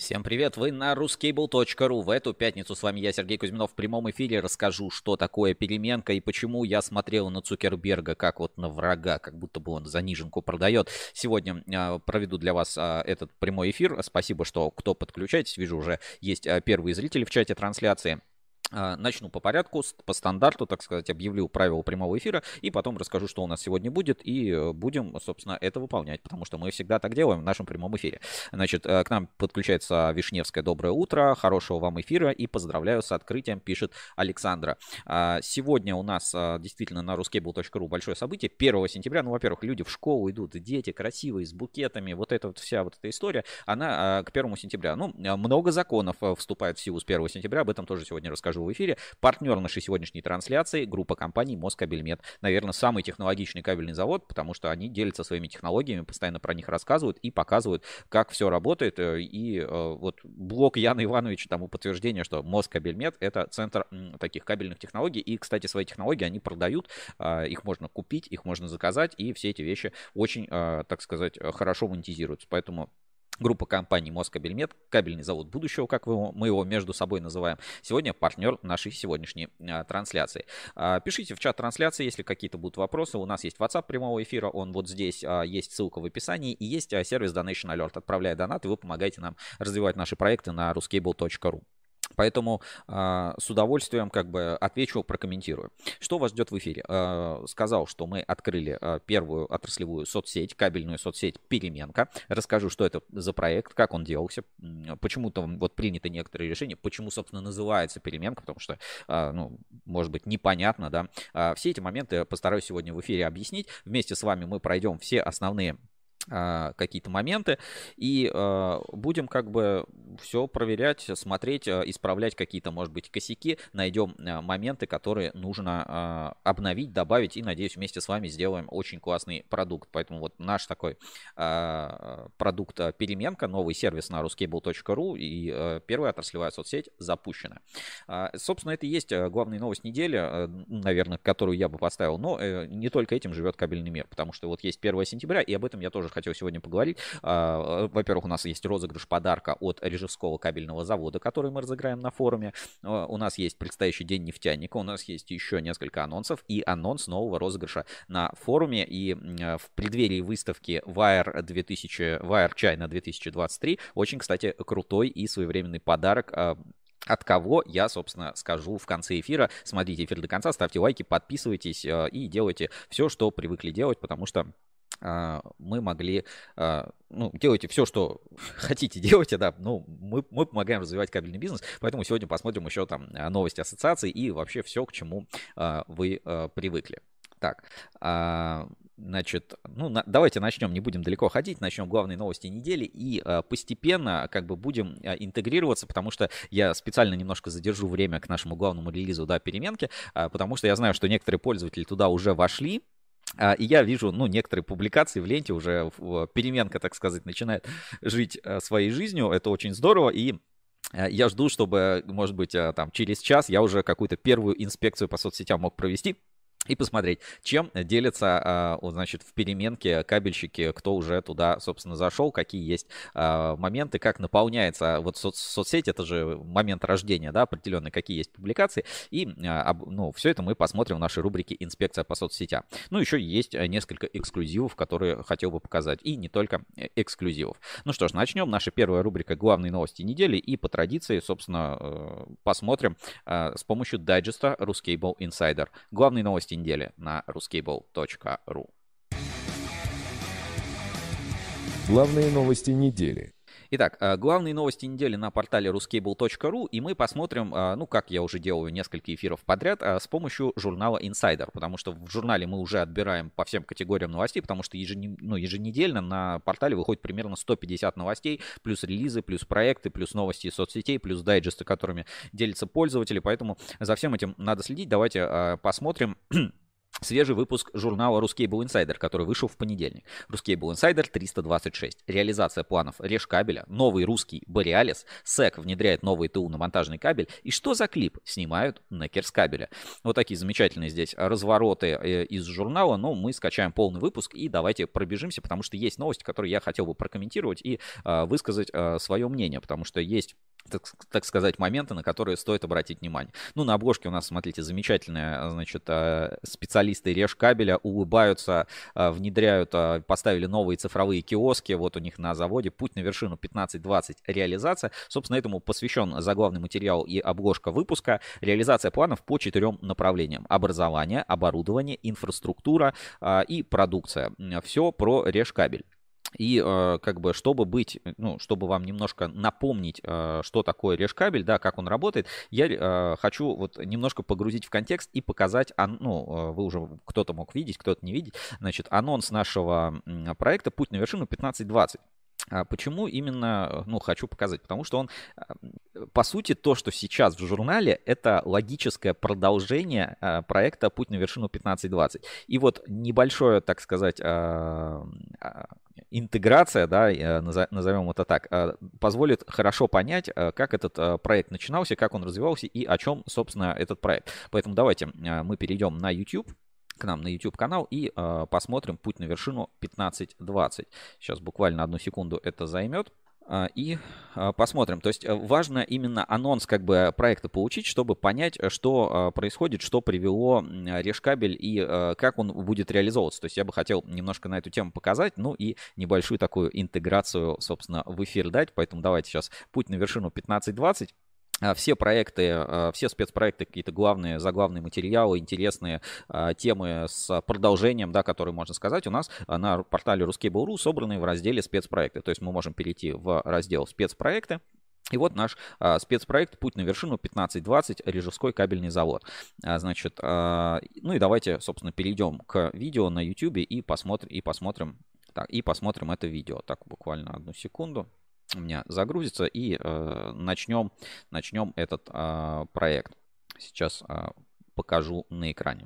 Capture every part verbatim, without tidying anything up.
Всем привет, вы на ruskable точка ру. В эту пятницу с вами я, Сергей Кузьминов, в прямом эфире расскажу, что такое переменка и почему я смотрел на Цукерберга как вот на врага, как будто бы он заниженку продает. Сегодня э, проведу для вас э, этот прямой эфир. Спасибо, что кто подключаетесь. Вижу, уже есть э, первые зрители в чате трансляции. Начну по порядку, по стандарту, так сказать, объявлю правила прямого эфира и потом расскажу, что у нас сегодня будет, и будем, собственно, это выполнять, потому что мы всегда так делаем в нашем прямом эфире. Значит, к нам подключается Вишневская. Доброе утро, хорошего вам эфира и поздравляю с открытием, пишет Александра. Сегодня у нас действительно на ruskable точка ру большое событие, первого сентября. Ну, во-первых, люди в школу идут, дети красивые, с букетами, вот эта вот вся вот эта история, она к первому сентября. Ну, много законов вступает в силу с первого сентября, об этом тоже сегодня расскажу в эфире. Партнер нашей сегодняшней трансляции — группа компаний Москабельмет. Наверное, самый технологичный кабельный завод, потому что они делятся своими технологиями, постоянно про них рассказывают и показывают, как все работает. И вот блог Яна Ивановича тому подтверждение, что Москабельмет — это центр таких кабельных технологий. И, кстати, свои технологии они продают, их можно купить, их можно заказать, и все эти вещи очень, так сказать, хорошо монетизируются. Поэтому группа компаний Москабельмет, кабельный завод будущего, как мы его между собой называем, сегодня партнер нашей сегодняшней а, трансляции. А, пишите в чат трансляции, если какие-то будут вопросы. У нас есть WhatsApp прямого эфира, он вот здесь, а, есть ссылка в описании, и есть а, сервис Donation Alert. Отправляя донаты, вы помогаете нам развивать наши проекты на ruskable точка ру. Поэтому э, с удовольствием как бы отвечу, прокомментирую. Что вас ждет в эфире? Э, сказал, что мы открыли э, первую отраслевую соцсеть, кабельную соцсеть «Переменка». Расскажу, что это за проект, как он делался, почему-то вот приняты некоторые решения, почему, собственно, называется «Переменка», потому что, э, ну, может быть, непонятно, да. Э, все эти моменты постараюсь сегодня в эфире объяснить. Вместе с вами мы пройдем все основные какие-то моменты и э, будем как бы все проверять, смотреть, исправлять какие-то, может быть, косяки, найдем моменты, которые нужно э, обновить, добавить, и, надеюсь, вместе с вами сделаем очень классный продукт. Поэтому вот наш такой э, продукт «Переменка», новый сервис на ruskable точка ру, и э, первая отраслевая соцсеть запущена. Э, собственно, это и есть главная новость недели, э, наверное, которую я бы поставил, но э, не только этим живет кабельный мир, потому что вот есть первого сентября, и об этом я тоже хотел сегодня поговорить. Во-первых, у нас есть розыгрыш подарка от Рижевского кабельного завода, который мы разыграем на форуме. У нас есть предстоящий день нефтяника, у нас есть еще несколько анонсов и анонс нового розыгрыша на форуме. И в преддверии выставки Wire две тысячи, Wire China две тысячи двадцать три очень, кстати, крутой и своевременный подарок. От кого, я, собственно, скажу в конце эфира. Смотрите эфир до конца, ставьте лайки, подписывайтесь и делайте все, что привыкли делать, потому что мы могли, ну, делайте все, что хотите, делайте, да, ну, мы, мы помогаем развивать кабельный бизнес, поэтому сегодня посмотрим еще там новости ассоциаций и вообще все, к чему вы привыкли. Так, значит, ну, на, давайте начнем, не будем далеко ходить, начнем главные новости недели и а, постепенно как бы будем а, интегрироваться, потому что я специально немножко задержу время к нашему главному релизу, да, переменки, а, потому что я знаю, что некоторые пользователи туда уже вошли. И я вижу, ну, некоторые публикации в ленте, уже переменка, так сказать, начинает жить своей жизнью. Это очень здорово. И я жду, чтобы, может быть, там через час я уже какую-то первую инспекцию по соцсетям мог провести и посмотреть, чем делятся, значит, в переменке кабельщики, кто уже туда, собственно, зашел, какие есть моменты, как наполняется вот соц соцсеть, это же момент рождения, да, определенный, какие есть публикации, и, ну, все это мы посмотрим в нашей рубрике «Инспекция по соцсетям». Ну, еще есть несколько эксклюзивов, которые хотел бы показать, и не только эксклюзивов. Ну что ж, начнем. Наша первая рубрика «Главные новости недели», и по традиции, собственно, посмотрим с помощью дайджеста Ruskable Insider. Главные новости недели на ruskable точка ру. Главные новости недели. Итак, главные новости недели на портале ruskable точка ру, и мы посмотрим, ну, как я уже делаю несколько эфиров подряд, с помощью журнала Insider, потому что в журнале мы уже отбираем по всем категориям новостей, потому что еженедельно, ну, еженедельно на портале выходит примерно сто пятьдесят новостей, плюс релизы, плюс проекты, плюс новости из соцсетей, плюс дайджесты, которыми делятся пользователи, поэтому за всем этим надо следить. Давайте посмотрим. свежий выпуск журнала Ruscable Insider, который вышел в понедельник. Ruscable Insider триста двадцать шесть. Реализация планов Решкабеля, новый русский Borealis, сэк внедряет новый ТУ на монтажный кабель. И что за клип? Снимают на Керскабеля. Вот такие замечательные здесь развороты из журнала. Но мы скачаем полный выпуск и давайте пробежимся, потому что есть новости, которые я хотел бы прокомментировать и э, высказать э, свое мнение, потому что есть, так, так сказать, моменты, на которые стоит обратить внимание. Ну, на обложке у нас, смотрите, замечательная, значит, э, специалист Решкабеля улыбаются, внедряют, поставили новые цифровые киоски, вот у них на заводе. Путь на вершину пятнадцать двадцать реализация. Собственно, этому посвящен заглавный материал и обложка выпуска. Реализация планов по четырем направлениям: образование, оборудование, инфраструктура и продукция. Все про Решкабель. И э, как бы, чтобы быть, ну, чтобы вам немножко напомнить, э, что такое Решкабель, да, как он работает, я э, хочу вот немножко погрузить в контекст и показать, ан- ну, э, вы уже, кто-то мог видеть, кто-то не видеть, значит, анонс нашего э, проекта «Путь на вершину пятнадцать двадцать». А почему именно, ну, хочу показать? Потому что он, по сути, то, что сейчас в журнале, это логическое продолжение проекта «Путь на вершину пятнадцать двадцать». И вот небольшое, так сказать, интеграция, да, назовем это так, позволит хорошо понять, как этот проект начинался, как он развивался и о чем, собственно, этот проект. Поэтому давайте мы перейдем на YouTube, к нам на YouTube канал и э, посмотрим «Путь на вершину пятнадцать двадцать». Сейчас буквально одну секунду это займет. Э, и э, посмотрим. То есть важно именно анонс как бы проекта получить, чтобы понять, что э, происходит, что привело Решкабель и э, как он будет реализовываться. То есть я бы хотел немножко на эту тему показать, ну и небольшую такую интеграцию, собственно, в эфир дать. Поэтому давайте сейчас «Путь на вершину пятнадцать двадцать». Все проекты, все спецпроекты, какие-то главные, заглавные материалы, интересные темы с продолжением, да, которые можно сказать, у нас на портале Ruscable точка ру собраны в разделе спецпроекты. То есть мы можем перейти в раздел спецпроекты. И вот наш а, спецпроект «Путь на вершину пятнадцать двадцать. Рижской кабельный завод». А, значит, а, ну и давайте, собственно, перейдем к видео на YouTube и посмотрим, и посмотрим, так, и посмотрим это видео. Так, буквально одну секунду. У меня загрузится и э, начнем, начнем этот э, проект. Сейчас э, покажу на экране.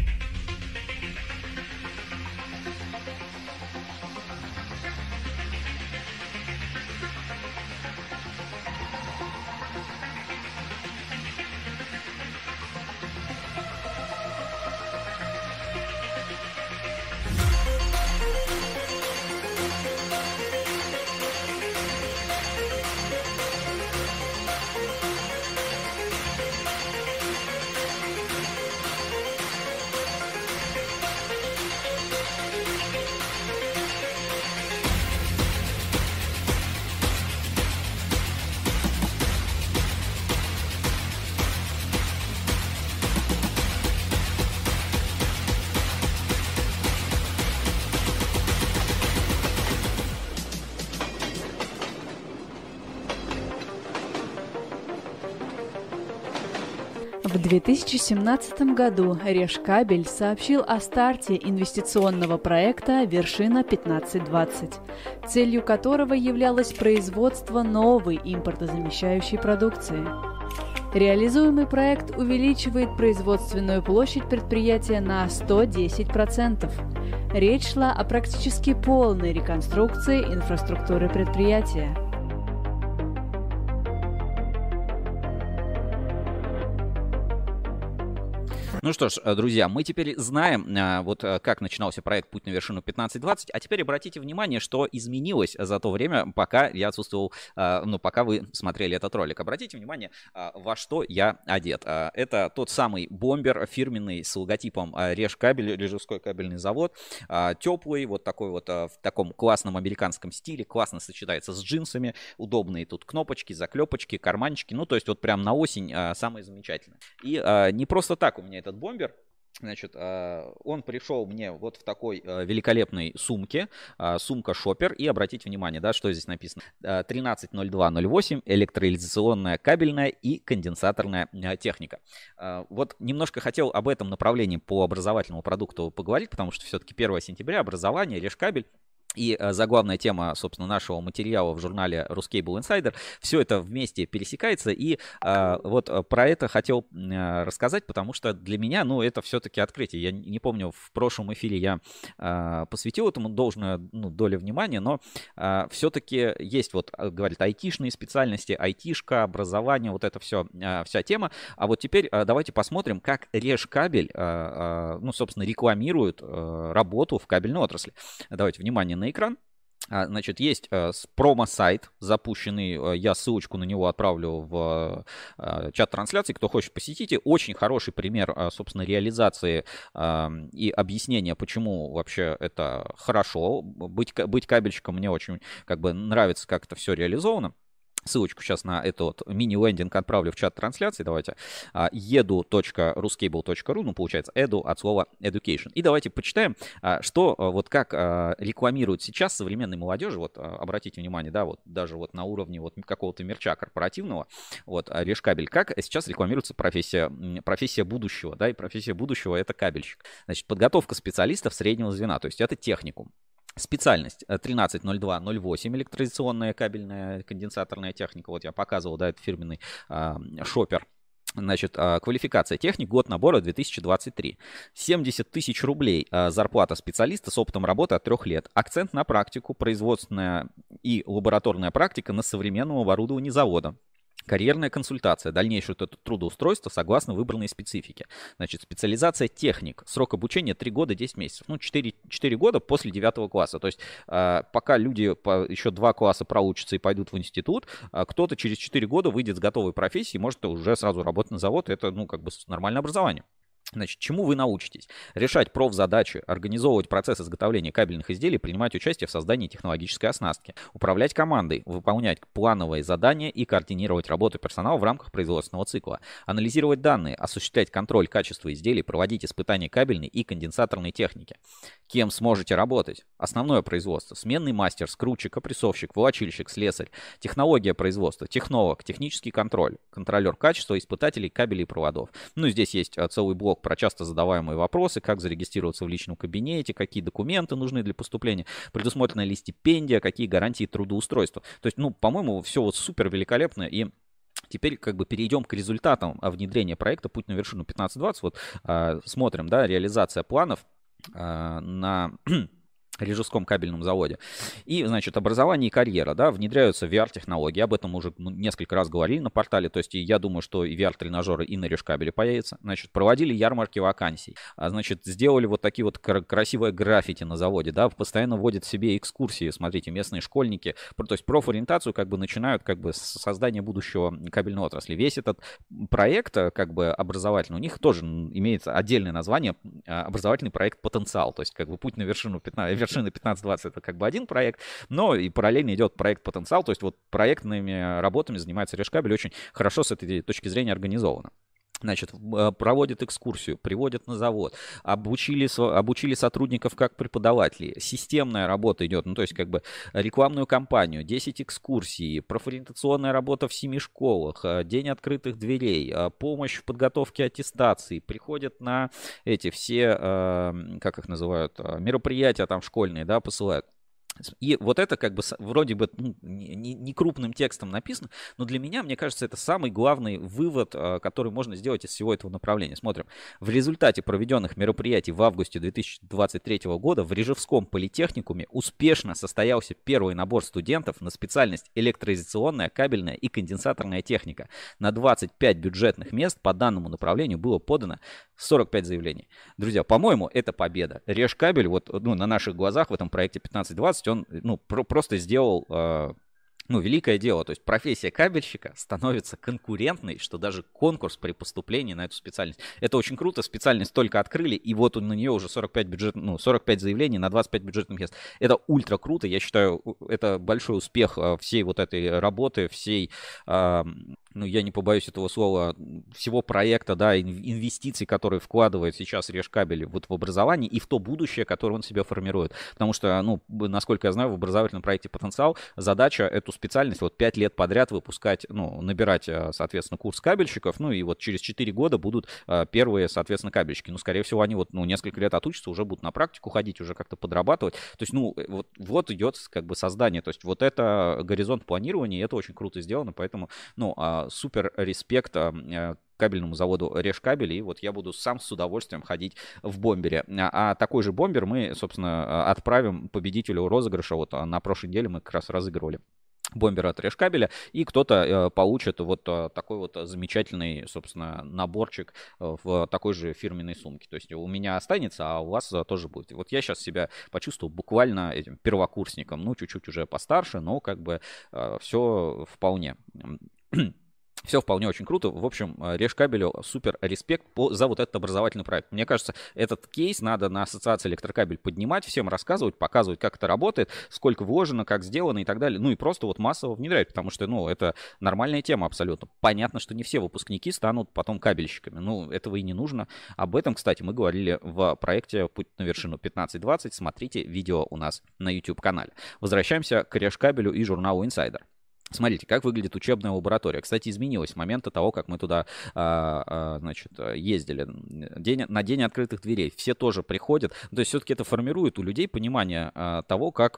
В две тысячи семнадцатом году Решкабель сообщил о старте инвестиционного проекта «Вершина пятнадцать двадцать», целью которого являлось производство новой импортозамещающей продукции. Реализуемый проект увеличивает производственную площадь предприятия на сто десять процентов. Речь шла о практически полной реконструкции инфраструктуры предприятия. Ну что ж, друзья, мы теперь знаем, вот как начинался проект «Путь на вершину пятнадцать двадцать», а теперь обратите внимание, что изменилось за то время, пока я отсутствовал, ну, пока вы смотрели этот ролик. Обратите внимание, во что я одет. Это тот самый бомбер фирменный с логотипом Решкабель, Рижской кабельный завод. Теплый, вот такой вот в таком классном американском стиле, классно сочетается с джинсами, удобные тут кнопочки, заклепочки, карманчики. Ну, то есть вот прям на осень самое замечательное. И не просто так у меня этот бомбер. Значит, он пришел мне вот в такой великолепной сумке, сумка шопер, и обратите внимание, да, что здесь написано: тринадцать ноль два ноль восемь, электроизоляционная кабельная и конденсаторная техника. Вот немножко хотел об этом направлении по образовательному продукту поговорить, потому что все-таки первое сентября, образование, Решкабель. и а, заглавная тема, собственно, нашего материала в журнале Ruscable Insider, все это вместе пересекается, и а, вот про это хотел а, рассказать, потому что для меня, ну, это все-таки открытие. Я не помню, в прошлом эфире я а, посвятил этому должную, ну, долю внимания, но а, все-таки есть, вот, говорит, айтишные специальности, айтишка, образование, вот это все, а, вся тема. А вот теперь а, давайте посмотрим, как Решкабель, а, а, ну, собственно, рекламирует а, работу в кабельной отрасли. Давайте, внимание на экран. Значит, есть промо-сайт запущенный, я ссылочку на него отправлю в чат трансляции, кто хочет, посетите. Очень хороший пример, собственно, реализации и объяснения, почему вообще это хорошо. Быть, быть кабельщиком мне очень как бы нравится, как это все реализовано. Ссылочку сейчас на этот вот мини-лендинг отправлю в чат трансляции. Давайте edu точка ruscable точка ru, ну, получается, edu от слова education. И давайте почитаем, что вот как рекламируют сейчас современной молодежи. Вот обратите внимание, да, вот даже вот на уровне вот какого-то мерча корпоративного, вот Решкабель, как сейчас рекламируется профессия, профессия будущего, да, и профессия будущего — это кабельщик. Значит, подготовка специалистов среднего звена, то есть это техникум. Специальность тринадцать ноль два ноль восемь, электроизоляционная кабельная конденсаторная техника. Вот я показывал, да, это фирменный а, шопер. Значит, а, квалификация техник, год набора две тысячи двадцать три. семьдесят тысяч рублей а, зарплата специалиста с опытом работы от трех лет. Акцент на практику, производственная и лабораторная практика на современном оборудовании завода. Карьерная консультация, дальнейшее трудоустройство согласно выбранной специфике. Значит, специализация техник, срок обучения три года десять месяцев. Ну, четыре, четыре года после девятого класса. То есть, э, пока люди по, еще два класса проучатся и пойдут в институт, э, кто-то через четыре года выйдет с готовой профессией и может уже сразу работать на завод. Это, ну, как бы нормальное образование. Значит, чему вы научитесь? Решать профзадачи, организовывать процесс изготовления кабельных изделий, принимать участие в создании технологической оснастки, управлять командой, выполнять плановые задания и координировать работу персонала в рамках производственного цикла, анализировать данные, осуществлять контроль качества изделий, проводить испытания кабельной и конденсаторной техники. Кем сможете работать? Основное производство: сменный мастер, скрутчик, опрессовщик, волочильщик, слесарь, технология производства, технолог, технический контроль, контролер качества, испытателей кабелей и проводов. Ну, здесь есть целый блок про часто задаваемые вопросы, как зарегистрироваться в личном кабинете, какие документы нужны для поступления, предусмотрена ли стипендия, какие гарантии трудоустройства. То есть, ну, по-моему, все вот супер великолепно. И теперь как бы перейдем к результатам внедрения проекта «Путь на вершину пятнадцать двадцать». Вот э, смотрим, да, реализация планов э, на Рижском кабельном заводе. И, значит, образование и карьера, да, внедряются ви ар-технологии. Об этом уже несколько раз говорили на портале. То есть я думаю, что и ви ар-тренажеры и на Решкабеле появятся. Значит, проводили ярмарки вакансий. А, значит, сделали вот такие вот красивые граффити на заводе, да, постоянно вводят себе экскурсии. Смотрите, местные школьники, то есть профориентацию как бы начинают как бы с создания будущего кабельной отрасли. Весь этот проект как бы образовательный, у них тоже имеется отдельное название, образовательный проект «Потенциал». То есть как бы путь на вершину пятнадцать вершины пятнадцать двадцать это как бы один проект, но и параллельно идет проект «Потенциал», то есть вот проектными работами занимается Решкабель, очень хорошо с этой точки зрения организовано. Значит, проводят экскурсию, приводят на завод, обучили, обучили сотрудников как преподавателей. Системная работа идет, ну то есть как бы рекламную кампанию, десять экскурсий, профориентационная работа в семи школах, день открытых дверей, помощь в подготовке аттестации, приходят на эти все, как их называют, мероприятия там школьные, да, посылают. И вот это как бы вроде бы ну, не, не крупным текстом написано, но для меня, мне кажется, это самый главный вывод, который можно сделать из всего этого направления. Смотрим. В результате проведенных мероприятий в августе две тысячи двадцать третьего года в Рижском политехникуме успешно состоялся первый набор студентов на специальность электроизоляционная, кабельная и конденсаторная техника. На двадцать пять бюджетных мест по данному направлению было подано сорок пять заявлений. Друзья, по-моему, это победа. Решкабель вот ну, на наших глазах в этом проекте пятнадцать двадцать он ну, про- просто сделал э, ну, великое дело. То есть профессия кабельщика становится конкурентной, что даже конкурс при поступлении на эту специальность. Это очень круто. Специальность только открыли, и вот на нее уже сорок пять, бюджет, ну, сорок пять заявлений на двадцать пять бюджетных мест. Это ультра круто. Я считаю, это большой успех всей вот этой работы, всей, э, ну, я не побоюсь этого слова, всего проекта, да, инвестиций, которые вкладывает сейчас Решкабель вот в образование и в то будущее, которое он себе формирует. Потому что, ну, насколько я знаю, в образовательном проекте «Потенциал» задача эту специальность вот пять лет подряд выпускать, ну, набирать, соответственно, курс кабельщиков, ну, и вот через четыре года будут первые, соответственно, кабельщики. Ну, скорее всего, они вот, ну, несколько лет отучатся, уже будут на практику ходить, уже как-то подрабатывать. То есть, ну, вот, вот идет как бы создание. То есть, вот это горизонт планирования, и это очень круто сделано, поэтому, ну, супер респект кабельному заводу Решкабель, и вот я буду сам с удовольствием ходить в бомбере. А такой же бомбер мы, собственно, отправим победителю розыгрыша. Вот на прошлой неделе мы как раз разыгрывали бомбер от Решкабеля, и кто-то э, получит вот э, такой вот замечательный, собственно, наборчик э, в такой же фирменной сумке. То есть у меня останется, а у вас э, тоже будет. Вот я сейчас себя почувствовал буквально этим первокурсником, ну, чуть-чуть уже постарше, но как бы э, все вполне. Все вполне очень круто. В общем, Решкабелю супер респект по, за вот этот образовательный проект. Мне кажется, этот кейс надо на ассоциации Электрокабель поднимать, всем рассказывать, показывать, как это работает, сколько вложено, как сделано и так далее. Ну и просто вот массово внедрять, потому что, ну, это нормальная тема абсолютно. Понятно, что не все выпускники станут потом кабельщиками. Ну, этого и не нужно. Об этом, кстати, мы говорили в проекте «Путь на вершину пятнадцать двадцать». Смотрите видео у нас на YouTube-канале. Возвращаемся к Решкабелю и журналу Insider. Смотрите, как выглядит учебная лаборатория. Кстати, изменилась с момента того, как мы туда, а, а, значит, ездили. День, на день открытых дверей. Все тоже приходят. То есть все-таки это формирует у людей понимание а, того, как...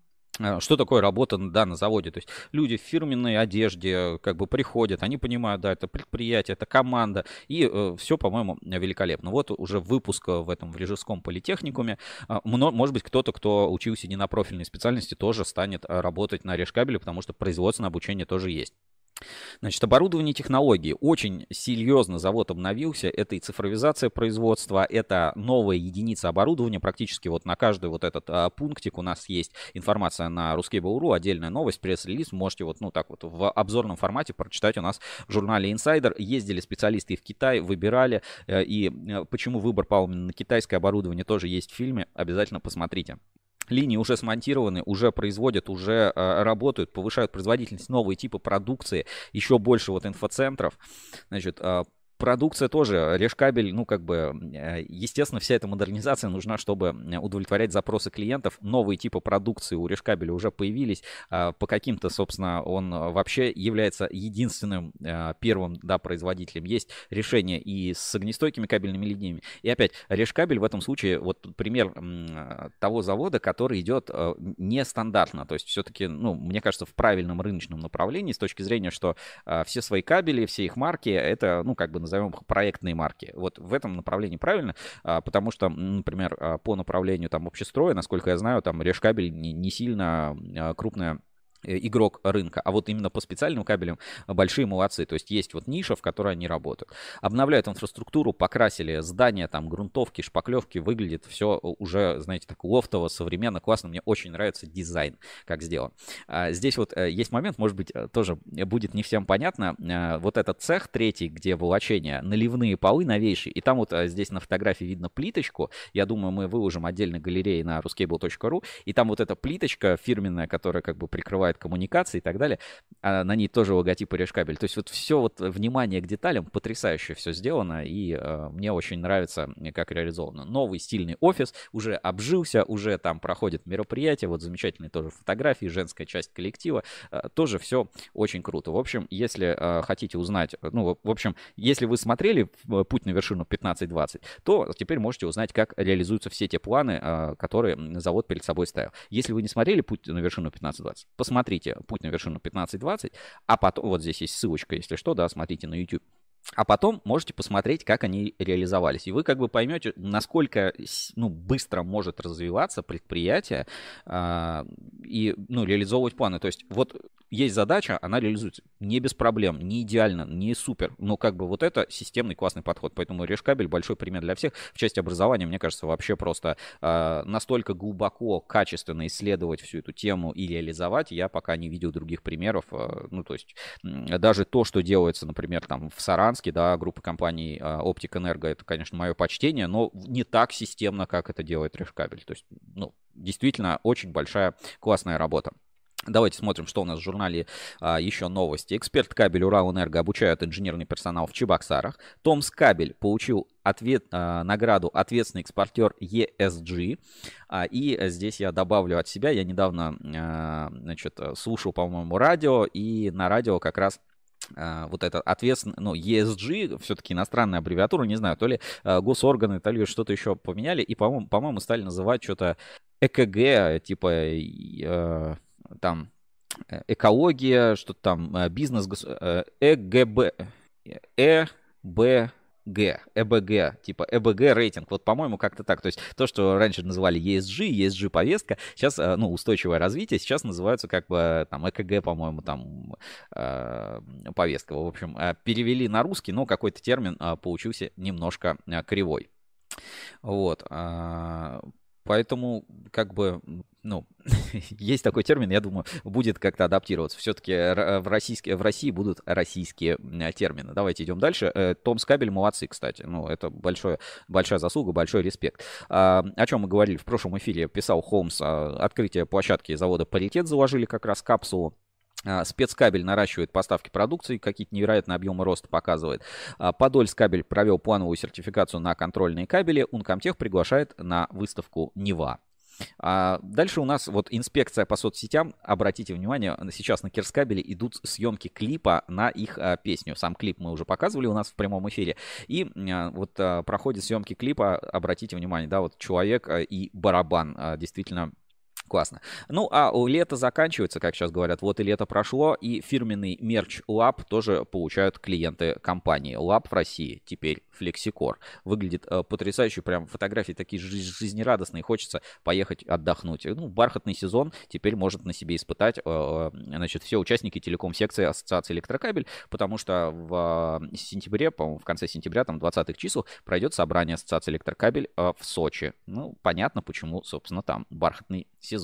Что такое работа, да, на заводе? То есть люди в фирменной одежде как бы приходят, они понимают, да, это предприятие, это команда, и э, все, по-моему, великолепно. Вот уже выпуск в этом в Рижском политехникуме. Э, может быть, кто-то, кто учился не на профильной специальности, тоже станет работать на Решкабеле, потому что производственное обучение тоже есть. Значит, оборудование и технологии. Очень серьезно завод обновился. Это и цифровизация производства, это новая единица оборудования. Практически вот на каждый вот этот а, пунктик у нас есть информация на Ruskable точка ру, отдельная новость, пресс-релиз. Можете вот, ну так вот в обзорном формате прочитать у нас в журнале Insider. Ездили специалисты и в Китай, выбирали. И почему выбор пал именно на китайское оборудование, тоже есть в фильме. Обязательно посмотрите. Линии уже смонтированы, уже производят, уже э, работают, повышают производительность, новые типы продукции, еще больше вот инфоцентров. Значит, э, продукция тоже, Решкабель, ну как бы, естественно, вся эта модернизация нужна, чтобы удовлетворять запросы клиентов. Новые типы продукции у Решкабеля уже появились. По каким-то, собственно, он вообще является единственным первым, да, производителем. Есть решения и с огнестойкими кабельными линиями. И опять, Решкабель в этом случае, вот пример того завода, который идет нестандартно. То есть все-таки, ну, мне кажется, в правильном рыночном направлении с точки зрения, что все свои кабели, все их марки, это, ну, как бы назовем их проектные марки. Вот в этом направлении правильно, потому что, например, по направлению там общестроя, насколько я знаю, там Решкабель не, не сильно крупная игрок рынка, а вот именно по специальным кабелям большие молодцы, то есть есть вот ниша, в которой они работают. Обновляют инфраструктуру, покрасили здания, там грунтовки, шпаклевки, выглядит все уже, знаете, так лофтово, современно, классно, мне очень нравится дизайн, как сделан. Здесь вот есть момент, может быть, тоже будет не всем понятно, вот этот цех третий, где волочение, наливные полы новейшие, и там вот здесь на фотографии видно плиточку, я думаю, мы выложим отдельно галереи на ruskable точка ру, и там вот эта плиточка фирменная, которая как бы прикрывает коммуникации и так далее, а на ней тоже логотип Решкабель. То есть вот все вот внимание к деталям, потрясающе все сделано, и э, мне очень нравится, как реализовано. Новый стильный офис, уже обжился, уже там проходит мероприятие, вот замечательные тоже фотографии, женская часть коллектива, э, тоже все очень круто. В общем, если э, хотите узнать, ну, в общем, если вы смотрели «Путь на вершину пятнадцать двадцать», то теперь можете узнать, как реализуются все те планы, э, которые завод перед собой ставил. Если вы не смотрели «Путь на вершину пятнадцать двадцать», посмотрите Смотрите «Путь на вершину пятнадцать двадцать», а потом, вот здесь есть ссылочка, если что, да, смотрите на YouTube. А потом можете посмотреть, как они реализовались. И вы как бы поймете, насколько, ну, быстро может развиваться предприятие э, и, ну, реализовывать планы. То есть вот есть задача, она реализуется не без проблем, не идеально, не супер. Но как бы вот это системный классный подход. Поэтому Решкабель большой пример для всех. В части образования, мне кажется, вообще просто э, настолько глубоко, качественно исследовать всю эту тему и реализовать, я пока не видел других примеров. Э, ну, то есть э, даже то, что делается, например, там в Саранске, да, группа компаний Оптик Энерго, это, конечно, мое почтение, но не так системно, как это делает Решкабель. То есть, ну, действительно, очень большая классная работа. Давайте смотрим, что у нас в журнале а, еще новости. Эксперт кабель Уралэнерго обучают инженерный персонал в Чебоксарах. Томскабель получил ответ, а, награду «Ответственный экспортер и эс джи». А, и здесь я добавлю от себя. Я недавно а, значит, слушал, по-моему, радио. И на радио как раз а, вот это ответственный, ну, и эс джи, все-таки иностранная аббревиатура, не знаю, то ли а, госорганы, то ли что-то еще поменяли. И, по-моему, по-моему стали называть что-то э ка гэ, типа... А, там экология, что-то там бизнес, э гэ бэ, э бэ гэ, э бэ гэ, типа э бэ гэ рейтинг, вот, по-моему, как-то так. То есть то, что раньше называли и эс джи, и эс джи повестка, сейчас, ну, устойчивое развитие, сейчас называются как бы там э ка гэ, по-моему, там э, повестка. В общем, перевели на русский, но какой-то термин получился немножко кривой. Вот. Поэтому, как бы, ну, есть такой термин, я думаю, будет как-то адаптироваться. Все-таки в, российске, в России будут российские термины. Давайте идем дальше. Томскабель молодцы, кстати. Ну, это большое, большая заслуга, большой респект. А, о чем мы говорили в прошлом эфире, писал Холмс, открытие площадки завода «Паритет» заложили как раз капсулу. Спецкабель наращивает поставки продукции, какие-то невероятные объемы роста показывает. Подольскабель провел плановую сертификацию на контрольные кабели. Uncomtech приглашает на выставку Нева. А дальше у нас вот инспекция по соцсетям. Обратите внимание, сейчас на Кирскабеле идут съемки клипа на их а, песню. Сам клип мы уже показывали у нас в прямом эфире. И а, вот а, проходят съемки клипа. Обратите внимание, да, вот человек а, и барабан. А, действительно классно. Ну, а лето заканчивается, как сейчас говорят. Вот и лето прошло, и фирменный мерч Lab тоже получают клиенты компании. Lab в России теперь FlexiCore. Выглядит э, потрясающе, прям фотографии такие жизнерадостные, хочется поехать отдохнуть. Ну, бархатный сезон теперь может на себе испытать, э, значит, все участники телеком-секции Ассоциации Электрокабель, потому что в э, сентябре, по-моему, в конце сентября, там, двадцатых чисел, пройдет собрание Ассоциации Электрокабель э, в Сочи. Ну, понятно, почему, собственно, там бархатный сезон.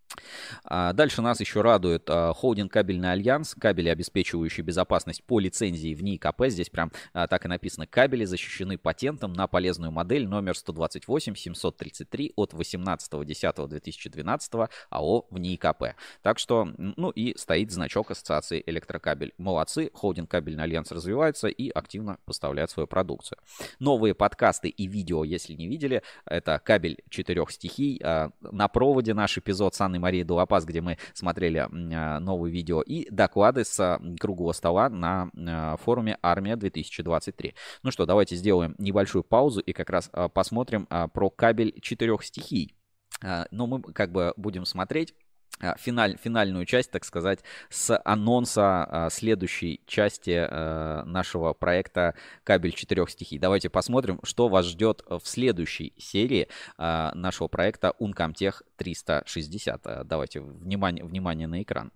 Дальше нас еще радует холдинг «Кабельный альянс», кабели, обеспечивающие безопасность по лицензии в эн и и ка пэ. Здесь прям так и написано: кабели защищены патентом на полезную модель номер сто двадцать восемь семьсот тридцать три от восемнадцатого десятого две тысячи двенадцатого АО в эн и и ка пэ. Так что, ну и стоит значок Ассоциации Электрокабель. Молодцы, холдинг «Кабельный альянс» развивается и активно поставляет свою продукцию. Новые подкасты и видео, если не видели, это «Кабель четырех стихий», на проводе наш эпизод с Анной Марией Долопас, где мы смотрели новые видео, и доклады с круглого стола на форуме «Армия две тысячи двадцать три». Ну что, давайте сделаем небольшую паузу и как раз посмотрим про кабель четырех стихий. Но мы как бы будем смотреть Финаль, финальную часть, так сказать, с анонса а, следующей части а, нашего проекта «Кабель четырех стихий». Давайте посмотрим, что вас ждет в следующей серии а, нашего проекта Uncomtech триста шестьдесят. Давайте внимание, внимание на экран.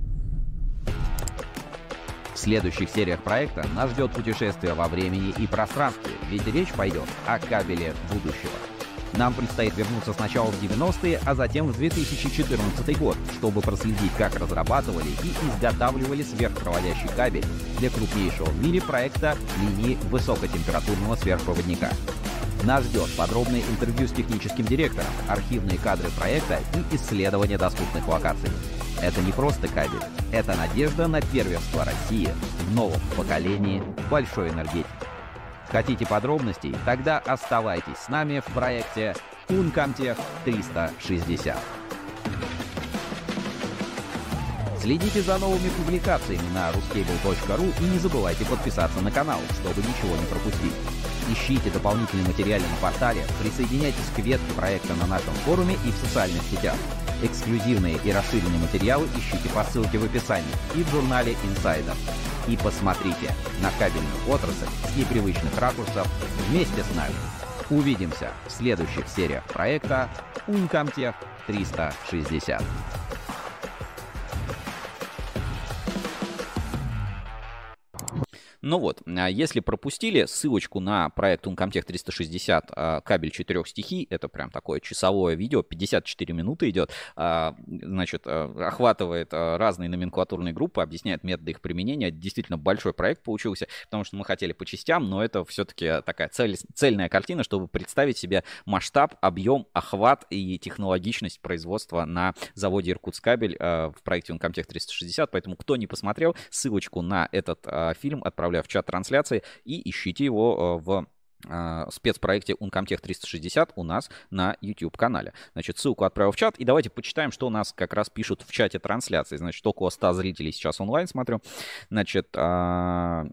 В следующих сериях проекта нас ждет путешествие во времени и пространстве, ведь речь пойдет о кабеле будущего. Нам предстоит вернуться сначала в девяностые, а затем в две тысячи четырнадцатый год, чтобы проследить, как разрабатывали и изготавливали сверхпроводящий кабель для крупнейшего в мире проекта линии высокотемпературного сверхпроводника. Нас ждет подробное интервью с техническим директором, архивные кадры проекта и исследование доступных локаций. Это не просто кабель, это надежда на первенство России в новом поколении большой энергетики. Хотите подробностей? Тогда оставайтесь с нами в проекте Uncomtech триста шестьдесят. Следите за новыми публикациями на ruskable точка ру и не забывайте подписаться на канал, чтобы ничего не пропустить. Ищите дополнительные материалы на портале, присоединяйтесь к ветке проекта на нашем форуме и в социальных сетях. Эксклюзивные и расширенные материалы ищите по ссылке в описании и в журнале Insider. И посмотрите на кабельную отрасль с непривычных ракурсов вместе с нами. Увидимся в следующих сериях проекта Uncomtech триста шестьдесят. Ну вот, если пропустили, ссылочку на проект Uncomtech триста шестьдесят, кабель четырех стихий, это прям такое часовое видео, пятьдесят четыре минуты идет, значит, охватывает разные номенклатурные группы, объясняет методы их применения. Действительно большой проект получился, потому что мы хотели по частям, но это все-таки такая цель, цельная картина, чтобы представить себе масштаб, объем, охват и технологичность производства на заводе Иркутскабель в проекте Uncomtech триста шестьдесят. Поэтому, кто не посмотрел, ссылочку на этот фильм отправляю в чат трансляции и ищите его в спецпроекте Uncomtech триста шестьдесят у нас на YouTube-канале. Значит, ссылку отправил в чат. И давайте почитаем, что у нас как раз пишут в чате трансляции. Значит, около ста зрителей сейчас онлайн смотрю. Значит, QWERTY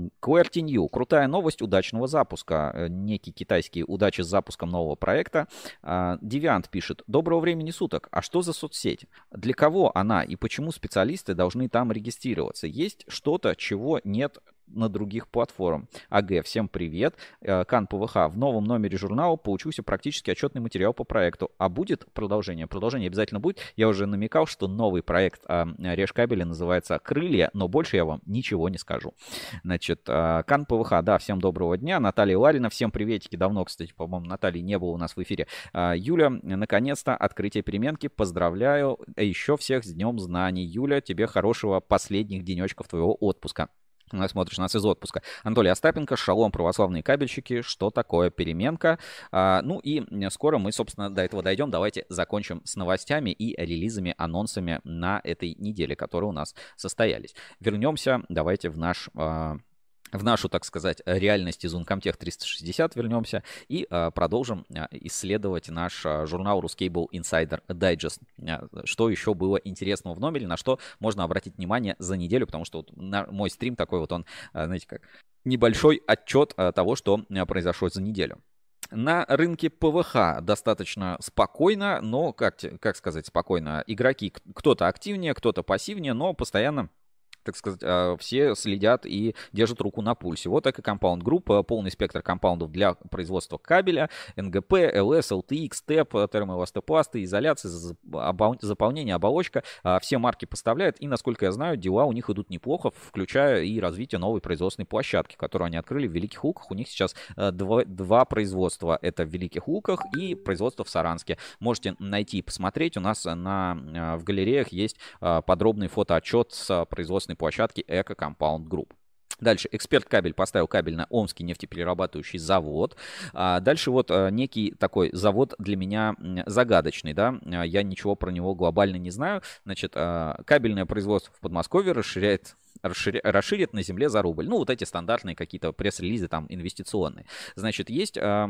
New. Крутая новость удачного запуска. Некий китайский удачи с запуском нового проекта. Deviant пишет. Доброго времени суток. А что за соцсеть? Для кого она и почему специалисты должны там регистрироваться? Есть что-то, чего нет на других платформ. АГ, всем привет. Кан ПВХ. В новом номере журнала получился практически отчетный материал по проекту. А будет продолжение? Продолжение обязательно будет. Я уже намекал, что новый проект Решкабеля называется «Крылья», но больше я вам ничего не скажу. Значит, Кан ПВХ. Да, всем доброго дня. Наталья Ларина. Всем приветики. Давно, кстати, по-моему, Натальи не было у нас в эфире. Юля, наконец-то открытие переменки. Поздравляю. Еще всех с Днем Знаний. Юля, тебе хорошего последних денечков твоего отпуска. Смотришь нас из отпуска. Анатолий Остапенко, шалом, православные кабельщики. Что такое переменка? А, ну и скоро мы, собственно, до этого дойдем. Давайте закончим с новостями и релизами, анонсами на этой неделе, которые у нас состоялись. Вернемся, давайте в наш... А, в нашу, так сказать, реальность из Uncomtech триста шестьдесят вернемся и а, продолжим а, исследовать наш а, журнал Ruscable Insider Digest. А, что еще было интересного в номере, на что можно обратить внимание за неделю, потому что вот на, мой стрим такой вот он, а, знаете как, небольшой отчет а, того, что а, произошло за неделю. На рынке ПВХ достаточно спокойно, но, как, как сказать, спокойно. Игроки кто-то активнее, кто-то пассивнее, но постоянно, так сказать, все следят и держат руку на пульсе. Вот так и Compound Group, полный спектр компаундов для производства кабеля, эн джи пи, эл эс, эл ти икс, ТЭП, термоэластопласты, изоляция, заполнение, оболочка. Все марки поставляют, и, насколько я знаю, дела у них идут неплохо, включая и развитие новой производственной площадки, которую они открыли в Великих Луках. У них сейчас два, два производства. Это в Великих Луках и производство в Саранске. Можете найти и посмотреть. У нас на, в галереях есть подробный фотоотчет с производственной площадки Эко Compound Group. Дальше, Эксперт Кабель поставил кабель на Омский нефтеперерабатывающий завод. А дальше вот а, некий такой завод для меня загадочный, да, я ничего про него глобально не знаю. Значит, а, кабельное производство в Подмосковье расширяет Расширя... расширит на земле за рубль. Ну, вот эти стандартные какие-то пресс-релизы там инвестиционные. Значит, есть э,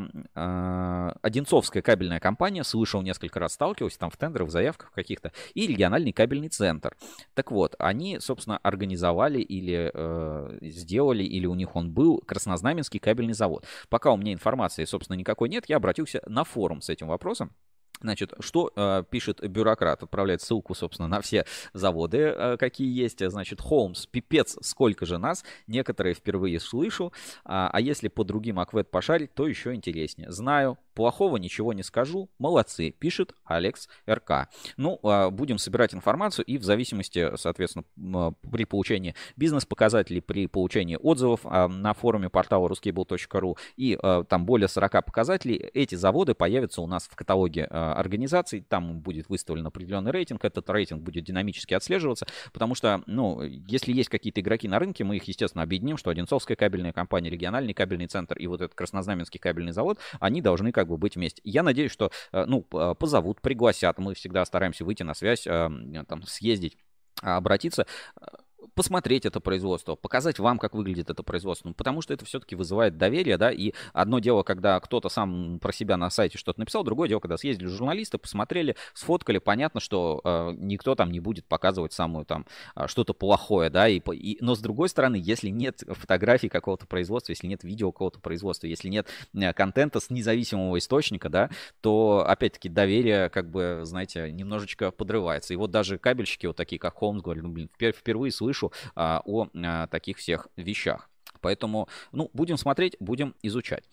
э, Одинцовская кабельная компания, слышал несколько раз, сталкивался там в тендерах, в заявках каких-то, и региональный кабельный центр. Так вот, они, собственно, организовали или э, сделали, или у них он был, Краснознаменский кабельный завод. Пока у меня информации, собственно, никакой нет, я обратился на форум с этим вопросом. Значит, что э, пишет бюрократ? Отправляет ссылку, собственно, на все заводы, э, какие есть. Значит, Холмс, пипец, сколько же нас. Некоторые впервые слышу. А, а если по другим Аквэд пошарить, то еще интереснее. Знаю, плохого ничего не скажу. Молодцы, пишет Алекс РК. Ну, э, будем собирать информацию и в зависимости, соответственно, э, при получении бизнес-показателей, при получении отзывов э, на форуме портала ruskable точка ру и э, там более сорока показателей, эти заводы появятся у нас в каталоге э, организаций, там будет выставлен определенный рейтинг, этот рейтинг будет динамически отслеживаться, потому что, ну, если есть какие-то игроки на рынке, мы их, естественно, объединим, что Одинцовская кабельная компания, региональный кабельный центр и вот этот Краснознаменский кабельный завод, они должны как бы быть вместе. Я надеюсь, что, ну, позовут, пригласят, мы всегда стараемся выйти на связь, там, съездить, обратиться, посмотреть это производство, показать вам, как выглядит это производство, ну, потому что это все-таки вызывает доверие, да, и одно дело, когда кто-то сам про себя на сайте что-то написал, другое дело, когда съездили журналисты, посмотрели, сфоткали, понятно, что э, никто там не будет показывать самую там что-то плохое, да, и, и, но с другой стороны, если нет фотографий какого-то производства, если нет видео какого-то производства, если нет контента с независимого источника, да, то, опять-таки, доверие, как бы, знаете, немножечко подрывается, и вот даже кабельщики вот такие, как Холмс, говорят, ну, блин, впервые слышу о, о таких всех вещах. Поэтому, ну, будем смотреть, будем изучать.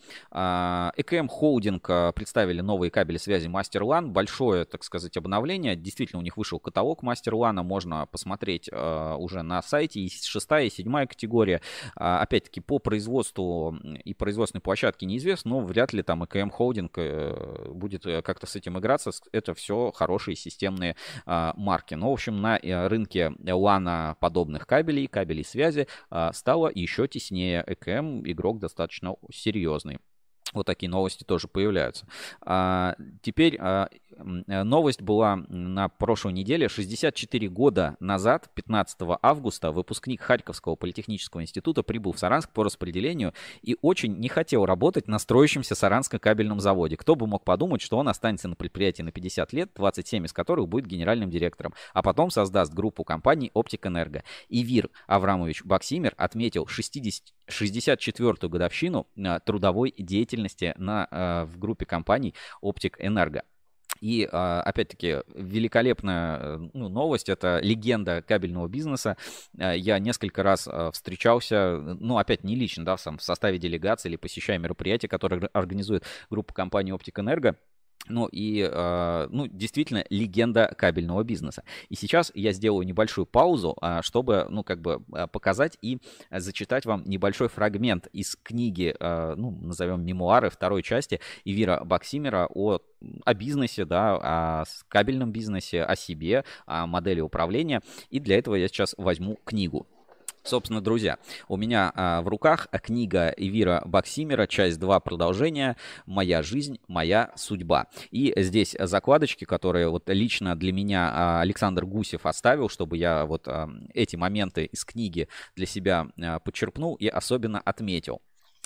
и кей эм Holding представили новые кабели связи Master лан. Большое, так сказать, обновление. Действительно, у них вышел каталог Master лан. Можно посмотреть уже на сайте. И шестая, и седьмая категория. Опять-таки, по производству и производственной площадке неизвестно, но вряд ли там и кей эм Holding будет как-то с этим играться. Это все хорошие системные марки. Но, в общем, на рынке лана подобных кабелей, кабелей связи стало еще теснее. и кей эм игрок достаточно серьезный. Вот такие новости тоже появляются. А, теперь а, новость была на прошлой неделе. шестьдесят четыре года назад, пятнадцатого августа, выпускник Харьковского политехнического института прибыл в Саранск по распределению и очень не хотел работать на строящемся Саранско-кабельном заводе. Кто бы мог подумать, что он останется на предприятии на пятьдесят лет, двадцать семь из которых будет генеральным директором, а потом создаст группу компаний «Оптик-Энерго». Ивир Аврамович Баксимер отметил шестьдесят четвёртую годовщину трудовой деятельности на, в группе компаний «Оптик-Энерго». И, опять-таки, великолепная ну, новость, это легенда кабельного бизнеса. Я несколько раз встречался, ну, опять не лично, да, сам в составе делегации или посещая мероприятия, которые организует группа компаний «Оптик-Энерго». Ну и, э, ну, действительно, легенда кабельного бизнеса. И сейчас я сделаю небольшую паузу, э, чтобы, ну, как бы показать и зачитать вам небольшой фрагмент из книги, э, ну, назовем мемуары второй части Ивира Баксимера о, о бизнесе, да, о кабельном бизнесе, о себе, о модели управления. И для этого я сейчас возьму книгу. Собственно, друзья, у меня а, в руках книга Ивира Баксимера, часть два, продолжение «Моя жизнь, моя судьба». И здесь закладочки, которые вот лично для меня а, Александр Гусев оставил, чтобы я вот а, эти моменты из книги для себя а, подчерпнул и особенно отметил.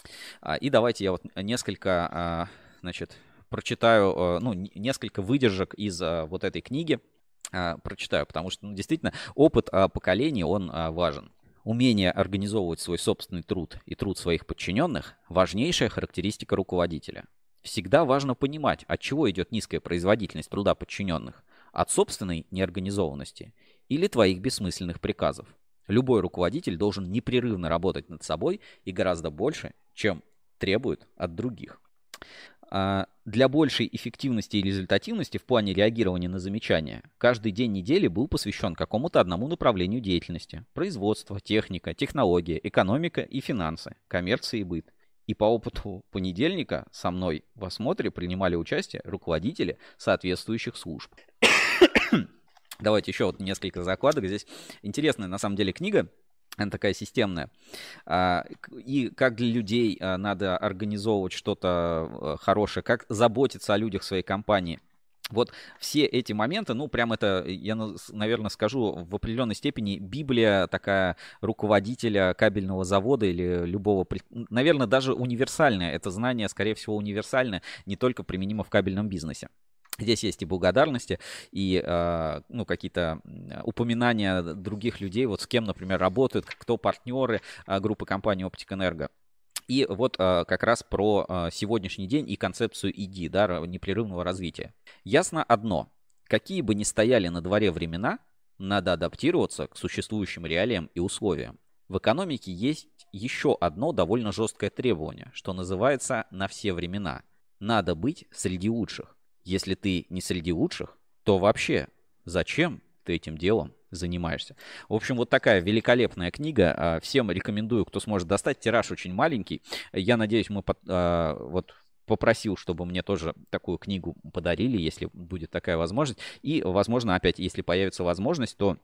А, и давайте я вот несколько, а, значит, прочитаю, а, ну, несколько выдержек из а, вот этой книги а, прочитаю, потому что, ну, действительно, опыт а, поколений, он а, важен. Умение организовывать свой собственный труд и труд своих подчиненных – важнейшая характеристика руководителя. Всегда важно понимать, от чего идет низкая производительность труда подчиненных – от собственной неорганизованности или твоих бессмысленных приказов. Любой руководитель должен непрерывно работать над собой и гораздо больше, чем требует от других. Для большей эффективности и результативности в плане реагирования на замечания каждый день недели был посвящен какому-то одному направлению деятельности. Производство, техника, технология, экономика и финансы, коммерция и быт. И по опыту понедельника со мной в осмотре принимали участие руководители соответствующих служб. Давайте еще вот несколько закладок. Здесь интересная на самом деле книга. Она такая системная. И как для людей надо организовывать что-то хорошее, как заботиться о людях своей компании. Вот все эти моменты, ну, прям это, я, наверное, скажу, в определенной степени Библия такая руководителя кабельного завода или любого, наверное, даже универсальное. Это знание, скорее всего, универсальное, не только применимо в кабельном бизнесе. Здесь есть и благодарности, и э, ну, какие-то упоминания других людей, вот с кем, например, работают, кто партнеры э, группы компании «Оптик-Энерго». И вот э, как раз про э, сегодняшний день и концепцию и ди, да, непрерывного развития. Ясно одно. Какие бы ни стояли на дворе времена, надо адаптироваться к существующим реалиям и условиям. В экономике есть еще одно довольно жесткое требование, что называется «на все времена». Надо быть среди лучших. Если ты не среди лучших, то вообще зачем ты этим делом занимаешься? В общем, вот такая великолепная книга. Всем рекомендую, кто сможет достать. Тираж очень маленький. Я надеюсь, мы под, вот попросил, чтобы мне тоже такую книгу подарили, если будет такая возможность. И, возможно, опять, если появится возможность, то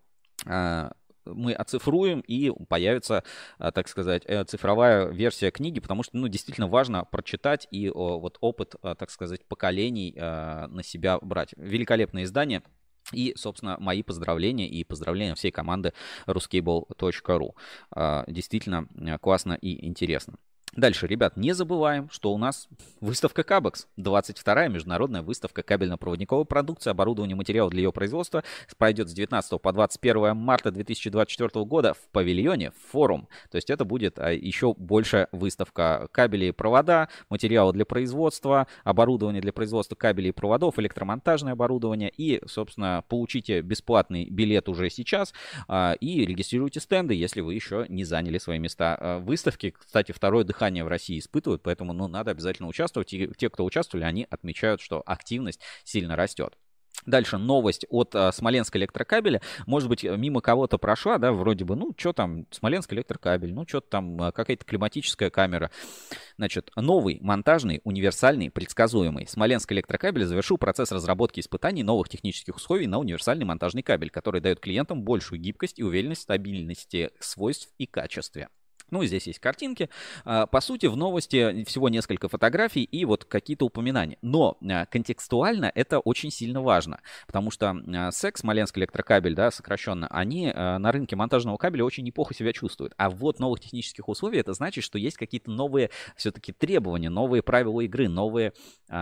мы оцифруем, и появится, так сказать, цифровая версия книги, потому что, ну, действительно важно прочитать и вот опыт, так сказать, поколений на себя брать. Великолепное издание. И, собственно, мои поздравления и поздравления всей команды ruskable точка ру. Действительно классно и интересно. Дальше, ребят, не забываем, что у нас выставка Кабекс, двадцать вторая международная выставка кабельно-проводниковой продукции, оборудования, материалов для ее производства, пройдет с девятнадцатого по двадцать первое марта две тысячи двадцать четвёртого года в павильоне «Форум». То есть это будет еще больше выставка кабелей и провода, материалы для производства, оборудование для производства кабелей и проводов, электромонтажное оборудование. И, собственно, получите бесплатный билет уже сейчас и регистрируйте стенды, если вы еще не заняли свои места в выставке. Кстати, второе дыхание в России испытывают, поэтому ну, надо обязательно участвовать. И те, кто участвовали, они отмечают, что активность сильно растет. Дальше новость от а, Смоленска электрокабеля. Может быть, мимо кого-то прошла, да, вроде бы, ну, что там, Смоленск электрокабель, ну, что-то там, а, какая-то климатическая камера. Значит, новый, монтажный, универсальный, предсказуемый Смоленск электрокабель завершил процесс разработки испытаний новых технических условий на универсальный монтажный кабель, который дает клиентам большую гибкость и уверенность в стабильности свойств и качестве. Ну, здесь есть картинки. По сути, в новости всего несколько фотографий и вот какие-то упоминания. Но контекстуально это очень сильно важно, потому что СЭК, Смоленск электрокабель, да, сокращенно, они на рынке монтажного кабеля очень неплохо себя чувствуют. А вот новых технических условий, это значит, что есть какие-то новые все-таки требования, новые правила игры, новые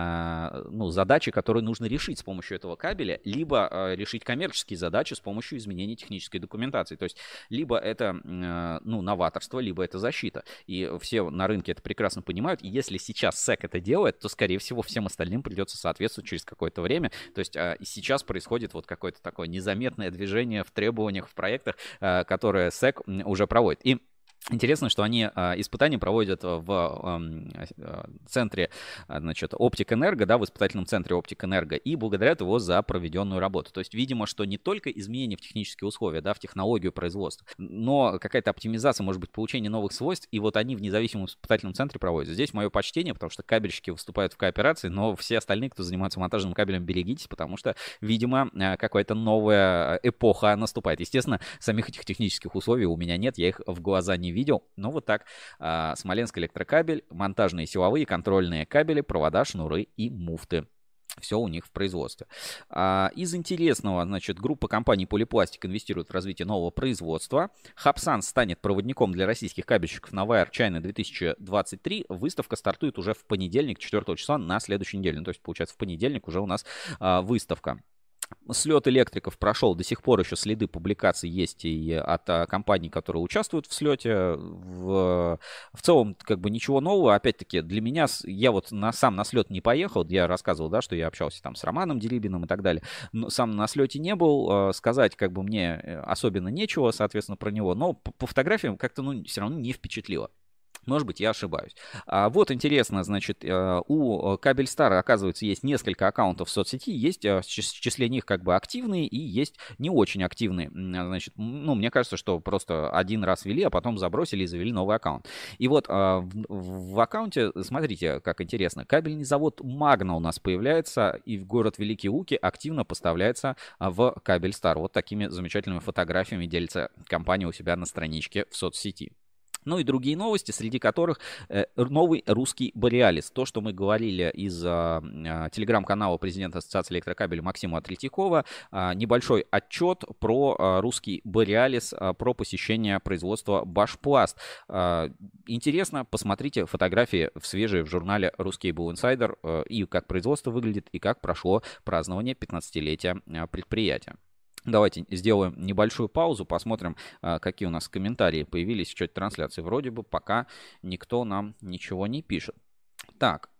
ну, задачи, которые нужно решить с помощью этого кабеля, либо решить коммерческие задачи с помощью изменения технической документации. То есть либо это ну, новаторство, либо это защита. И все на рынке это прекрасно понимают. И если сейчас СЭК это делает, то, скорее всего, всем остальным придется соответствовать через какое-то время. То есть а, сейчас происходит вот какое-то такое незаметное движение в требованиях, в проектах, а, которые СЭК уже проводит. И интересно, что они а, испытания проводят в а, а, центре, а, значит, Оптик-Энерго, да, в испытательном центре Оптик-Энерго, и благодарят его за проведенную работу. То есть, видимо, что не только изменения в технические условия, да, в технологию производства, но какая-то оптимизация, может быть, получение новых свойств, и вот они в независимом испытательном центре проводят. Здесь мое почтение, потому что кабельщики выступают в кооперации, но все остальные, кто занимается монтажным кабелем, берегитесь, потому что, видимо, какая-то новая эпоха наступает. Естественно, самих этих технических условий у меня нет, я их в глаза не видел, но вот так а, Смоленск электрокабель, монтажные силовые, контрольные кабели, провода, шнуры и муфты. Все у них в производстве. А, из интересного, значит, группа компаний Polyplastic инвестирует в развитие нового производства. Хабсан станет проводником для российских кабельщиков на Wire China две тысячи двадцать три. Выставка стартует уже в понедельник, четвёртого числа, на следующей неделе. Ну, то есть, получается, в понедельник уже у нас а, выставка. Слет электриков прошел, до сих пор еще следы публикаций есть и от а, компаний, которые участвуют в слете. В, в целом, как бы ничего нового. Опять-таки, для меня, я вот на, сам на слет не поехал. Я рассказывал, да, что я общался там с Романом Делибиным и так далее. Но сам на слете не был. Сказать как бы мне особенно нечего, соответственно, про него. Но по, по фотографиям как-то, ну, все равно не впечатлило. Может быть, я ошибаюсь. А вот интересно, значит, у Кабельстара, оказывается, есть несколько аккаунтов в соцсети, есть в числе них как бы активные и есть не очень активные. Значит, ну, мне кажется, что просто один раз вели, а потом забросили и завели новый аккаунт. И вот в, в аккаунте, смотрите, как интересно, кабельный завод Магна у нас появляется, и в город Великие Луки активно поставляется в Кабельстар. Вот такими замечательными фотографиями делится компания у себя на страничке в соцсети. Ну и другие новости, среди которых э, новый русский Бореалис. То, что мы говорили из э, э, телеграм-канала президента Ассоциации электрокабелей Максима Третьякова. Э, небольшой отчет про э, русский Бореалис, э, про посещение производства Башпласт. Э, интересно, посмотрите фотографии в свежие в журнале Ruscable Insider э, и как производство выглядит, и как прошло празднование пятнадцатилетия э, предприятия. Давайте сделаем небольшую паузу, посмотрим, какие у нас комментарии появились в чате трансляции. Вроде бы пока никто нам ничего не пишет. Так,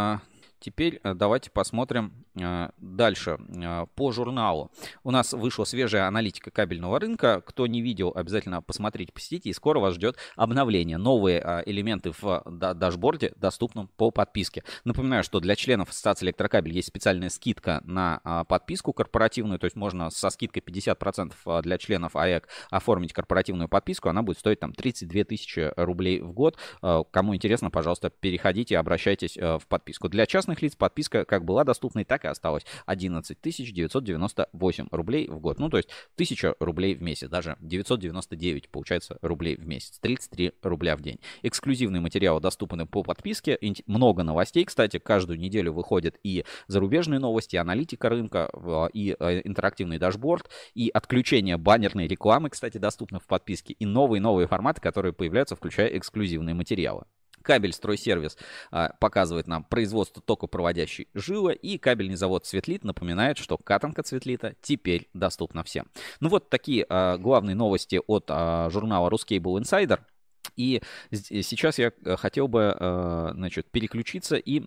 теперь давайте посмотрим дальше по журналу. У нас вышла свежая аналитика кабельного рынка. Кто не видел, обязательно посмотрите, посетите. И скоро вас ждет обновление. Новые элементы в дашборде доступны по подписке. Напоминаю, что для членов Ассоциации электрокабель есть специальная скидка на подписку корпоративную. То есть можно со скидкой пятьдесят процентов для членов АЭК оформить корпоративную подписку. Она будет стоить там тридцать две тысячи рублей в год. Кому интересно, пожалуйста, переходите, обращайтесь в подписку. Для частных лиц подписка как была доступна, так и осталось одиннадцать тысяч девятьсот девяносто восемь рублей в год. Ну, то есть тысяча рублей в месяц, даже девятьсот девяносто девять, получается, рублей в месяц. тридцать три рубля в день. Эксклюзивные материалы доступны по подписке. Много новостей, кстати, каждую неделю выходят и зарубежные новости, и аналитика рынка, и интерактивный дашборд, и отключение баннерной рекламы, кстати, доступны в подписке, и новые-новые форматы, которые появляются, включая эксклюзивные материалы. Кабель Стройсервис а, показывает нам производство токопроводящей жилы, и кабельный завод Цветлит напоминает, что катанка Цветлита теперь доступна всем. Ну вот такие а, главные новости от а, журнала Ruscable Insider. И сейчас я хотел бы, значит, переключиться и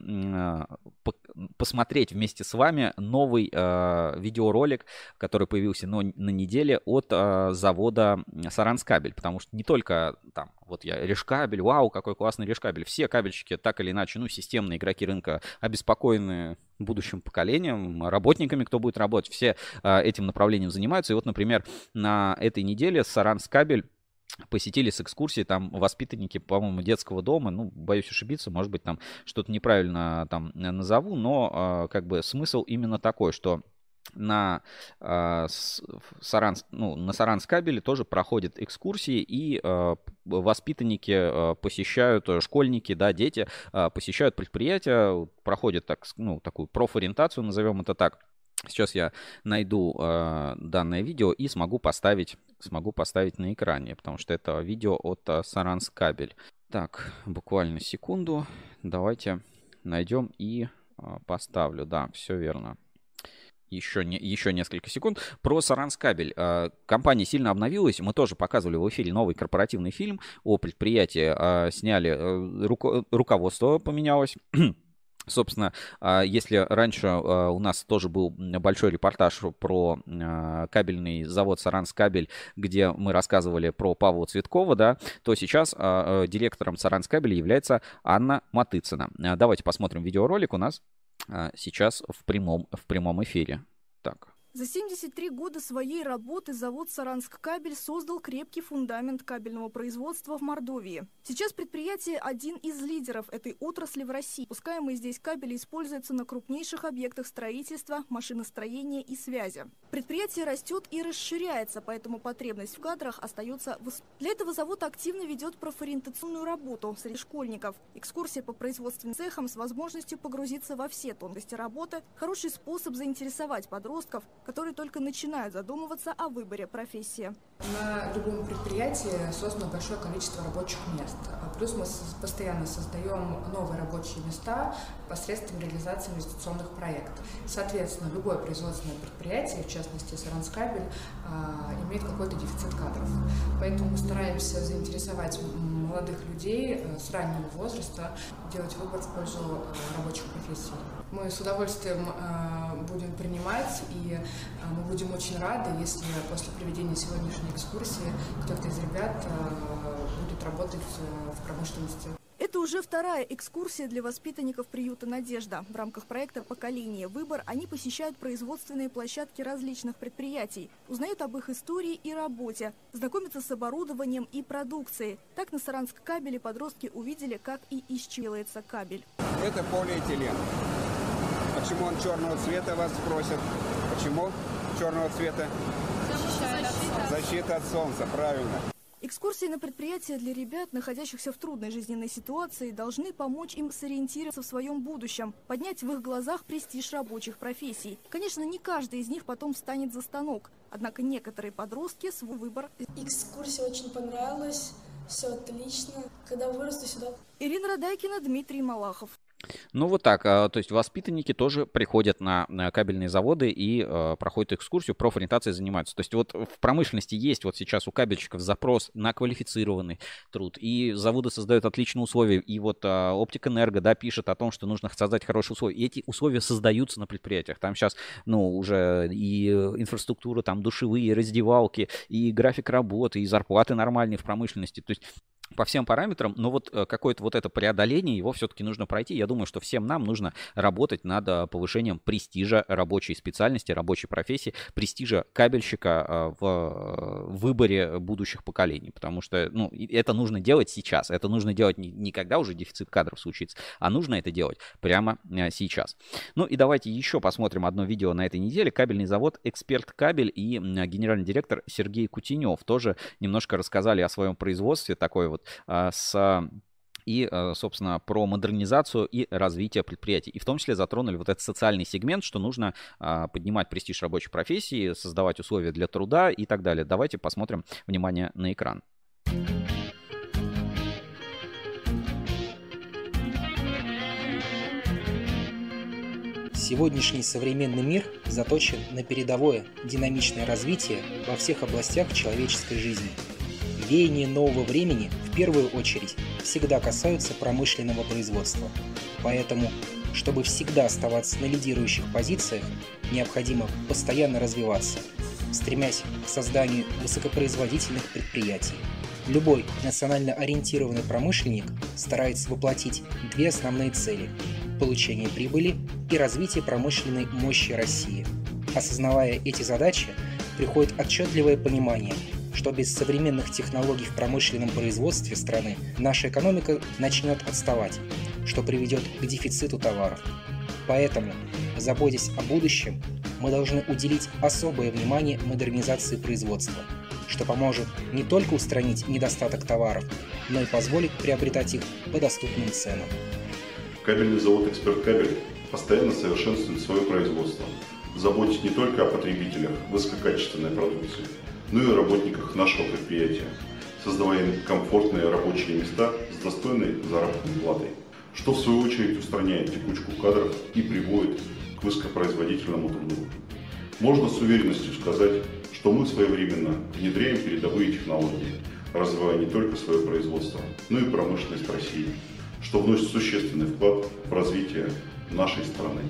посмотреть вместе с вами новый видеоролик, который появился на неделе от завода Саранскабель. Потому что не только там, вот я, Решкабель, вау, какой классный Решкабель. Все кабельщики так или иначе, ну, системные игроки рынка обеспокоены будущим поколением, работниками, кто будет работать. Все этим направлением занимаются. И вот, например, на этой неделе Саранскабель посетили с экскурсией там воспитанники, по-моему, детского дома. Ну, боюсь ошибиться, может быть, там что-то неправильно там назову, но э, как бы смысл именно такой, что на, э, Саран, ну, на Саранскабеле тоже проходят экскурсии, и э, воспитанники э, посещают, школьники, да, дети э, посещают предприятия, проходят так, ну, такую профориентацию, назовем это так. Сейчас я найду э, данное видео и смогу поставить, смогу поставить на экране, потому что это видео от э, Саранскабель. Так, буквально секунду. Давайте найдем и э, поставлю. Да, все верно. Еще, не, еще несколько секунд. Про Саранскабель. Э, компания сильно обновилась. Мы тоже показывали в эфире новый корпоративный фильм о предприятии. Э, сняли, э, руко, руководство поменялось. Собственно, если раньше у нас тоже был большой репортаж про кабельный завод Саранскабель, где мы рассказывали про Павла Цветкова, да, то сейчас директором Саранскабеля является Анна Матыцина. Давайте посмотрим видеоролик у нас сейчас в прямом, в прямом эфире. Так. За семьдесят три года своей работы завод Сарансккабель создал крепкий фундамент кабельного производства в Мордовии. Сейчас предприятие один из лидеров этой отрасли в России. Пускаемые здесь кабели используются на крупнейших объектах строительства, машиностроения и связи. Предприятие растет и расширяется, поэтому потребность в кадрах остается высокой. Для этого завод активно ведет профориентационную работу среди школьников. Экскурсия по производственным цехам с возможностью погрузиться во все тонкости работы – хороший способ заинтересовать подростков, которые только начинают задумываться о выборе профессии. На любом предприятии создано большое количество рабочих мест. Плюс мы постоянно создаем новые рабочие места посредством реализации инвестиционных проектов. Соответственно, любое производственное предприятие, в частности Саранскабель, имеет какой-то дефицит кадров. Поэтому мы стараемся заинтересовать молодых людей с раннего возраста, делать выбор в пользу рабочих профессий. Мы с удовольствием будем принимать, и мы будем очень рады, если после проведения сегодняшней экскурсии кто-то из ребят будет работать в промышленности. Это уже вторая экскурсия для воспитанников приюта «Надежда». В рамках проекта «Поколение Выбор» они посещают производственные площадки различных предприятий, узнают об их истории и работе, знакомятся с оборудованием и продукцией. Так на Сарансккабеле подростки увидели, как и из чего делается кабель. Это полиэтилен. Почему он черного цвета, вас спросят? Почему черного цвета? Защита от солнца. Защита от солнца, правильно. Экскурсии на предприятия для ребят, находящихся в трудной жизненной ситуации, должны помочь им сориентироваться в своем будущем, поднять в их глазах престиж рабочих профессий. Конечно, не каждый из них потом встанет за станок, однако некоторые подростки свой выбор. Экскурсия очень понравилась, все отлично. Когда вырасту сюда. Ирина Радайкина, Дмитрий Малахов. Ну вот так, то есть воспитанники тоже приходят на кабельные заводы и э, проходят экскурсию, профориентацией занимаются. То есть вот в промышленности есть вот сейчас у кабельщиков запрос на квалифицированный труд, и заводы создают отличные условия, и вот э, Оптик-Энерго, да, пишет о том, что нужно создать хорошие условия. И эти условия создаются на предприятиях. Там сейчас, ну, уже и инфраструктура, там душевые, раздевалки, и график работы, и зарплаты нормальные в промышленности. То есть по всем параметрам, но вот какое-то вот это преодоление, его все-таки нужно пройти. Я думаю, что всем нам нужно работать над повышением престижа рабочей специальности, рабочей профессии, престижа кабельщика в выборе будущих поколений. Потому что, ну, это нужно делать сейчас. Это нужно делать не, не когда уже дефицит кадров случится, а нужно это делать прямо сейчас. Ну и давайте еще посмотрим одно видео на этой неделе. Кабельный завод «Эксперт Кабель» и генеральный директор Сергей Кутенев тоже немножко рассказали о своем производстве, такой вот с, и, собственно, про модернизацию и развитие предприятий. И в том числе затронули вот этот социальный сегмент, что нужно поднимать престиж рабочей профессии, создавать условия для труда и так далее. Давайте посмотрим, внимание, на экран. Сегодняшний современный мир заточен на передовое, динамичное развитие во всех областях человеческой жизни. Веяния нового времени в первую очередь всегда касаются промышленного производства. Поэтому, чтобы всегда оставаться на лидирующих позициях, необходимо постоянно развиваться, стремясь к созданию высокопроизводительных предприятий. Любой национально ориентированный промышленник старается воплотить две основные цели – получение прибыли и развитие промышленной мощи России. Осознавая эти задачи, приходит отчетливое понимание, что без современных технологий в промышленном производстве страны наша экономика начнет отставать, что приведет к дефициту товаров. Поэтому, заботясь о будущем, мы должны уделить особое внимание модернизации производства, что поможет не только устранить недостаток товаров, но и позволит приобретать их по доступным ценам. Кабельный завод «Эксперт Кабель» постоянно совершенствует свое производство, заботясь не только о потребителях высококачественной продукции, но и о работниках нашего предприятия, создавая им комфортные рабочие места с достойной заработной платой, что в свою очередь устраняет текучку кадров и приводит к высокопроизводительному труду. Можно с уверенностью сказать, что мы своевременно внедряем передовые технологии, развивая не только свое производство, но и промышленность России, что вносит существенный вклад в развитие нашей страны.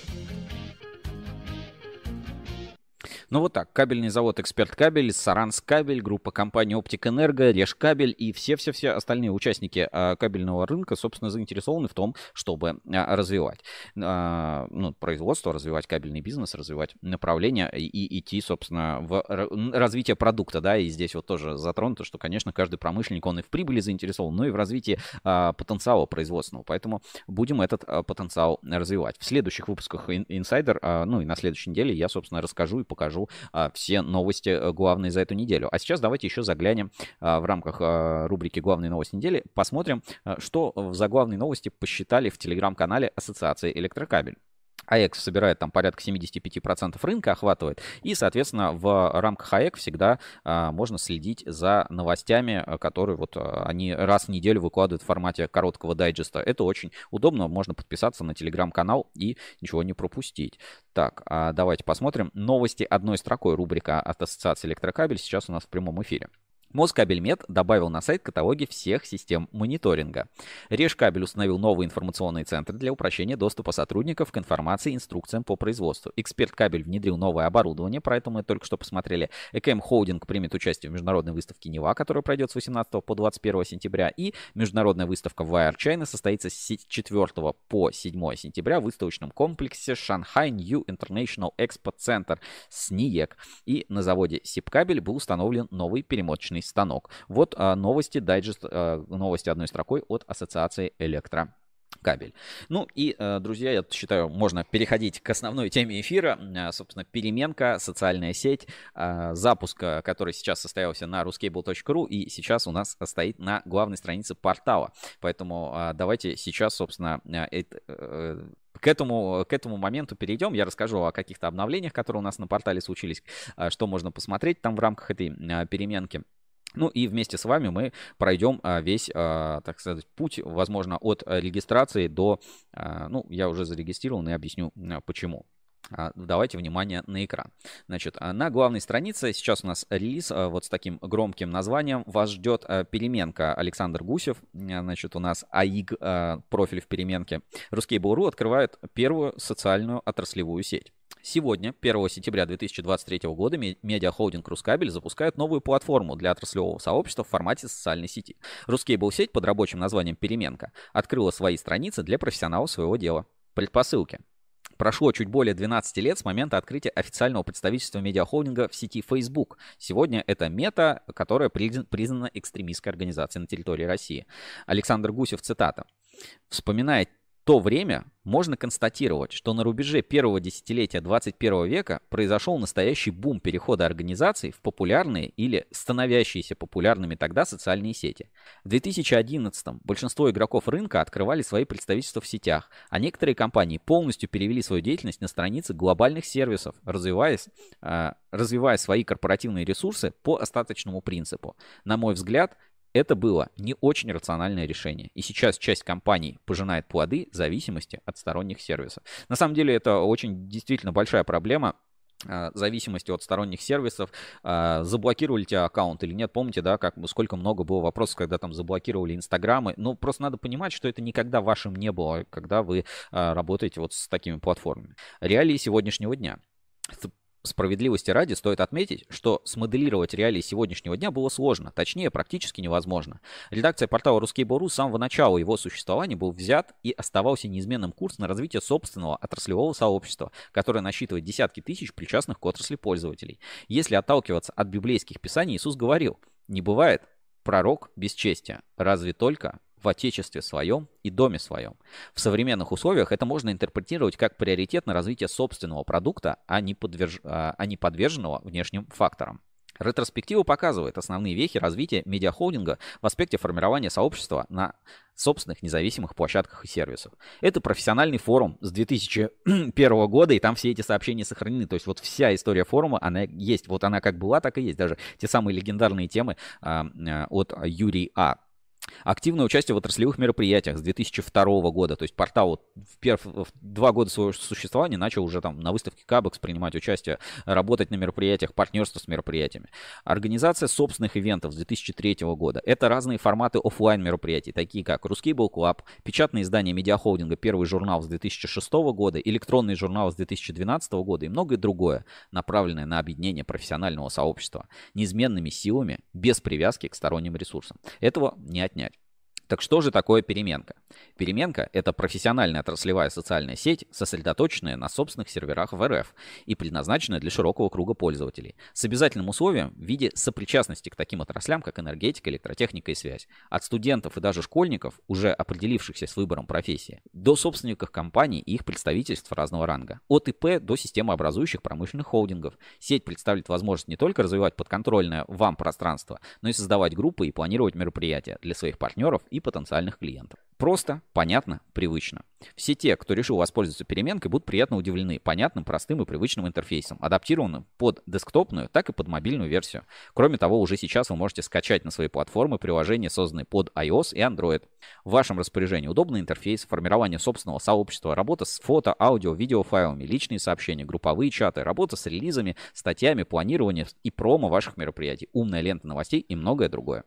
Ну вот так, кабельный завод «Эксперт Кабель», Саранск Кабель, группа компаний «Оптик Энерго», Решкабель и все-все-все остальные участники а, кабельного рынка, собственно, заинтересованы в том, чтобы а, развивать а, ну, производство, развивать кабельный бизнес, развивать направление и, и идти, собственно, в развитие продукта, да, и здесь вот тоже затронуто, что, конечно, каждый промышленник, он и в прибыли заинтересован, но и в развитии а, потенциала производственного, поэтому будем этот а, потенциал развивать. В следующих выпусках «Инсайдер», а, ну и на следующей неделе я, собственно, расскажу и покажу а, все новости главные за эту неделю. А сейчас давайте еще заглянем а, в рамках а, рубрики «Главные новости недели», посмотрим, а, что за главные новости посчитали в телеграм-канале Ассоциации Электрокабель. АЭК собирает там порядка семьдесят пять процентов рынка, охватывает. И, соответственно, в рамках АЭК всегда а, можно следить за новостями, которые вот а, они раз в неделю выкладывают в формате короткого дайджеста. Это очень удобно. Можно подписаться на телеграм-канал и ничего не пропустить. Так, а давайте посмотрим. Новости одной строкой. Рубрика от Ассоциации Электрокабель сейчас у нас в прямом эфире. Москабельмет добавил на сайт каталоги всех систем мониторинга. Решкабель установил новые информационные центры для упрощения доступа сотрудников к информации и инструкциям по производству. Эксперт Кабель внедрил новое оборудование, про это мы только что посмотрели. ЭКМ Холдинг примет участие в международной выставке Нева, которая пройдет с восемнадцатого по двадцать первое сентября. И международная выставка Wire China состоится с четвёртого по седьмое сентября в выставочном комплексе Shanghai New International Expo Center СНИЕК. И на заводе Сибкабель был установлен новый перемоточный станок. Вот а, новости, дайджест, а, новости одной строкой от Ассоциации Электрокабель. Ну и, а, друзья, я считаю, можно переходить к основной теме эфира. А, собственно, переменка, социальная сеть, а, запуск, который сейчас состоялся на ruskable точка ру и сейчас у нас стоит на главной странице портала. Поэтому а, давайте сейчас, собственно, это... К этому, к этому моменту перейдем. Я расскажу о каких-то обновлениях, которые у нас на портале случились, что можно посмотреть там в рамках этой переменки. Ну и вместе с вами мы пройдем весь, так сказать, путь, возможно, от регистрации до... Ну, я уже зарегистрирован и объясню, почему. Давайте внимание на экран. Значит, на главной странице сейчас у нас релиз вот с таким громким названием. Вас ждет переменка. Александр Гусев. Значит, у нас АИГ, профиль в переменке. Ruskable точка ру открывает первую социальную отраслевую сеть. Сегодня, первого сентября две тысячи двадцать третьего года, медиахолдинг Рускабель запускает новую платформу для отраслевого сообщества в формате социальной сети. Ruskable сеть под рабочим названием «Переменка» открыла свои страницы для профессионалов своего дела. Предпосылки. Прошло чуть более двенадцати лет с момента открытия официального представительства медиахолдинга в сети Facebook. Сегодня это Мета, которая признана экстремистской организацией на территории России. Александр Гусев, цитата. «Вспоминая то время, можно констатировать, что на рубеже первого десятилетия двадцать первого века произошел настоящий бум перехода организаций в популярные или становящиеся популярными тогда социальные сети. В две тысячи одиннадцатом большинство игроков рынка открывали свои представительства в сетях, а некоторые компании полностью перевели свою деятельность на страницы глобальных сервисов, развиваясь, э, развивая свои корпоративные ресурсы по остаточному принципу. На мой взгляд, Это было не очень рациональное решение. И сейчас часть компаний пожинает плоды зависимости от сторонних сервисов. На самом деле это очень действительно большая проблема. Зависимостью от сторонних сервисов, заблокировали тебя аккаунт или нет. Помните, да, как, сколько много было вопросов, когда там заблокировали инстаграмы. Ну, просто надо понимать, что это никогда вашим не было, когда вы работаете вот с такими платформами. Реалии сегодняшнего дня. Справедливости ради стоит отметить, что смоделировать реалии сегодняшнего дня было сложно, точнее, практически невозможно. Редакция портала Ruskable.ru с самого начала его существования был взят и оставался неизменным курс на развитие собственного отраслевого сообщества, которое насчитывает десятки тысяч причастных к отрасли пользователей. Если отталкиваться от библейских писаний, Иисус говорил: «Не бывает пророк без чести, разве только в отечестве своем и доме своем». В современных условиях это можно интерпретировать как приоритет на развитие собственного продукта, а не, подверж... а не подверженного внешним факторам. Ретроспектива показывает основные вехи развития медиахолдинга в аспекте формирования сообщества на собственных независимых площадках и сервисах. Это профессиональный форум с две тысячи первого года, и там все эти сообщения сохранены. То есть вот вся история форума, она есть. Вот она как была, так и есть. Даже те самые легендарные темы а, а, от Юрия А. Активное участие в отраслевых мероприятиях с две тысячи второго года. То есть портал вот в, перв... в два года своего существования начал уже там на выставке Кабекс принимать участие, работать на мероприятиях, партнерство с мероприятиями. Организация собственных ивентов с две тысячи третьего года. Это разные форматы офлайн мероприятий, такие как Ruskable Club, печатное издание медиахолдинга «Первый журнал» с две тысячи шестого года, электронный журнал с две тысячи двенадцатого года и многое другое, направленное на объединение профессионального сообщества неизменными силами, без привязки к сторонним ресурсам. Этого не отнять. Так что же такое переменка? Переменка – это профессиональная отраслевая социальная сеть, сосредоточенная на собственных серверах в эр эф и предназначенная для широкого круга пользователей, с обязательным условием в виде сопричастности к таким отраслям, как энергетика, электротехника и связь. От студентов и даже школьников, уже определившихся с выбором профессии, до собственников компаний и их представительств разного ранга. От и пэ до системообразующих промышленных холдингов. Сеть представляет возможность не только развивать подконтрольное вам пространство, но и создавать группы и планировать мероприятия для своих партнеров и и потенциальных клиентов. Просто, понятно, привычно. Все те, кто решил воспользоваться переменкой, будут приятно удивлены понятным, простым и привычным интерфейсом, адаптированным под десктопную, так и под мобильную версию. Кроме того, уже сейчас вы можете скачать на свои платформы приложения, созданные под iOS и Android. В вашем распоряжении удобный интерфейс, формирование собственного сообщества, работа с фото, аудио, видеофайлами, личные сообщения, групповые чаты, работа с релизами, статьями, планирование и промо ваших мероприятий, умная лента новостей и многое другое.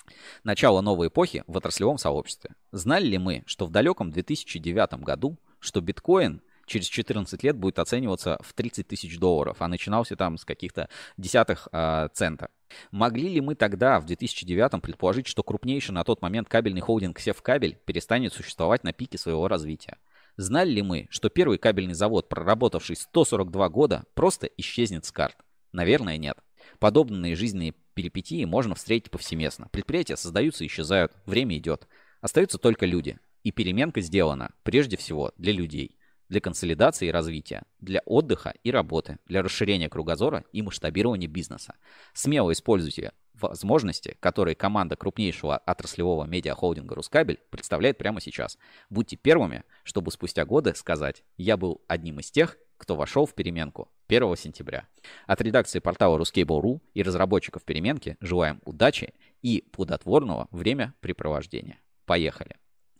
Начало новой эпохи в отраслевом сообществе. Знали ли мы, что в далеком две тысячи девятом году, что биткоин через четырнадцать лет будет оцениваться в тридцать тысяч долларов, а начинался там с каких-то десятых э, цента? Могли ли мы тогда, в две тысячи девятом, предположить, что крупнейший на тот момент кабельный холдинг Севкабель перестанет существовать на пике своего развития? Знали ли мы, что первый кабельный завод, проработавший сто сорок два года, просто исчезнет с карт? Наверное, нет. Подобные жизненные перипетии можно встретить повсеместно. Предприятия создаются и исчезают, время идет. Остаются только люди. И переменка сделана прежде всего для людей. Для консолидации и развития, для отдыха и работы, для расширения кругозора и масштабирования бизнеса. Смело используйте возможности, которые команда крупнейшего отраслевого медиахолдинга Рускабель представляет прямо сейчас. Будьте первыми, чтобы спустя годы сказать: «Я был одним из тех, кто вошел в переменку первого сентября». От редакции портала Ruskable.ru и разработчиков переменки желаем удачи и плодотворного времяпрепровождения. Поехали!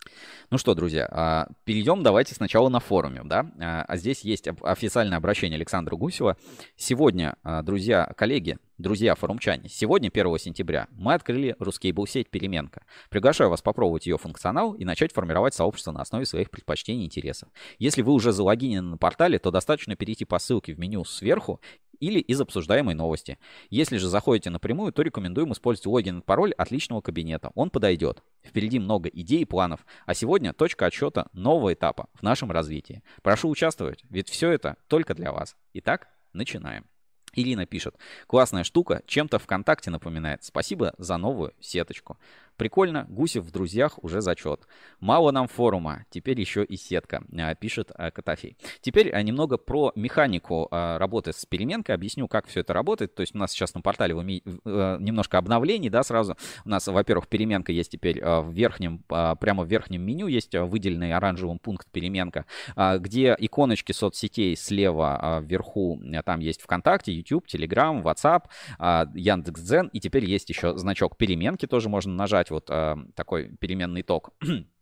Ну что, друзья, перейдем давайте сначала на форуме, да? А здесь есть официальное обращение Александра Гусева. Сегодня, друзья, коллеги, друзья форумчане, сегодня, первого сентября, мы открыли Ruskable сеть «Переменка». Приглашаю вас попробовать ее функционал и начать формировать сообщество на основе своих предпочтений и интересов. Если вы уже залогинены на портале, то достаточно перейти по ссылке в меню сверху или из обсуждаемой новости. Если же заходите напрямую, то рекомендуем использовать логин и пароль от личного кабинета. Он подойдет. Впереди много идей и планов. А сегодня точка отсчета нового этапа в нашем развитии. Прошу участвовать, ведь все это только для вас. Итак, начинаем. Ирина пишет: классная штука, чем-то ВКонтакте напоминает. Спасибо за новую сеточку. Прикольно, Гусев в друзьях уже зачет. Мало нам форума, теперь еще и сетка, пишет Котофей. Теперь немного про механику работы с переменкой. Объясню, как все это работает. То есть у нас сейчас на портале немножко обновлений, да, сразу. У нас, во-первых, переменка есть теперь в верхнем, прямо в верхнем меню есть выделенный оранжевым пункт переменка, где иконочки соцсетей слева вверху, там есть ВКонтакте, YouTube, Telegram, WhatsApp, Яндекс.Дзен, и теперь есть еще значок переменки, тоже можно нажать, вот такой переменный ток.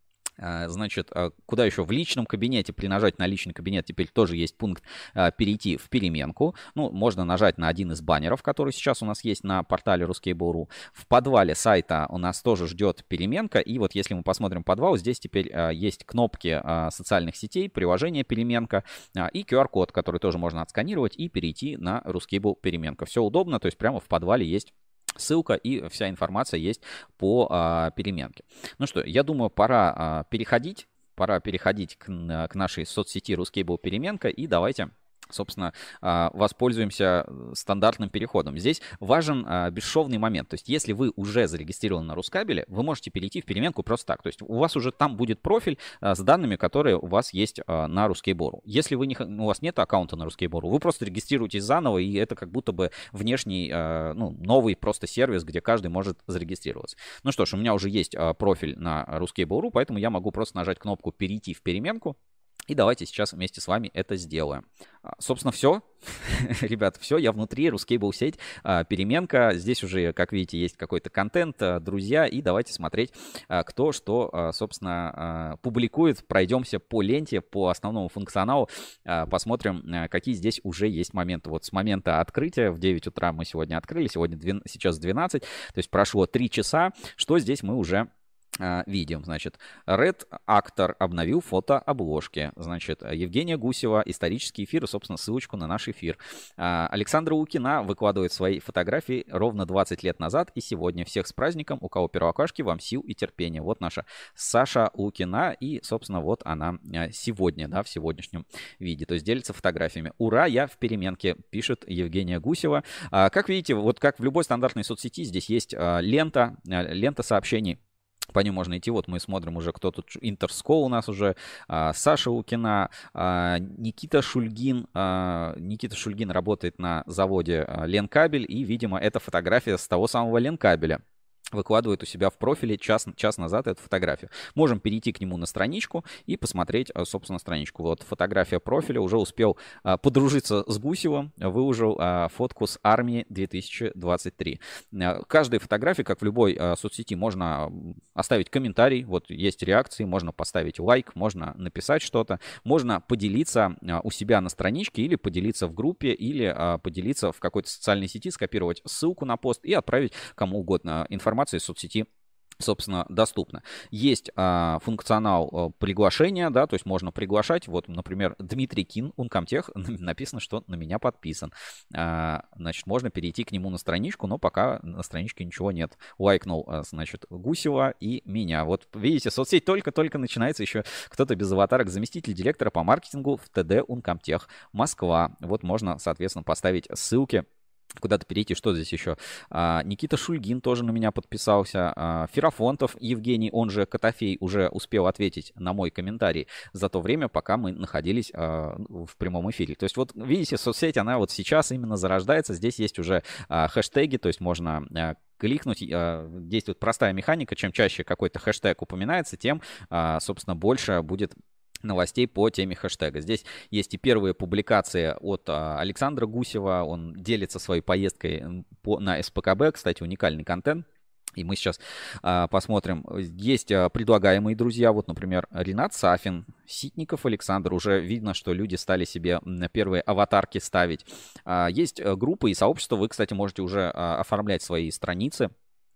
Значит, куда еще? В личном кабинете, при нажатии на личный кабинет теперь тоже есть пункт «Перейти в переменку». Ну, можно нажать на один из баннеров, который сейчас у нас есть на портале Ruscable точка ру. В подвале сайта у нас тоже ждет переменка. И вот если мы посмотрим подвал, здесь теперь есть кнопки социальных сетей, приложение «Переменка» и ку ар-код, который тоже можно отсканировать и перейти на Ruscable переменка. Все удобно, то есть прямо в подвале есть ссылка и вся информация есть по а, переменке. Ну что, я думаю, пора а, переходить, пора переходить к, к нашей соцсети Ruscable переменка, и давайте, собственно, воспользуемся стандартным переходом. Здесь важен бесшовный момент. То есть, если вы уже зарегистрированы на Рускабеле, вы можете перейти в переменку просто так. То есть, у вас уже там будет профиль с данными, которые у вас есть на Ruscable точка ру. Если вы не, у вас нет аккаунта на Ruscable точка ру, вы просто регистрируетесь заново, и это как будто бы внешний, ну, новый просто сервис, где каждый может зарегистрироваться. Ну что ж, у меня уже есть профиль на Ruscable точка ру, поэтому я могу просто нажать кнопку «Перейти в переменку». И давайте сейчас вместе с вами это сделаем. Собственно, все. Ребята, все, я внутри, Ruscable сеть, переменка. Здесь уже, как видите, есть какой-то контент, друзья. И давайте смотреть, кто что, собственно, публикует. Пройдемся по ленте, по основному функционалу. Посмотрим, какие здесь уже есть моменты. Вот с момента открытия в девять утра мы сегодня открыли. Сегодня сейчас двенадцать. То есть прошло три часа. Что здесь мы уже видим? Значит, Red Actor обновил фотообложки. Значит, Евгения Гусева, исторический эфир, и, собственно, ссылочку на наш эфир. Александра Лукина выкладывает свои фотографии ровно двадцать лет назад и сегодня. Всех с праздником, у кого первоклашки, вам сил и терпения. Вот наша Саша Лукина, и, собственно, вот она сегодня, да, в сегодняшнем виде. То есть делится фотографиями. Ура, я в переменке, пишет Евгения Гусева. Как видите, вот как в любой стандартной соцсети, здесь есть лента, лента сообщений. По ним можно идти. Вот мы смотрим уже, кто тут. Интерскол у нас уже. А, Саша Лукина. А, Никита Шульгин. А, Никита Шульгин работает на заводе Ленкабель. И, видимо, это фотография с того самого Ленкабеля. Выкладывает у себя в профиле час, час назад эту фотографию. Можем перейти к нему на страничку и посмотреть, собственно, страничку. Вот фотография профиля. Уже успел а, подружиться с Гусевым. Выложил а, фотку с армии две тысячи двадцать три. А, каждой фотографии, как в любой а, соцсети, можно оставить комментарий. Вот есть реакции. Можно поставить лайк. Можно написать что-то. Можно поделиться а, у себя на страничке или поделиться в группе, или а, поделиться в какой-то социальной сети, скопировать ссылку на пост и отправить кому угодно информацию из соцсети, собственно, доступно. Есть а, функционал а, приглашения, да, то есть можно приглашать. Вот, например, Дмитрий Кин, Uncomtech, написано, что на меня подписан. А, значит, можно перейти к нему на страничку, но пока на страничке ничего нет. Лайкнул, а, значит, Гусева и меня. Вот, видите, соцсеть только-только начинается, еще кто-то без аватарок. Заместитель директора по маркетингу в ТД Uncomtech Москва. Вот можно, соответственно, поставить ссылки, куда-то перейти. Что здесь еще? А, Никита Шульгин тоже на меня подписался. А, Ферафонтов Евгений, он же Котофей, уже успел ответить на мой комментарий за то время, пока мы находились а, в прямом эфире. То есть вот видите, соцсеть, она вот сейчас именно зарождается. Здесь есть уже а, хэштеги, то есть можно а, кликнуть. А, действует простая механика. Чем чаще какой-то хэштег упоминается, тем, а, собственно, больше будет новостей по теме хэштега. Здесь есть и первые публикации от а, Александра Гусева. Он делится своей поездкой по, на эс пэ ка бэ. Кстати, уникальный контент. И мы сейчас а, посмотрим. Есть а, предлагаемые друзья. Вот, например, Ренат Сафин, Ситников Александр. Уже видно, что люди стали себе первые аватарки ставить. А, есть группы и сообщества. Вы, кстати, можете уже а, оформлять свои страницы,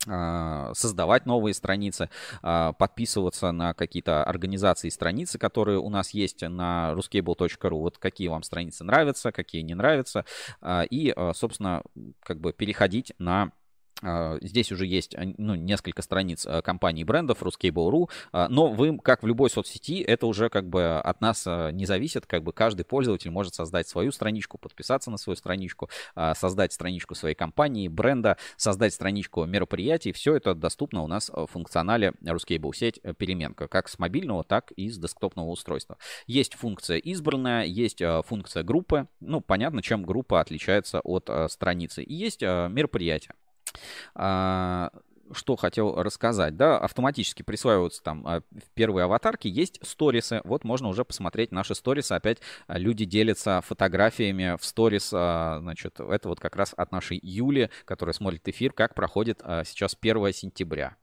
создавать новые страницы, подписываться на какие-то организации и страницы, которые у нас есть на Ruscable точка ру. Вот какие вам страницы нравятся, какие не нравятся. И, собственно, как бы переходить на Здесь уже есть ну, несколько страниц компаний и брендов Ruscable точка ру, но вы, как в любой соцсети, это уже как бы от нас не зависит, как бы каждый пользователь может создать свою страничку, подписаться на свою страничку, создать страничку своей компании, бренда, создать страничку мероприятий. Все это доступно у нас в функционале Ruscable сеть переменка, как с мобильного, так и с десктопного устройства. Есть функция избранная, есть функция группы. Ну, понятно, чем группа отличается от страницы. И есть мероприятие. Что хотел рассказать, да, автоматически присваиваются там в первые аватарки, есть сторисы, вот можно уже посмотреть наши сторисы, опять люди делятся фотографиями в сторис, значит, это вот как раз от нашей Юли, которая смотрит эфир, как проходит сейчас первое сентября,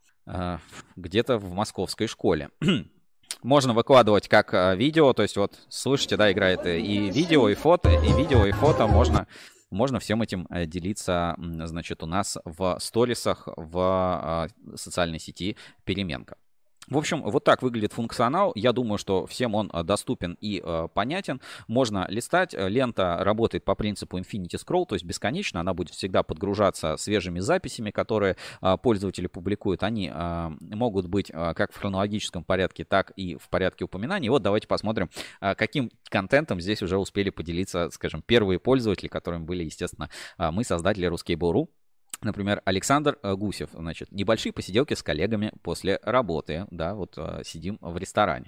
где-то в московской школе. Можно выкладывать как видео, то есть вот слышите, да, играет и видео, и фото, и видео, и фото, можно... Можно всем этим делиться, значит, у нас в сторисах в социальной сети Переменка. В общем, вот так выглядит функционал. Я думаю, что всем он доступен и э, понятен. Можно листать. Лента работает по принципу Infinity Scroll, то есть бесконечно. Она будет всегда подгружаться свежими записями, которые э, пользователи публикуют. Они э, могут быть э, как в хронологическом порядке, так и в порядке упоминаний. Вот давайте посмотрим, э, каким контентом здесь уже успели поделиться, скажем, первые пользователи, которыми были, естественно, э, мы, создатели Ruscable точка ру. Например, Александр Гусев, значит, небольшие посиделки с коллегами после работы, да, вот сидим в ресторане.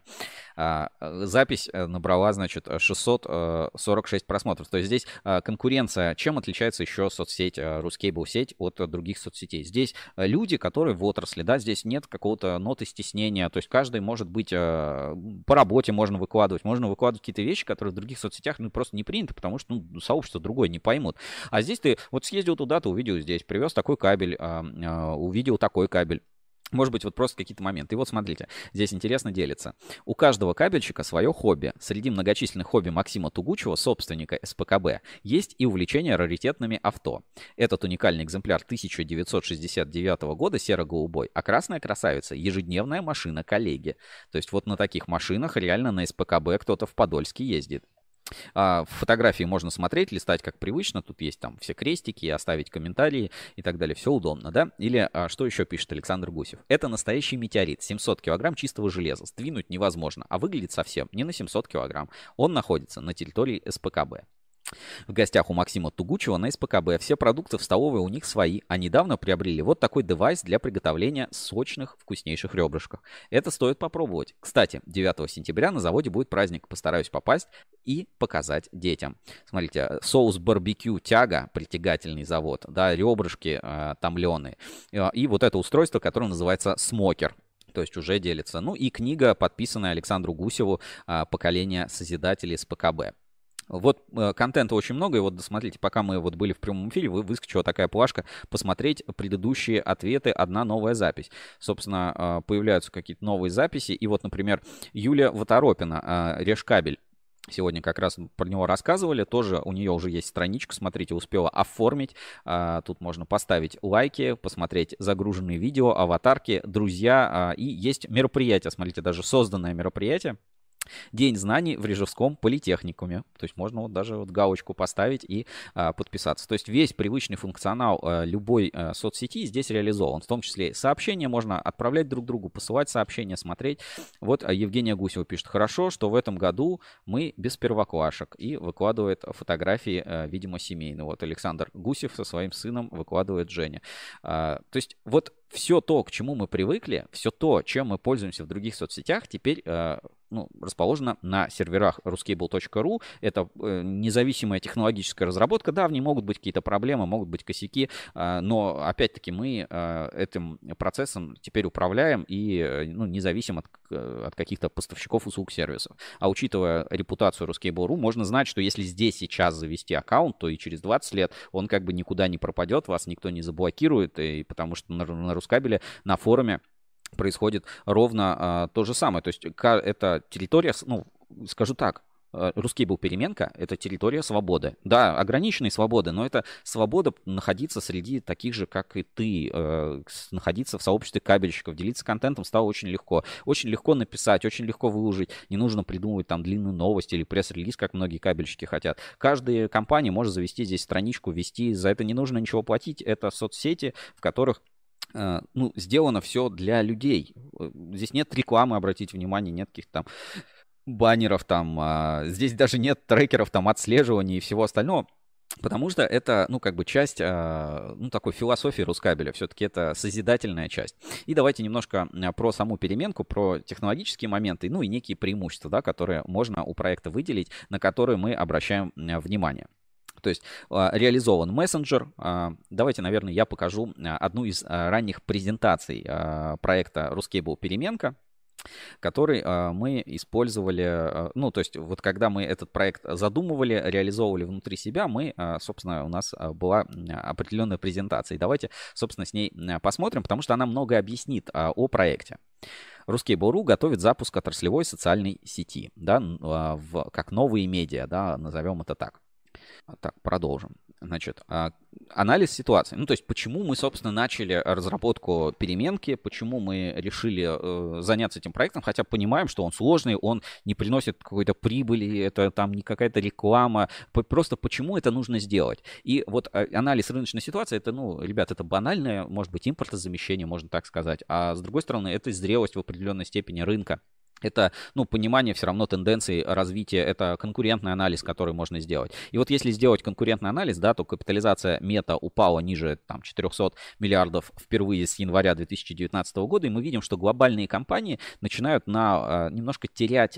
Запись набрала, значит, шестьсот сорок шесть просмотров. То есть здесь конкуренция. Чем отличается еще соцсеть, Ruscable сеть от других соцсетей? Здесь люди, которые в отрасли, да, здесь нет какого-то ноты стеснения. То есть каждый может быть по работе можно выкладывать, можно выкладывать какие-то вещи, которые в других соцсетях ну, просто не приняты, потому что ну, сообщество другое не поймут. А здесь ты вот съездил туда, ты увидел здесь, привез такой кабель, увидел такой кабель. Может быть, вот просто какие-то моменты. И вот смотрите, здесь интересно делится. У каждого кабельщика свое хобби. Среди многочисленных хобби Максима Тугучева, собственника эс пэ ка бэ, есть и увлечение раритетными авто. Этот уникальный экземпляр тысяча девятьсот шестьдесят девятого года серо-голубой, а красная красавица — ежедневная машина коллеги. То есть вот на таких машинах реально на эс пэ ка бэ кто-то в Подольске ездит. Фотографии можно смотреть, листать как привычно. Тут есть там все крестики, оставить комментарии и так далее. Все удобно, да? Или что еще пишет Александр Гусев? Это настоящий метеорит. семьсот килограмм чистого железа. Сдвинуть невозможно, а выглядит совсем не на семьсот килограмм. Он находится на территории эс пэ ка бэ. В гостях у Максима Тугучева на эс пэ ка бэ. Все продукты в столовой у них свои, а недавно приобрели вот такой девайс для приготовления сочных, вкуснейших ребрышков. Это стоит попробовать. Кстати, девятого сентября на заводе будет праздник. Постараюсь попасть и показать детям. Смотрите, соус барбекю Тяга, притягательный завод, да, ребрышки э, томленые. И вот это устройство, которое называется смокер. То есть уже делится. Ну и книга, подписанная Александру Гусеву «Поколение созидателей эс пэ ка бэ». Вот э, контента очень много, и вот смотрите, пока мы вот были в прямом эфире, вы, выскочила такая плашка посмотреть предыдущие ответы, одна новая запись. Собственно, э, появляются какие-то новые записи, и вот, например, Юлия Ваторопина, э, Решкабель. Сегодня как раз про него рассказывали, тоже у нее уже есть страничка, смотрите, успела оформить, а, тут можно поставить лайки, посмотреть загруженные видео, аватарки, друзья, а, и есть мероприятие, смотрите, даже созданное мероприятие. День знаний в Рижевском политехникуме. То есть можно вот даже вот галочку поставить и а, подписаться. То есть весь привычный функционал а, любой а, соцсети здесь реализован. В том числе сообщения можно отправлять друг другу, посылать сообщения, смотреть. Вот а, Евгения Гусева пишет: хорошо, что в этом году мы без первоклашек. И выкладывает фотографии, а, видимо, семейные. Вот Александр Гусев со своим сыном выкладывает Женя. А, то есть вот все то, к чему мы привыкли, все то, чем мы пользуемся в других соцсетях, теперь э, ну, расположено на серверах Ruscable точка ру. Это э, независимая технологическая разработка. Да, в ней могут быть какие-то проблемы, могут быть косяки, э, но опять-таки мы э, этим процессом теперь управляем и э, ну, не зависим от, от каких-то поставщиков услуг сервисов. А учитывая репутацию Ruscable точка ру, можно знать, что если здесь сейчас завести аккаунт, то и через двадцать лет он как бы никуда не пропадет, вас никто не заблокирует, и потому что на, на Рускабеле, на форуме происходит ровно а, то же самое. То есть это территория, ну, скажу так, Ruscable переменка — это территория свободы. Да, ограниченной свободы, но это свобода находиться среди таких же, как и ты, э, находиться в сообществе кабельщиков, делиться контентом стало очень легко. Очень легко написать, очень легко выложить. Не нужно придумывать там длинную новость или пресс-релиз, как многие кабельщики хотят. Каждая компания может завести здесь страничку, вести. За это не нужно ничего платить. Это соцсети, в которых э, ну, сделано все для людей. Здесь нет рекламы, обратите внимание, нет каких-то там баннеров там, а, здесь даже нет трекеров там отслеживания и всего остального, потому что это, ну, как бы часть, а, ну, такой философии Рускабеля, все-таки это созидательная часть. И давайте немножко про саму переменку, про технологические моменты, ну, и некие преимущества, да, которые можно у проекта выделить, на которые мы обращаем внимание. То есть реализован мессенджер. Давайте, наверное, я покажу одну из ранних презентаций проекта Ruscable переменка, который э, мы использовали, э, ну, то есть вот когда мы этот проект задумывали, реализовывали внутри себя, мы, э, собственно, у нас была определенная презентация. И давайте, собственно, с ней посмотрим, потому что она многое объяснит э, о проекте. Ruscable точка ру готовит запуск отраслевой социальной сети, да, э, в, как новые медиа, да, назовем это так. Так, продолжим. Значит, анализ ситуации. Ну, то есть, почему мы, собственно, начали разработку переменки, почему мы решили э, заняться этим проектом, хотя понимаем, что он сложный, он не приносит какой-то прибыли, это там не какая-то реклама, просто почему это нужно сделать. И вот анализ рыночной ситуации, это, ну, ребят, это банальное, может быть, импортозамещение, можно так сказать, а с другой стороны, это зрелость в определенной степени рынка. Это, ну, понимание все равно тенденций развития, это конкурентный анализ, который можно сделать. И вот если сделать конкурентный анализ, да, то капитализация Мета упала ниже там четырехсот миллиардов впервые с января две тысячи девятнадцатого года, и мы видим, что глобальные компании начинают на, немножко терять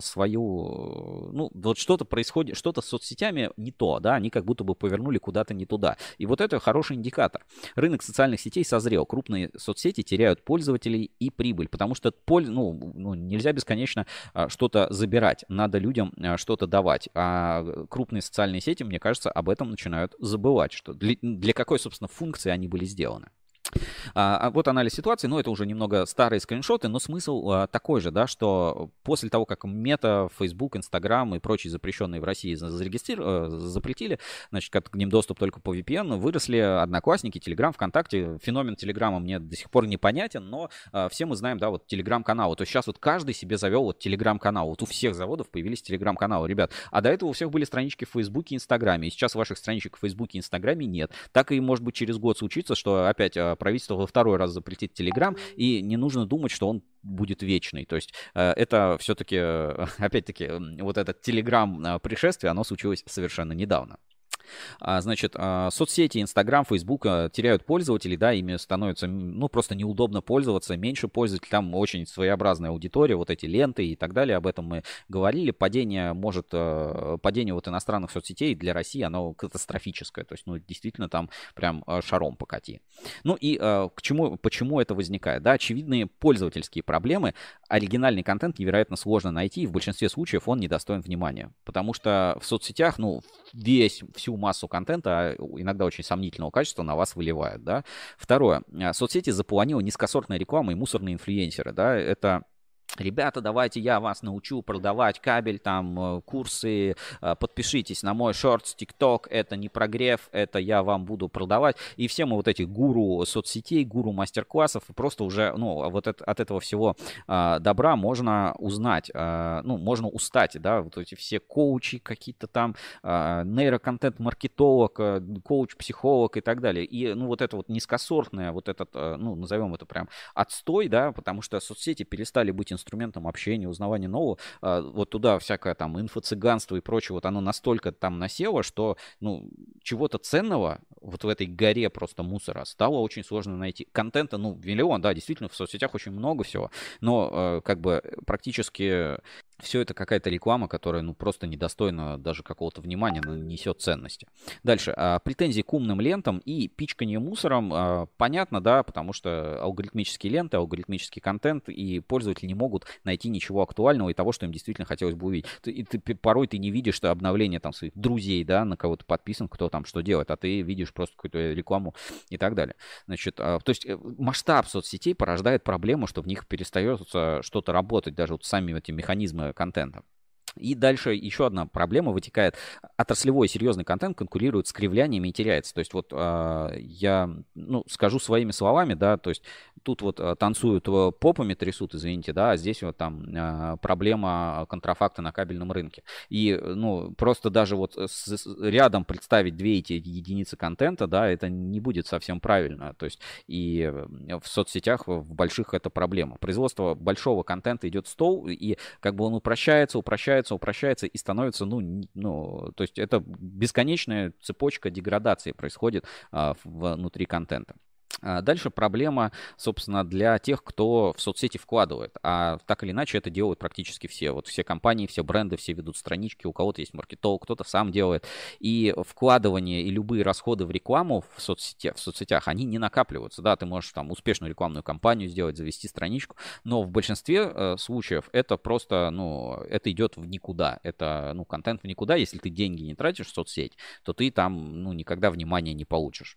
свою, ну, вот что-то происходит, что-то с соцсетями не то, да, они как будто бы повернули куда-то не туда. И вот это хороший индикатор. Рынок социальных сетей созрел, крупные соцсети теряют пользователей и прибыль, потому что, ну, ну нельзя бесконечно что-то забирать, надо людям что-то давать. А крупные социальные сети, мне кажется, об этом начинают забывать, что для, для какой, собственно, функции они были сделаны. А, вот анализ ситуации, ну это уже немного старые скриншоты, но смысл а, такой же, да, что после того, как Мета, Facebook, Instagram и прочие запрещенные в России зарегистрировали, запретили, значит, к ним доступ только по ви пи эн, выросли Одноклассники, Telegram, ВКонтакте. Феномен Телеграма мне до сих пор непонятен, но а, все мы знаем, да, вот Телеграм-каналы. То есть сейчас вот каждый себе завел вот Телеграм-канал. Вот у всех заводов появились Телеграм-каналы, ребят. А до этого у всех были странички в Фейсбуке и Инстаграме. И сейчас ваших страничек в Фейсбуке и Инстаграме нет. Так и может быть через год случится, что опять правительство во второй раз запретит Telegram, и не нужно думать, что он будет вечный. То есть это все-таки, опять-таки, вот это Telegram пришествие, оно случилось совершенно недавно. Значит, соцсети, Инстаграм, Фейсбук теряют пользователей, да, ими становится, ну, просто неудобно пользоваться, меньше пользователей, там очень своеобразная аудитория, вот эти ленты и так далее, об этом мы говорили. Падение может, падение вот иностранных соцсетей для России, оно катастрофическое, то есть, ну, действительно там прям шаром покати. Ну и к чему, почему это возникает? Да, очевидные пользовательские проблемы, оригинальный контент невероятно сложно найти, и в большинстве случаев он недостоин внимания, потому что в соцсетях, ну, весь, всю массу контента, иногда очень сомнительного качества, на вас выливают, да. Второе. Соцсети заполонила низкосортная реклама и мусорные инфлюенсеры, да. Это ребята, давайте я вас научу продавать кабель, там, курсы, подпишитесь на мой шортс, ТикТок, это не прогрев, это я вам буду продавать. И все мы вот эти гуру соцсетей, гуру мастер-классов, просто уже, ну, вот это, от этого всего а, добра можно узнать, а, ну, можно устать, да, вот эти все коучи какие-то там, а, нейроконтент-маркетолог, коуч-психолог и так далее. И, ну, вот это вот низкосортное, вот этот, ну, назовем это прям отстой, да, потому что соцсети перестали быть инструментом инструментом общения, узнавания нового, вот туда всякое там инфо-цыганство и прочее, вот оно настолько там насело, что, ну, чего-то ценного вот в этой горе просто мусора стало очень сложно найти. Контента, ну, миллион, да, действительно, в соцсетях очень много всего, но как бы практически все это какая-то реклама, которая, ну, просто недостойна даже какого-то внимания, она несет ценности. Дальше. Претензии к умным лентам и пичканье мусором. Понятно, да, потому что алгоритмические ленты, алгоритмический контент, и пользователи не могут найти ничего актуального и того, что им действительно хотелось бы увидеть. И ты, порой ты не видишь что обновление там своих друзей, да, на кого-то подписан, кто там что делает, а ты видишь просто какую-то рекламу и так далее. Значит, то есть масштаб соцсетей порождает проблему, что в них перестает что-то работать, даже вот сами эти механизмы контента. И дальше еще одна проблема вытекает. Отраслевой серьезный контент конкурирует с кривляниями и теряется. То есть вот э, я ну, скажу своими словами, да, то есть тут вот э, танцуют, э, попами трясут, извините, да, а здесь вот там э, проблема контрафакта на кабельном рынке. И ну просто даже вот с, с, рядом представить две эти единицы контента, да, это не будет совсем правильно. То есть и в соцсетях, в больших это проблема. Производство большого контента идет в стол, и как бы он упрощается, упрощается, упрощается и становится, ну, ну, то есть это бесконечная цепочка деградации происходит а, внутри контента. Дальше проблема, собственно, для тех, кто в соцсети вкладывает. А так или иначе это делают практически все. Вот все компании, все бренды, все ведут странички, у кого-то есть маркетолог, кто-то сам делает. И вкладывание и любые расходы в рекламу в соцсетях, в соцсетях, они не накапливаются. Да, ты можешь там успешную рекламную кампанию сделать, завести страничку, но в большинстве э, случаев это просто, ну, это идет в никуда. Это, ну, контент в никуда. Если ты деньги не тратишь в соцсеть, то ты там, ну, никогда внимания не получишь.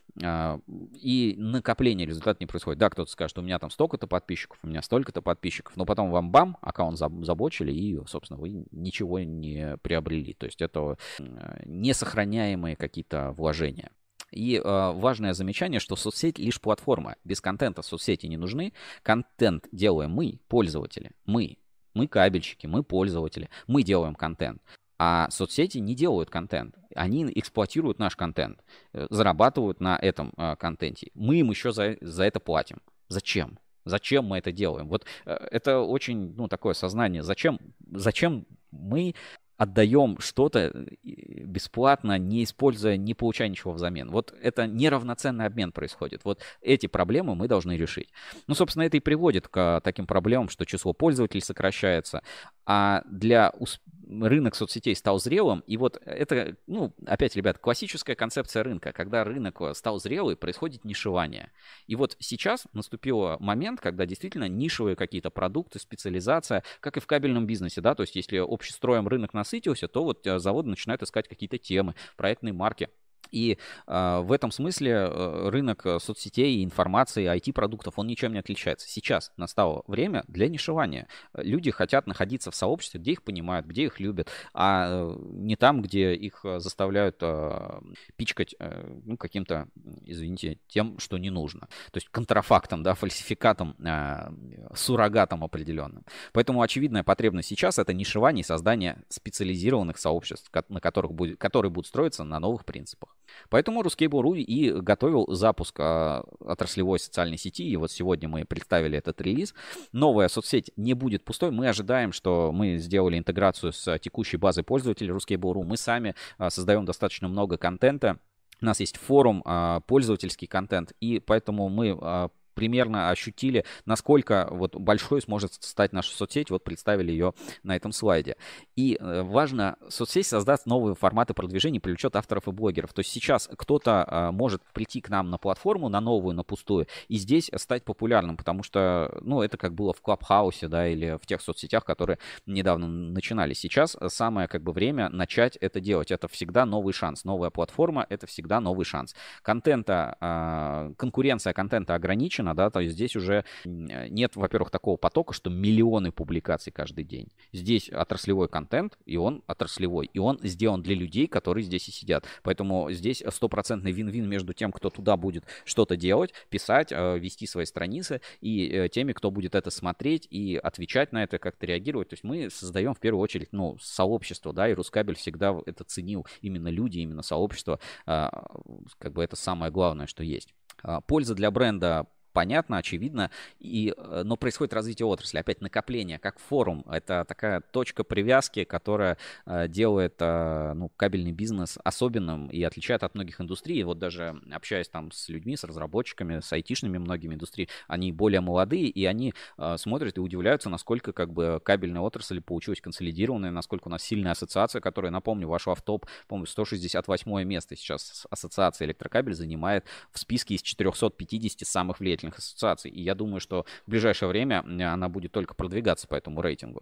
И накопление результата не происходит. Да, кто-то скажет, у меня там столько-то подписчиков, у меня столько-то подписчиков, но потом вам бам, аккаунт заблочили, и, собственно, вы ничего не приобрели. То есть это несохраняемые какие-то вложения. И э, важное замечание, что соцсеть лишь платформа. Без контента соцсети не нужны. Контент делаем мы, пользователи. Мы. Мы кабельщики, мы пользователи. Мы делаем контент. А соцсети не делают контент. Они эксплуатируют наш контент, зарабатывают на этом э, контенте. Мы им еще за, за это платим. Зачем? Зачем мы это делаем? Вот э, это очень, ну, такое сознание. Зачем, зачем мы отдаем что-то бесплатно, не используя, не получая ничего взамен? Вот это неравноценный обмен происходит. Вот эти проблемы мы должны решить. Ну, собственно, это и приводит к таким проблемам, что число пользователей сокращается, а для успеха рынок соцсетей стал зрелым, и вот это, ну, опять, ребят, классическая концепция рынка. Когда рынок стал зрелый, происходит нишевание. И вот сейчас наступил момент, когда действительно нишевые какие-то продукты, специализация, как и в кабельном бизнесе, да, то есть если общестроем рынок насытился, то вот заводы начинают искать какие-то темы, проектные марки. И э, в этом смысле э, рынок соцсетей, информации, ай ти-продуктов, он ничем не отличается. Сейчас настало время для нишевания. Люди хотят находиться в сообществе, где их понимают, где их любят, а э, не там, где их заставляют э, пичкать э, ну, каким-то, извините, тем, что не нужно. То есть контрафактом, да, фальсификатом, э, суррогатом определенным. Поэтому очевидная потребность сейчас — это нишевание и создание специализированных сообществ, на которых будет, которые будут строиться на новых принципах. Поэтому Ruskable.ru и готовил запуск а, отраслевой социальной сети. И вот сегодня мы представили этот релиз. Новая соцсеть не будет пустой. Мы ожидаем, что мы сделали интеграцию с текущей базой пользователей Ruskable.ru. Мы сами а, создаем достаточно много контента. У нас есть форум, а, пользовательский контент. И поэтому мы а, примерно ощутили, насколько вот большой сможет стать наша соцсеть. Вот представили ее на этом слайде. И важно, соцсеть создаст новые форматы продвижения, привлечет авторов и блогеров. То есть сейчас кто-то а, может прийти к нам на платформу, на новую, на пустую, и здесь стать популярным, потому что, ну, это как было в Клабхаусе, да, или в тех соцсетях, которые недавно начинали. Сейчас самое, как бы, время начать это делать. Это всегда новый шанс. Новая платформа — это всегда новый шанс. Контента, а, конкуренция контента ограничена, да, то есть здесь уже нет, во-первых, такого потока, что миллионы публикаций каждый день. Здесь отраслевой контент, и он отраслевой, и он сделан для людей, которые здесь и сидят. Поэтому здесь стопроцентный вин-вин между тем, кто туда будет что-то делать, писать, вести свои страницы, и теми, кто будет это смотреть и отвечать на это, как-то реагировать. То есть мы создаем в первую очередь, ну, сообщество, да, и Рускабель всегда это ценил, именно люди, именно сообщество, как бы это самое главное, что есть. Польза для бренда понятно, очевидно, и, но происходит развитие отрасли. Опять накопление, как форум. Это такая точка привязки, которая э, делает э, ну, кабельный бизнес особенным и отличает от многих индустрий. Вот даже общаясь там с людьми, с разработчиками, с айтишными многими индустрий, они более молодые, и они э, смотрят и удивляются, насколько как бы кабельная отрасль получилась консолидированной, насколько у нас сильная ассоциация, которая, напомню, вошла в топ, по-моему, сто шестьдесят восьмое место сейчас ассоциация Электрокабель занимает в списке из четырехсот пятидесяти самых влиятельных ассоциаций. И я думаю, что в ближайшее время она будет только продвигаться по этому рейтингу.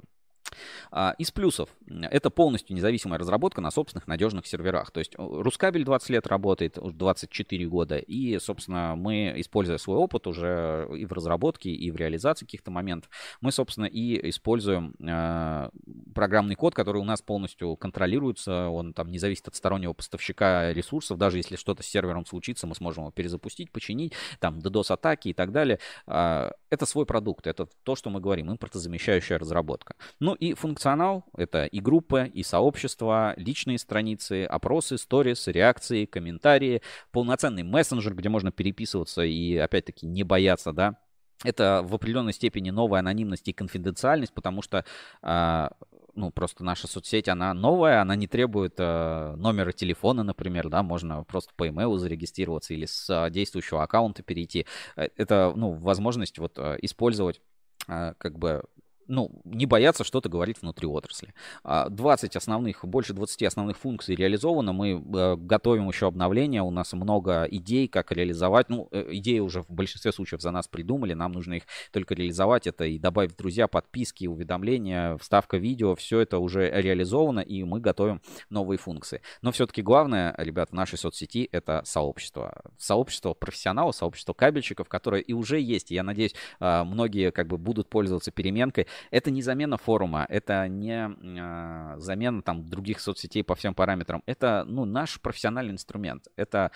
Из плюсов. Это полностью независимая разработка на собственных надежных серверах. То есть Рускабель двадцать лет работает, двадцать четыре года. И, собственно, мы, используя свой опыт уже и в разработке, и в реализации каких-то моментов, мы, собственно, и используем э, программный код, который у нас полностью контролируется. Он там не зависит от стороннего поставщика ресурсов. Даже если что-то с сервером случится, мы сможем его перезапустить, починить, там, ддос-атаки и так далее. Э, это свой продукт. Это то, что мы говорим, импортозамещающая разработка. Ну и функционал — это и группы, и сообщества, личные страницы, опросы, сторис, реакции, комментарии, полноценный мессенджер, где можно переписываться и, опять-таки, не бояться, да. Это в определенной степени новая анонимность и конфиденциальность, потому что, э, ну, просто наша соцсеть, она новая, она не требует э, номера телефона, например, да, можно просто по имейлу зарегистрироваться или с действующего аккаунта перейти. Это, ну, возможность вот использовать э, как бы... Ну, не бояться что-то говорить внутри отрасли. двадцать основных, больше двадцати основных функций реализовано. Мы готовим еще обновления. У нас много идей, как реализовать. Ну, идеи уже в большинстве случаев за нас придумали. Нам нужно их только реализовать. Это и добавить в друзья, подписки, уведомления, вставка видео. Все это уже реализовано, и мы готовим новые функции. Но все-таки главное, ребят, в нашей соцсети — это сообщество. Сообщество профессионалов, сообщество кабельщиков, которое и уже есть. И я надеюсь, многие как бы будут пользоваться переменкой. Это не замена форума, это не э, замена там других соцсетей по всем параметрам. Это, ну, наш профессиональный инструмент. Это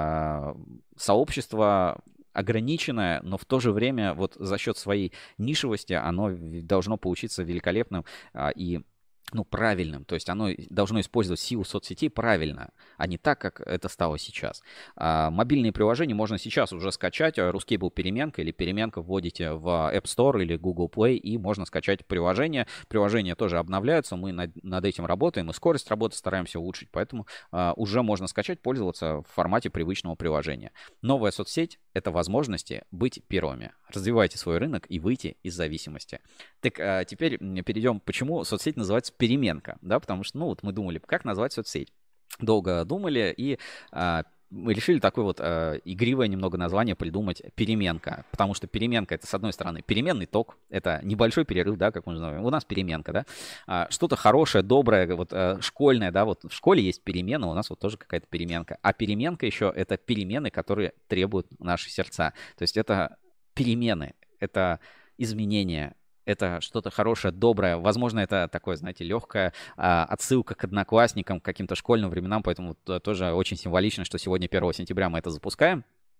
э, сообщество ограниченное, но в то же время вот за счет своей нишевости оно должно получиться великолепным э, и ну, правильным. То есть оно должно использовать силу соцсетей правильно, а не так, как это стало сейчас. А мобильные приложения можно сейчас уже скачать. Ruscable переменка или переменка вводите в App Store или Google Play, и можно скачать приложение. Приложения тоже обновляются, мы над, над этим работаем, и скорость работы стараемся улучшить, поэтому а, уже можно скачать, пользоваться в формате привычного приложения. Новая соцсеть — это возможности быть первыми. Развивайте свой рынок и выйти из зависимости. Так, а теперь перейдем, почему соцсеть называется переменка, да, потому что, ну, вот мы думали, как назвать соцсеть. Долго думали и а, мы решили такое вот а, игривое немного название придумать — переменка, потому что переменка — это, с одной стороны, переменный ток, это небольшой перерыв, да, как мы называем, у нас переменка, да, а, что-то хорошее, доброе, вот а, школьное, да, вот в школе есть перемена, у нас вот тоже какая-то переменка, а переменка еще — это перемены, которые требуют наши сердца, то есть это перемены, это изменения, это что-то хорошее, доброе. Возможно, это такое, знаете, легкая а, отсылка к одноклассникам, к каким-то школьным временам, поэтому тоже очень символично, что сегодня, первого сентября, мы это запускаем.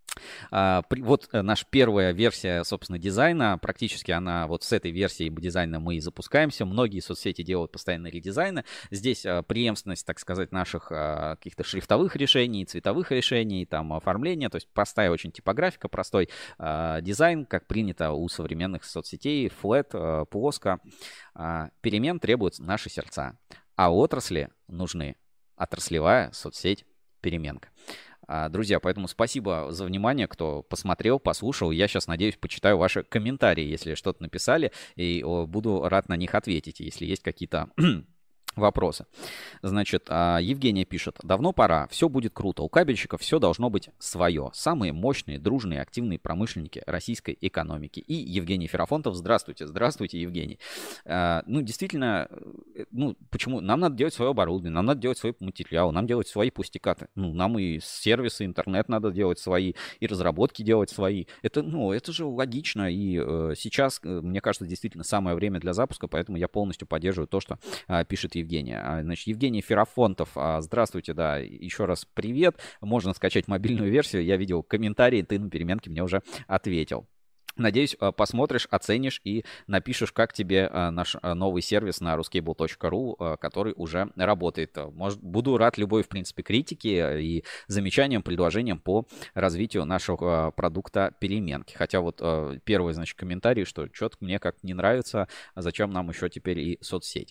А, при, вот наша первая версия, собственно, дизайна. Практически она вот с этой версией дизайна мы и запускаемся. Многие соцсети делают постоянно редизайны. Здесь а, преемственность, так сказать, наших а, каких-то шрифтовых решений, цветовых решений, там оформления. То есть простая очень типографика, простой а, дизайн, как принято у современных соцсетей. Флэт, а, плоско. А, перемен требуют наши сердца. А отрасли нужны отраслевая соцсеть переменка. Друзья, поэтому спасибо за внимание, кто посмотрел, послушал. Я сейчас, надеюсь, почитаю ваши комментарии, если что-то написали, и буду рад на них ответить, если есть какие-то вопросы. Значит, Евгения пишет: давно пора, все будет круто, у кабельщиков все должно быть свое. Самые мощные, дружные, активные промышленники российской экономики. И Евгений Ферапонтов, здравствуйте, здравствуйте, Евгений. Ну, действительно, ну, почему? Нам надо делать свое оборудование, нам надо делать свои материалы, нам делать свои пустякаты. Ну, нам и сервисы, интернет надо делать свои, и разработки делать свои. Это, ну, это же логично, и сейчас, мне кажется, действительно самое время для запуска, поэтому я полностью поддерживаю то, что пишет Евгений. Евгения. Значит, Евгений Ферапонтов, здравствуйте, да, еще раз привет. Можно скачать мобильную версию. Я видел комментарии, ты на переменке мне уже ответил. Надеюсь, посмотришь, оценишь и напишешь, как тебе наш новый сервис на ruscable точка ру, который уже работает. Может, буду рад любой, в принципе, критике и замечаниям, предложениям по развитию нашего продукта переменки. Хотя вот первый, значит, комментарий, что что-то мне как не нравится, зачем нам еще теперь и соцсеть.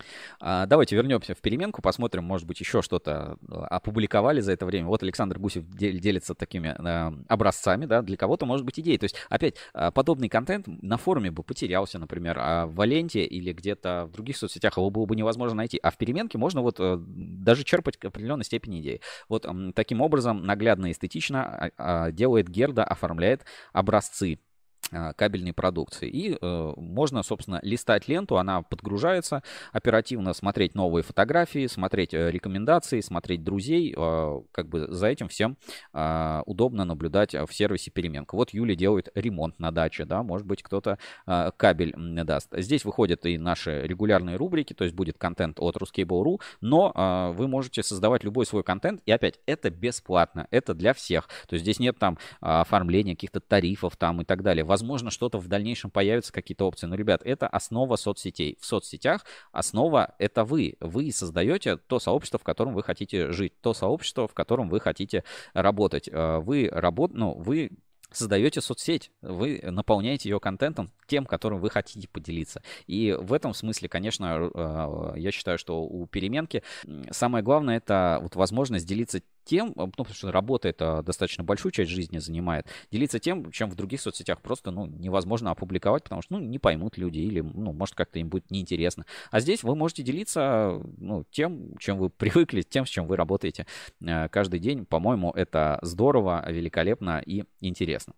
Давайте вернемся в переменку, посмотрим, может быть, еще что-то опубликовали за это время. Вот Александр Гусев делится такими образцами, да, для кого-то может быть идеей. То есть, опять, подобный контент на форуме бы потерялся, например, а в Валенте или где-то в других соцсетях его было бы невозможно найти. А в переменке можно вот даже черпать к определенной степени идеи. Вот таким образом наглядно и эстетично делает Герда, оформляет образцы. кабельной продукции. И э, можно, собственно, листать ленту, она подгружается, оперативно смотреть новые фотографии, смотреть э, рекомендации, смотреть друзей. Э, как бы за этим всем э, удобно наблюдать в сервисе Переменка. Вот Юля делает ремонт на даче, да, может быть, кто-то э, кабель даст. Здесь выходят и наши регулярные рубрики, то есть будет контент от Ruscable точка ру, но э, вы можете создавать любой свой контент, и опять, это бесплатно, это для всех. То есть здесь нет там оформления каких-то тарифов там и так далее. Возможно, что-то в дальнейшем появятся, какие-то опции. Но, ребят, это основа соцсетей. В соцсетях основа — это вы. Вы создаете то сообщество, в котором вы хотите жить, то сообщество, в котором вы хотите работать. Вы, работ... ну, вы создаете соцсеть, вы наполняете ее контентом, тем, которым вы хотите поделиться. И в этом смысле, конечно, я считаю, что у Переменки самое главное — это вот возможность делиться тем, ну, потому что работа это достаточно большую часть жизни занимает, делиться тем, чем в других соцсетях просто, ну, невозможно опубликовать, потому что, ну, не поймут люди или, ну, может, как-то им будет неинтересно. А здесь вы можете делиться, ну, тем, чем вы привыкли, тем, с чем вы работаете каждый день. По-моему, это здорово, великолепно и интересно.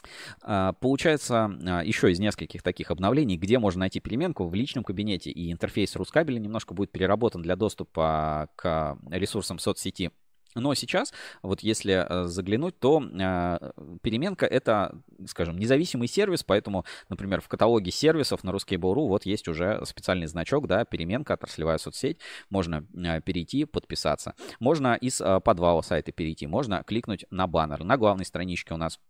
Получается, еще из нескольких таких обновлений, где можно найти Переменку, в личном кабинете, и интерфейс Рускабеля немножко будет переработан для доступа к ресурсам соцсети. Но сейчас, вот если заглянуть, то э, Переменка — это, скажем, независимый сервис, поэтому, например, в каталоге сервисов на Ruscable точка ру вот есть уже специальный значок, да, Переменка, отраслевая соцсеть, можно э, перейти, подписаться. Можно из э, подвала сайта перейти, можно кликнуть на баннер. На главной страничке у нас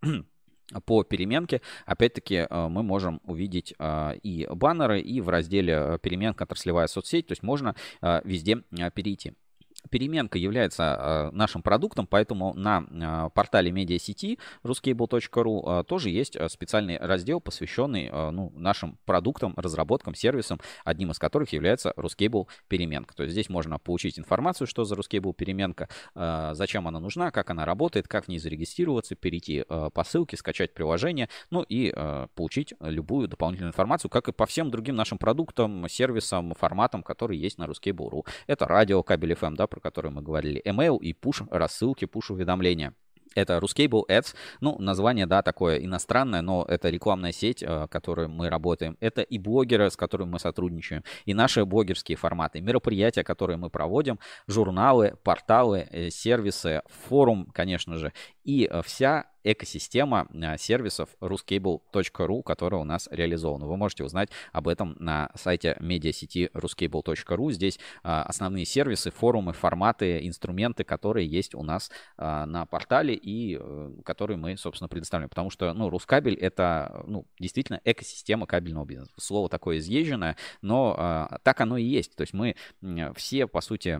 по Переменке, опять-таки, мы можем увидеть и баннеры, и в разделе Переменка, отраслевая соцсеть, то есть можно везде перейти. Переменка является э, нашим продуктом, поэтому на э, портале медиасети Ruscable точка ру э, тоже есть специальный раздел, посвященный э, ну, нашим продуктам, разработкам, сервисам, одним из которых является Ruscable Переменка. То есть здесь можно получить информацию, что за Ruscable Переменка, э, зачем она нужна, как она работает, как в ней зарегистрироваться, перейти э, по ссылке, скачать приложение, ну и э, получить любую дополнительную информацию, как и по всем другим нашим продуктам, сервисам, форматам, которые есть на Ruscable точка ру. Это радио, кабель эф эм, да, про который мы говорили, email и push рассылки, push уведомления. Это Ruscable Ads, ну, название, да, такое иностранное, но это рекламная сеть, в которой мы работаем. Это и блогеры, с которыми мы сотрудничаем, и наши блогерские форматы, мероприятия, которые мы проводим, журналы, порталы, сервисы, форум, конечно же, и вся экосистема сервисов Ruscable точка ру, которая у нас реализована. Вы можете узнать об этом на сайте медиасети Ruscable точка ру. Здесь основные сервисы, форумы, форматы, инструменты, которые есть у нас на портале и которые мы, собственно, предоставляем. Потому что, ну, Рускабель — это, ну, действительно экосистема кабельного бизнеса. Слово такое изъезженное, но так оно и есть. То есть мы все, по сути,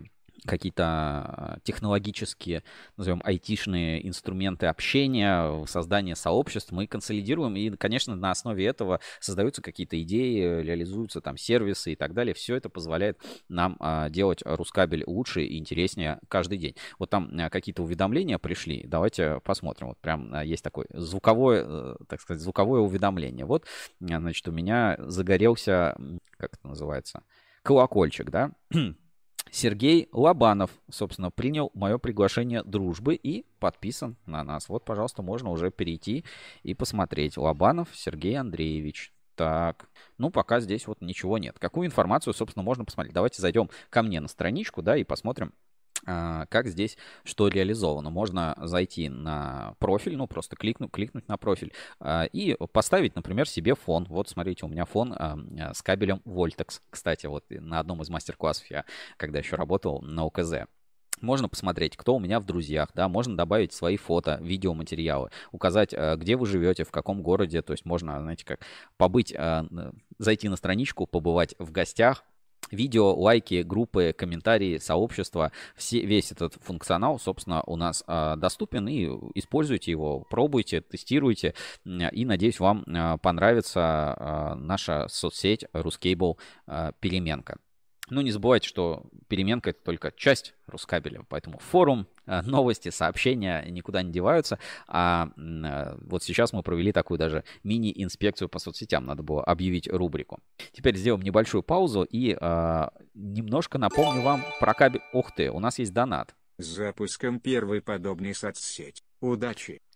какие-то технологические, назовем, айтишные инструменты общения, создания сообществ мы консолидируем, и, конечно, на основе этого создаются какие-то идеи, реализуются там сервисы и так далее. Все это позволяет нам а, делать Рускабель лучше и интереснее каждый день. Вот там а, какие-то уведомления пришли, давайте посмотрим. Вот прям а, есть такое звуковое, так сказать, звуковое уведомление. Вот, значит, у меня загорелся, как это называется, колокольчик, да? Сергей Лобанов, собственно, принял мое приглашение дружбы и подписан на нас. Вот, пожалуйста, можно уже перейти и посмотреть. Лобанов Сергей Андреевич. Так, ну пока здесь вот ничего нет. Какую информацию, собственно, можно посмотреть? Давайте зайдем ко мне на страничку, да, и посмотрим, как здесь что реализовано. Можно зайти на профиль, ну просто кликнуть, кликнуть на профиль и поставить, например, себе фон. Вот смотрите, у меня фон с кабелем Voltex. Кстати, вот на одном из мастер-классов я, когда еще работал на о ка зэ. Можно посмотреть, кто у меня в друзьях, да, можно добавить свои фото, видеоматериалы, указать, где вы живете, в каком городе. То есть можно, знаете, как побыть, зайти на страничку, побывать в гостях. Видео, лайки, группы, комментарии, сообщества, все, весь этот функционал, собственно, у нас э, доступен, и используйте его, пробуйте, тестируйте, и, надеюсь, вам э, понравится э, наша соцсеть Ruscable э, Переменка. Ну, не забывайте, что Переменка — это только часть Рускабеля, поэтому форум, новости, сообщения никуда не деваются. А вот сейчас мы провели такую даже мини-инспекцию по соцсетям, надо было объявить рубрику. Теперь сделаем небольшую паузу и а, немножко напомню вам про кабель. Ух ты, у нас есть донат. С запуском первой подобной соцсети. Удачи!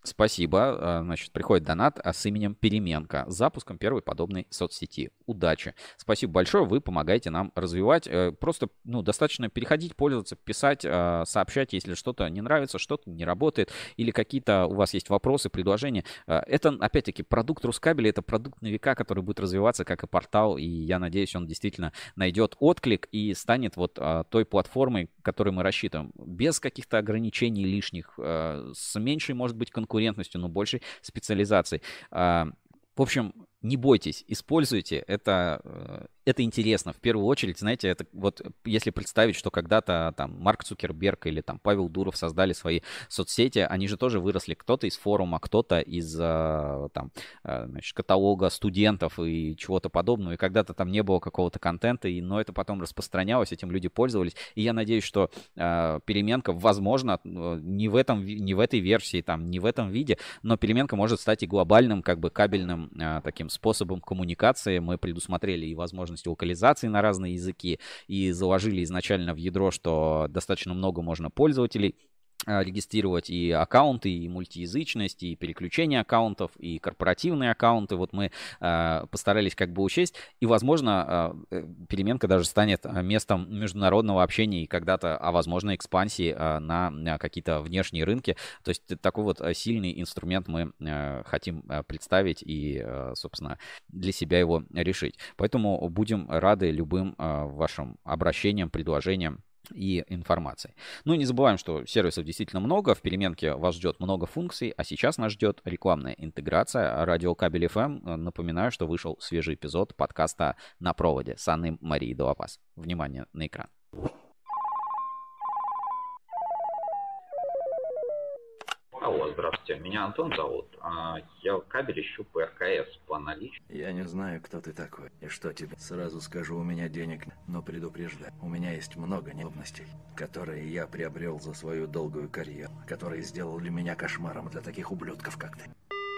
Спасибо. Значит, приходит донат с именем Переменка с запуском первой подобной соцсети. Удачи. Спасибо большое, вы помогаете нам развивать. Просто, ну, достаточно переходить, пользоваться, писать, сообщать, если что-то не нравится, что-то не работает, или какие-то у вас есть вопросы, предложения. Это, опять-таки, продукт Рускабеля, это продукт на века, который будет развиваться как и портал, и я надеюсь, он действительно найдет отклик и станет вот той платформой, которой мы рассчитываем. Без каких-то ограничений лишних, с меньшей, может быть, конкуренцией, конкурентностью, но большей специализацией. В общем, не бойтесь, используйте. Это, это интересно. В первую очередь, знаете, это вот если представить, что когда-то там Марк Цукерберг или там Павел Дуров создали свои соцсети, они же тоже выросли. Кто-то из форума, кто-то из там, значит, каталога студентов и чего-то подобного. И когда-то там не было какого-то контента, и, но это потом распространялось, этим люди пользовались. И я надеюсь, что э, переменка, возможно, не в, этом, не в этой версии, там, не в этом виде, но переменка может стать и глобальным, как бы кабельным э, таким способом коммуникации. Мы предусмотрели и возможности локализации на разные языки, и заложили изначально в ядро, что достаточно много можно пользователей регистрировать и аккаунты, и мультиязычность, и переключение аккаунтов, и корпоративные аккаунты. Вот мы э, постарались как бы учесть. И, возможно, э, переменка даже станет местом международного общения и когда-то, а возможно, экспансии э, на, на какие-то внешние рынки. То есть такой вот сильный инструмент мы э, хотим представить и, э, собственно, для себя его решить. Поэтому будем рады любым э, вашим обращениям, предложениям и информации. Ну и не забываем, что сервисов действительно много, в переменке вас ждет много функций, а сейчас нас ждет рекламная интеграция. Радио Кабель эф эм. Напоминаю, что вышел свежий эпизод подкаста «На проводе» с Анной Марией Долопас. Внимание на экран. Алло, здравствуйте, меня Антон зовут. Я кабель ищу по эр ка эс по наличию. Я не знаю, кто ты такой и что тебе. Сразу скажу, у меня денег, но предупреждаю. У меня есть много неудобностей, которые я приобрел за свою долгую карьеру, которые сделали меня кошмаром для таких ублюдков, как ты.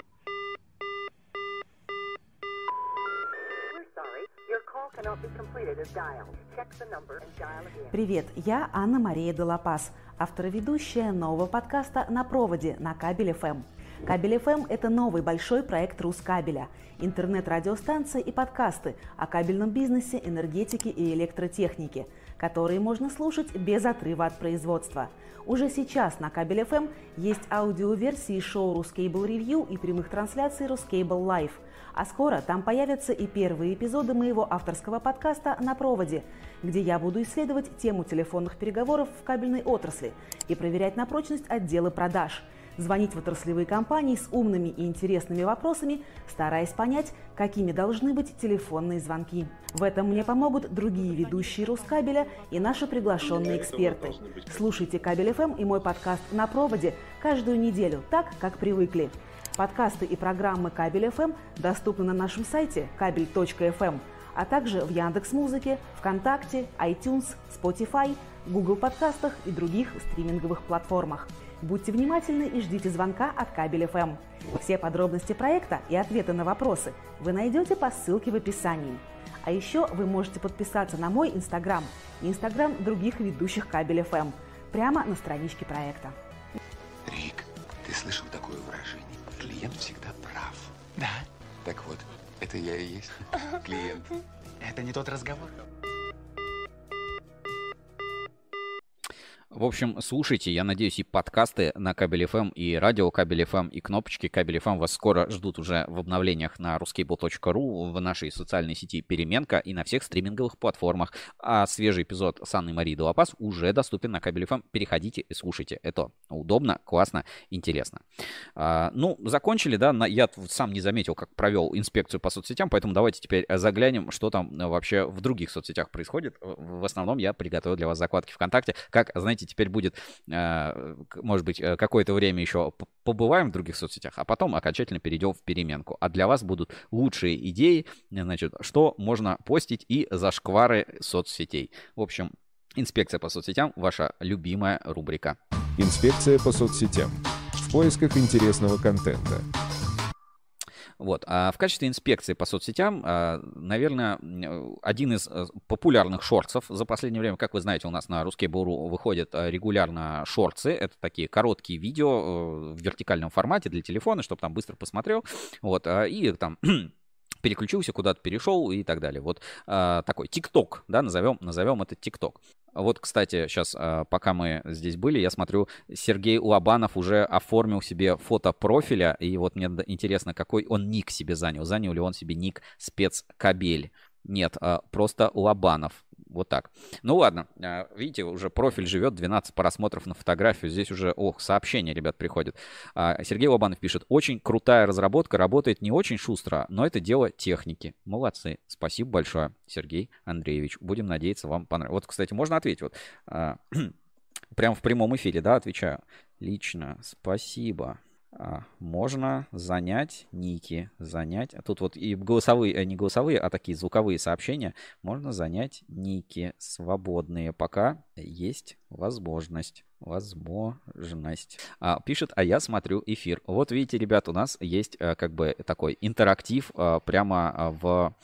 Привет, я Анна Мария Долопас, автор и ведущая нового подкаста «На проводе» на Кабель эф эм. Кабель эф эм – это новый большой проект Рускабеля, интернет-радиостанции и подкасты о кабельном бизнесе, энергетике и электротехнике, которые можно слушать без отрыва от производства. Уже сейчас на Кабель эф эм есть аудиоверсии шоу Ruscable Review и прямых трансляций Ruscable Live. А скоро там появятся и первые эпизоды моего авторского подкаста «На проводе», где я буду исследовать тему телефонных переговоров в кабельной отрасли и проверять на прочность отделы продаж, звонить в отраслевые компании с умными и интересными вопросами, стараясь понять, какими должны быть телефонные звонки. В этом мне помогут другие ведущие Рускабеля и наши приглашенные эксперты. Слушайте Кабель эф эм и мой подкаст «На проводе» каждую неделю, так, как привыкли. Подкасты и программы Кабель эф эм доступны на нашем сайте кабель точка эф эм, а также в Яндекс.Музыке, ВКонтакте, iTunes, Spotify, Google подкастах и других стриминговых платформах. Будьте внимательны и ждите звонка от Кабель эф эм. Все подробности проекта и ответы на вопросы вы найдете по ссылке в описании. А еще вы можете подписаться на мой Инстаграм и Инстаграм других ведущих Кабель эф эм прямо на страничке проекта. Рик, ты слышал такое выражение? Клиент всегда прав. Да. Так вот, это я и есть клиент. Это не тот разговор. В общем, слушайте, я надеюсь, и подкасты на Кабель эф эм, и радио Кабель эф эм, и кнопочки Кабель эф эм вас скоро ждут уже в обновлениях на ruscable точка ру, в нашей социальной сети Переменка и на всех стриминговых платформах. А свежий эпизод с Анной Марией Долопас уже доступен на Кабель эф эм. Переходите и слушайте. Это удобно, классно, интересно. А, ну, закончили, да? Я сам не заметил, как провел инспекцию по соцсетям, поэтому давайте теперь заглянем, что там вообще в других соцсетях происходит. В основном я приготовил для вас закладки ВКонтакте. Как, знаете, теперь будет, может быть, какое-то время еще побываем в других соцсетях, а потом окончательно перейдем в переменку. А для вас будут лучшие идеи, значит, что можно постить и зашквары соцсетей. В общем, инспекция по соцсетям – ваша любимая рубрика. Инспекция по соцсетям. В поисках интересного контента. Вот. А в качестве инспекции по соцсетям, наверное, один из популярных шортсов за последнее время, как вы знаете, у нас на Ruskable.ru выходят регулярно шортсы. Это такие короткие видео в вертикальном формате для телефона, чтобы там быстро посмотрел. Вот. И там переключился, куда-то перешел и так далее. Вот такой ТикТок, да, назовем, назовем это ТикТок. Вот, кстати, сейчас, пока мы здесь были, я смотрю, Сергей Лобанов уже оформил себе фото профиля, и вот мне интересно, какой он ник себе занял. Занял ли он себе ник спецкабель? Нет, просто Лобанов. Вот так. Ну ладно, видите, уже профиль живет, двенадцать просмотров на фотографию. Здесь уже, ох, сообщения, ребят, приходят. Сергей Лобанов пишет: очень крутая разработка, работает не очень шустро, но это дело техники. Молодцы. Спасибо большое, Сергей Андреевич. Будем надеяться, вам понравилось. Вот, кстати, можно ответить. Вот, прямо в прямом эфире, да, отвечаю. Лично спасибо. А, можно занять ники, занять, тут вот и голосовые, не голосовые, а такие звуковые сообщения, можно занять ники свободные, пока есть возможность. Возможность. А, пишет, а я смотрю эфир. Вот видите, ребят, у нас есть а, как бы такой интерактив а, прямо а, в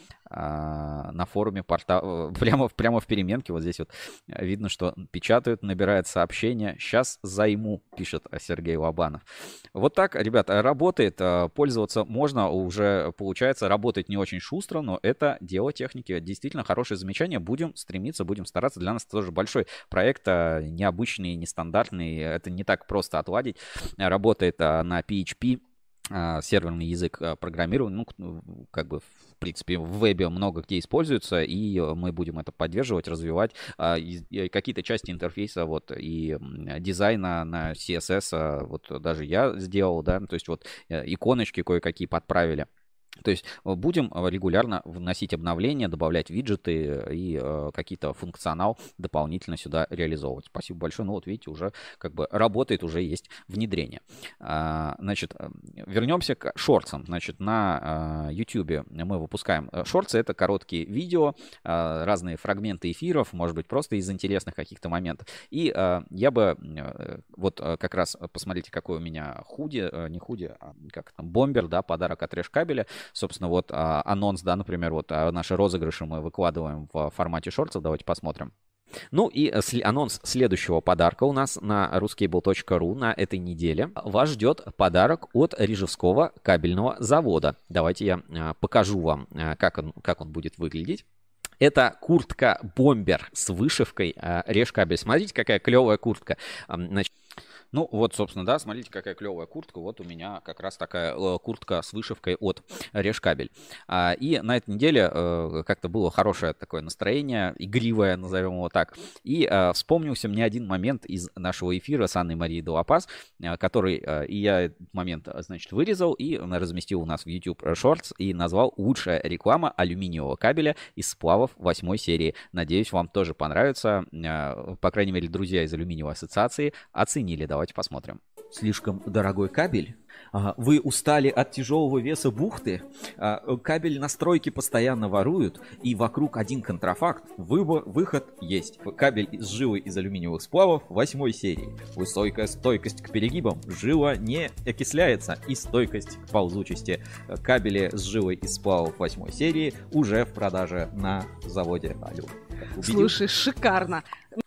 а, на форуме портала, прямо, прямо в переменке. Вот здесь вот видно, что печатают, набирают сообщения. Сейчас займу, пишет Сергей Лобанов. Вот так, ребят, работает. Пользоваться можно, уже получается, работает не очень шустро, но это дело техники. Действительно хорошее замечание. Будем стремиться, будем стараться. Для нас это тоже большой проект, необычный, нестандартный. Это не так просто отладить. Работает на пи эйч пи, серверный язык программирования. Ну, как бы, в принципе, в вебе много где используется, и мы будем это поддерживать, развивать. Какие-то части интерфейса вот, и дизайна на си эс эс вот даже я сделал, да, то есть вот иконочки кое-какие подправили. То есть будем регулярно вносить обновления, добавлять виджеты и э, какие-то функционал дополнительно сюда реализовывать. Спасибо большое. Ну вот видите, уже как бы работает, уже есть внедрение. А, значит, вернемся к шортсам. Значит, на э, YouTube мы выпускаем шортсы. Это короткие видео, э, разные фрагменты эфиров, может быть, просто из интересных каких-то моментов. И э, я бы э, вот э, как раз посмотрите, какой у меня худи, э, не худи, а как там, бомбер, да, подарок от Решкабеля. Собственно, вот а, анонс, да, например, вот а, наши розыгрыши мы выкладываем в формате шортсов. Давайте посмотрим. Ну и сли- анонс следующего подарка у нас на ruskable точка ру на этой неделе. Вас ждет подарок от Рижевского кабельного завода. Давайте я а, покажу вам, а, как он, как он будет выглядеть. Это куртка-бомбер с вышивкой а, Решкабель. Смотрите, какая клевая куртка. А, значит, ну вот, собственно, да, смотрите, какая клевая куртка. Вот у меня как раз такая э, куртка с вышивкой от Решкабель. А, и на этой неделе э, как-то было хорошее такое настроение, игривое, назовем его так. И э, вспомнился мне один момент из нашего эфира с Анной Марией Делапас, э, который, э, и я этот момент, значит, вырезал и разместил у нас в YouTube Shorts и назвал «Лучшая реклама алюминиевого кабеля из сплавов восьмой серии». Надеюсь, вам тоже понравится. Э, по крайней мере, друзья из алюминиевой ассоциации оценили. Давайте посмотрим. Слишком дорогой кабель? Вы устали от тяжелого веса бухты? Кабель на стройке постоянно воруют, и вокруг один контрафакт. Выбор, выход есть. Кабель с жилой из алюминиевых сплавов восьмой серии. Высокая стойкость к перегибам. Жила не окисляется, и стойкость к ползучести. Кабели с жилой из сплавов восьмой серии уже в продаже на заводе Алю. Слушай, шикарно.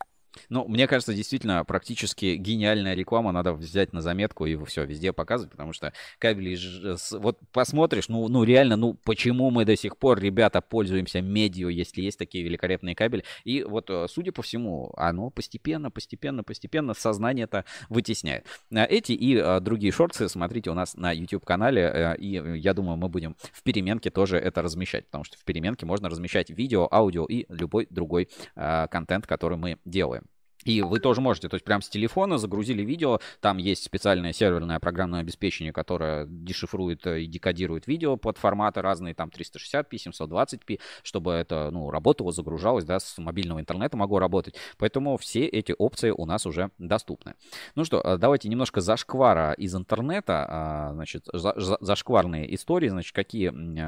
Ну, мне кажется, действительно, практически гениальная реклама. Надо взять на заметку и все, везде показывать, потому что кабели... Вот посмотришь, ну, ну реально, ну почему мы до сих пор, ребята, пользуемся медиа, если есть такие великолепные кабели. И вот, судя по всему, оно постепенно, постепенно, постепенно сознание это вытесняет. Эти и другие шортсы смотрите у нас на YouTube-канале. И я думаю, мы будем в переменке тоже это размещать, потому что в переменке можно размещать видео, аудио и любой другой контент, который мы делаем. И вы тоже можете, то есть прям с телефона загрузили видео, там есть специальное серверное программное обеспечение, которое дешифрует и декодирует видео под форматы разные, там триста шестьдесят пи, семьсот двадцать пи, чтобы это, ну, работало, загружалось, да, с мобильного интернета могло работать. Поэтому все эти опции у нас уже доступны. Ну что, давайте немножко зашквара из интернета, значит, зашкварные истории, значит, какие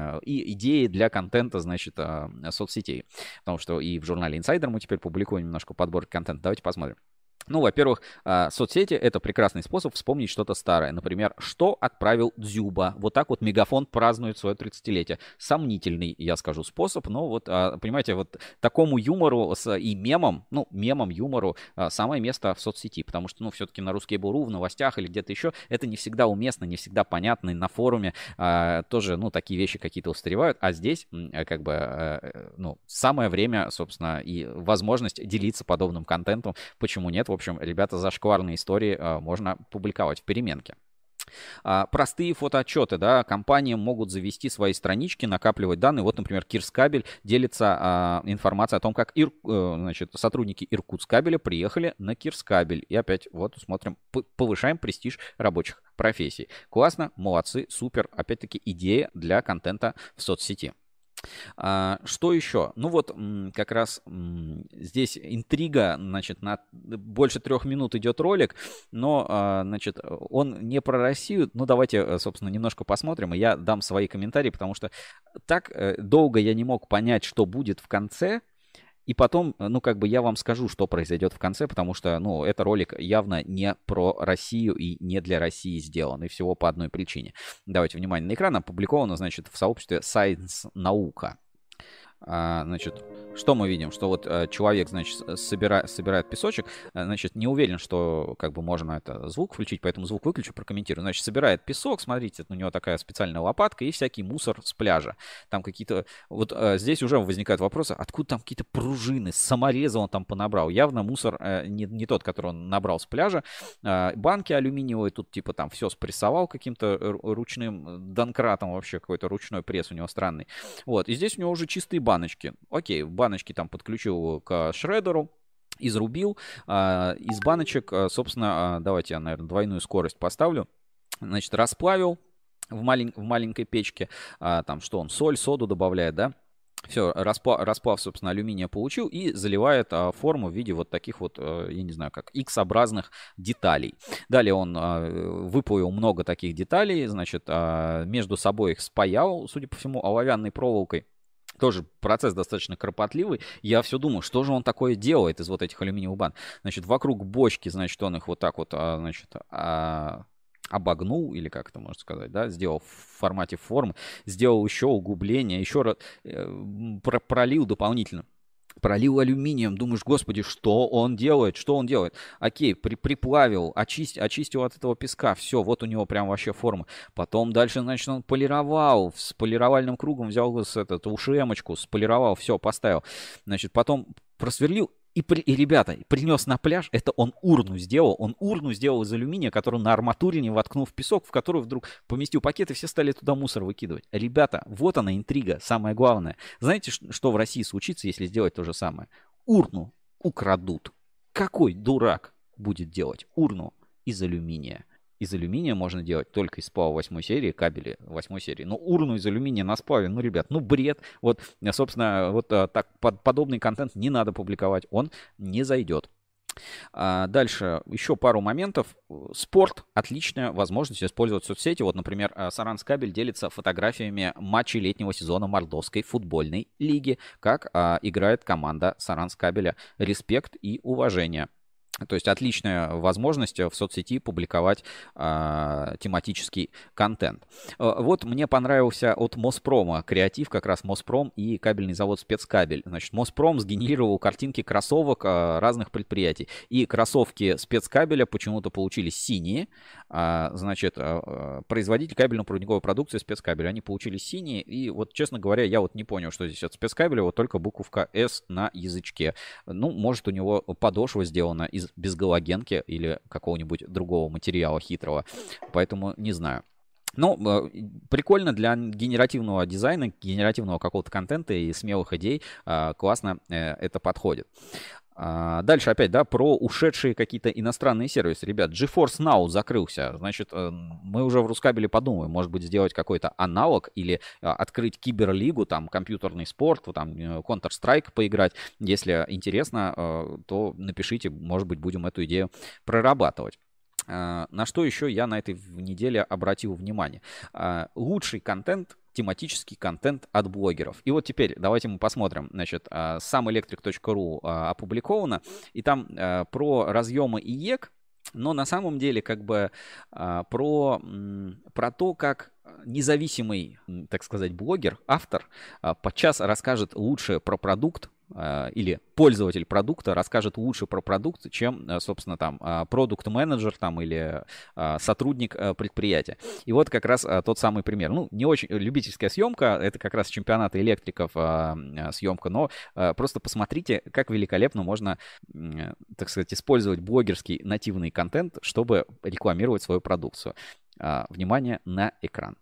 и идеи для контента, значит, соцсетей. Потому что и в журнале Insider мы теперь публикуем немножко подборки контента. Давайте посмотрим. Ну, во-первых, соцсети — это прекрасный способ вспомнить что-то старое. Например, что отправил Дзюба. Вот так вот Мегафон празднует свое тридцатилетие. Сомнительный, я скажу, способ, но вот, понимаете, вот такому юмору и мемам, ну, мемам, юмору самое место в соцсети, потому что, ну, все-таки на Ruskable.ru, в новостях или где-то еще это не всегда уместно, не всегда понятно, и на форуме тоже, ну, такие вещи какие-то устаревают, а здесь, как бы, ну, самое время, собственно, и возможность делиться подобным контентом. Почему нет? В общем, ребята, зашкварные истории а, можно публиковать в переменке. А, простые фотоотчеты, да, компании могут завести свои странички, накапливать данные. Вот, например, Кирскабель делится а, информацией о том, как Ир, э, значит, сотрудники Иркутскабеля приехали на Кирскабель. И опять вот смотрим, повышаем престиж рабочих профессий. Классно, молодцы, супер. Опять-таки идея для контента в соцсети. А, что еще? Ну вот как раз здесь интрига, значит, на больше трех минут идет ролик, но, а, значит, он не про Россию. Ну давайте, собственно, немножко посмотрим, и я дам свои комментарии, потому что так долго я не мог понять, что будет в конце. И потом, ну, как бы я вам скажу, что произойдет в конце, потому что, ну, это ролик явно не про Россию и не для России сделан, и всего по одной причине. Давайте внимание на экран. Опубликовано, значит, в сообществе Science Наука. А, значит, что мы видим? Что вот а, человек, значит, собира, собирает песочек, а, значит, не уверен, что как бы можно это звук включить, поэтому звук выключу, прокомментирую. Значит, собирает песок, смотрите, у него такая специальная лопатка и всякий мусор с пляжа. Там какие-то, вот а, здесь уже возникают вопросы, откуда там какие-то пружины, самореза он там понабрал. Явно мусор а, не, не тот, который он набрал с пляжа. А, банки алюминиевые, тут типа там все спрессовал каким-то ручным донкратом, вообще какой-то ручной пресс у него странный. Вот, и здесь у него уже чистые баночки. Окей, баночки там подключил к шредеру, изрубил. А, из баночек, собственно, давайте я, наверное, двойную скорость поставлю. Значит, расплавил в, малень, в маленькой печке. А, там что он, соль, соду добавляет, да? Все, расплав, расплав, собственно, алюминия получил и заливает а, форму в виде вот таких вот, а, я не знаю, как X-образных деталей. Далее он а, выплавил много таких деталей, значит, а, между собой их спаял, судя по всему, оловянной проволокой. Тоже процесс достаточно кропотливый. Я все думаю, что же он такое делает из вот этих алюминиевых бан. Значит, вокруг бочки, значит, он их вот так вот, а, значит, а, обогнул, или как это можно сказать, да, сделал в формате формы, сделал еще углубление, еще раз э, пролил дополнительно. Пролил алюминием, думаешь, господи, что он делает, что он делает? Окей, при, приплавил, очист, очистил от этого песка, все, вот у него прям вообще форма. Потом дальше, значит, он полировал, с полировальным кругом взял с этот, ушемочку, сполировал, все, поставил. Значит, потом просверлил. И, и, ребята, принес на пляж, это он урну сделал, он урну сделал из алюминия, которую на арматурине воткнул в песок, в которую вдруг поместил пакет, и все стали туда мусор выкидывать. Ребята, вот она интрига, самое главное. Знаете, что в России случится, если сделать то же самое? Урну украдут. Какой дурак будет делать урну из алюминия? Из алюминия можно делать только из сплава восьмой серии, кабели восьмой серии. Но урну из алюминия на сплаве, ну, ребят, ну, бред. Вот, собственно, вот так под, подобный контент не надо публиковать, он не зайдет. А дальше еще пару моментов. Спорт. Отличная возможность использовать соцсети. Вот, например, Саранскабель делится фотографиями матчей летнего сезона Мордовской футбольной лиги. Как а, играет команда Саранскабеля. Респект и уважение. То есть отличная возможность в соцсети публиковать э, тематический контент. Э, вот мне понравился от Моспрома креатив, как раз Моспром и кабельный завод Спецкабель. Значит, Моспром сгенерировал картинки кроссовок э, разных предприятий. И кроссовки Спецкабеля почему-то получились синие. Э, значит, э, производитель кабельно-проводниковой продукции Спецкабель. Они получились синие. И вот, честно говоря, я вот не понял, что здесь от Спецкабеля. Вот только буковка S на язычке. Ну, может, у него подошва сделана из без галогенки или какого-нибудь другого материала хитрого. Поэтому не знаю. Ну, прикольно для генеративного дизайна, генеративного какого-то контента и смелых идей. Классно это подходит. Дальше опять, да, про ушедшие какие-то иностранные сервисы. Ребят, GeForce Now закрылся. Значит, мы уже в Рускабеле подумаем, может быть, сделать какой-то аналог или открыть киберлигу, там, компьютерный спорт, там, Counter-Strike поиграть. Если интересно, то напишите, может быть, будем эту идею прорабатывать. На что еще я на этой неделе обратил внимание. Лучший контент тематический контент от блогеров. И вот теперь давайте мы посмотрим. Значит, сам электрик точка ру опубликовано, и там про разъемы и ЕК, но на самом деле как бы про, про то, как независимый, так сказать, блогер, автор подчас расскажет лучше про продукт, или пользователь продукта расскажет лучше про продукт, чем, собственно, там продукт-менеджер там или сотрудник предприятия. И вот как раз тот самый пример. Ну, не очень любительская съемка, это как раз чемпионата электриков съемка, но просто посмотрите, как великолепно можно, так сказать, использовать блогерский нативный контент, чтобы рекламировать свою продукцию. Внимание на экран.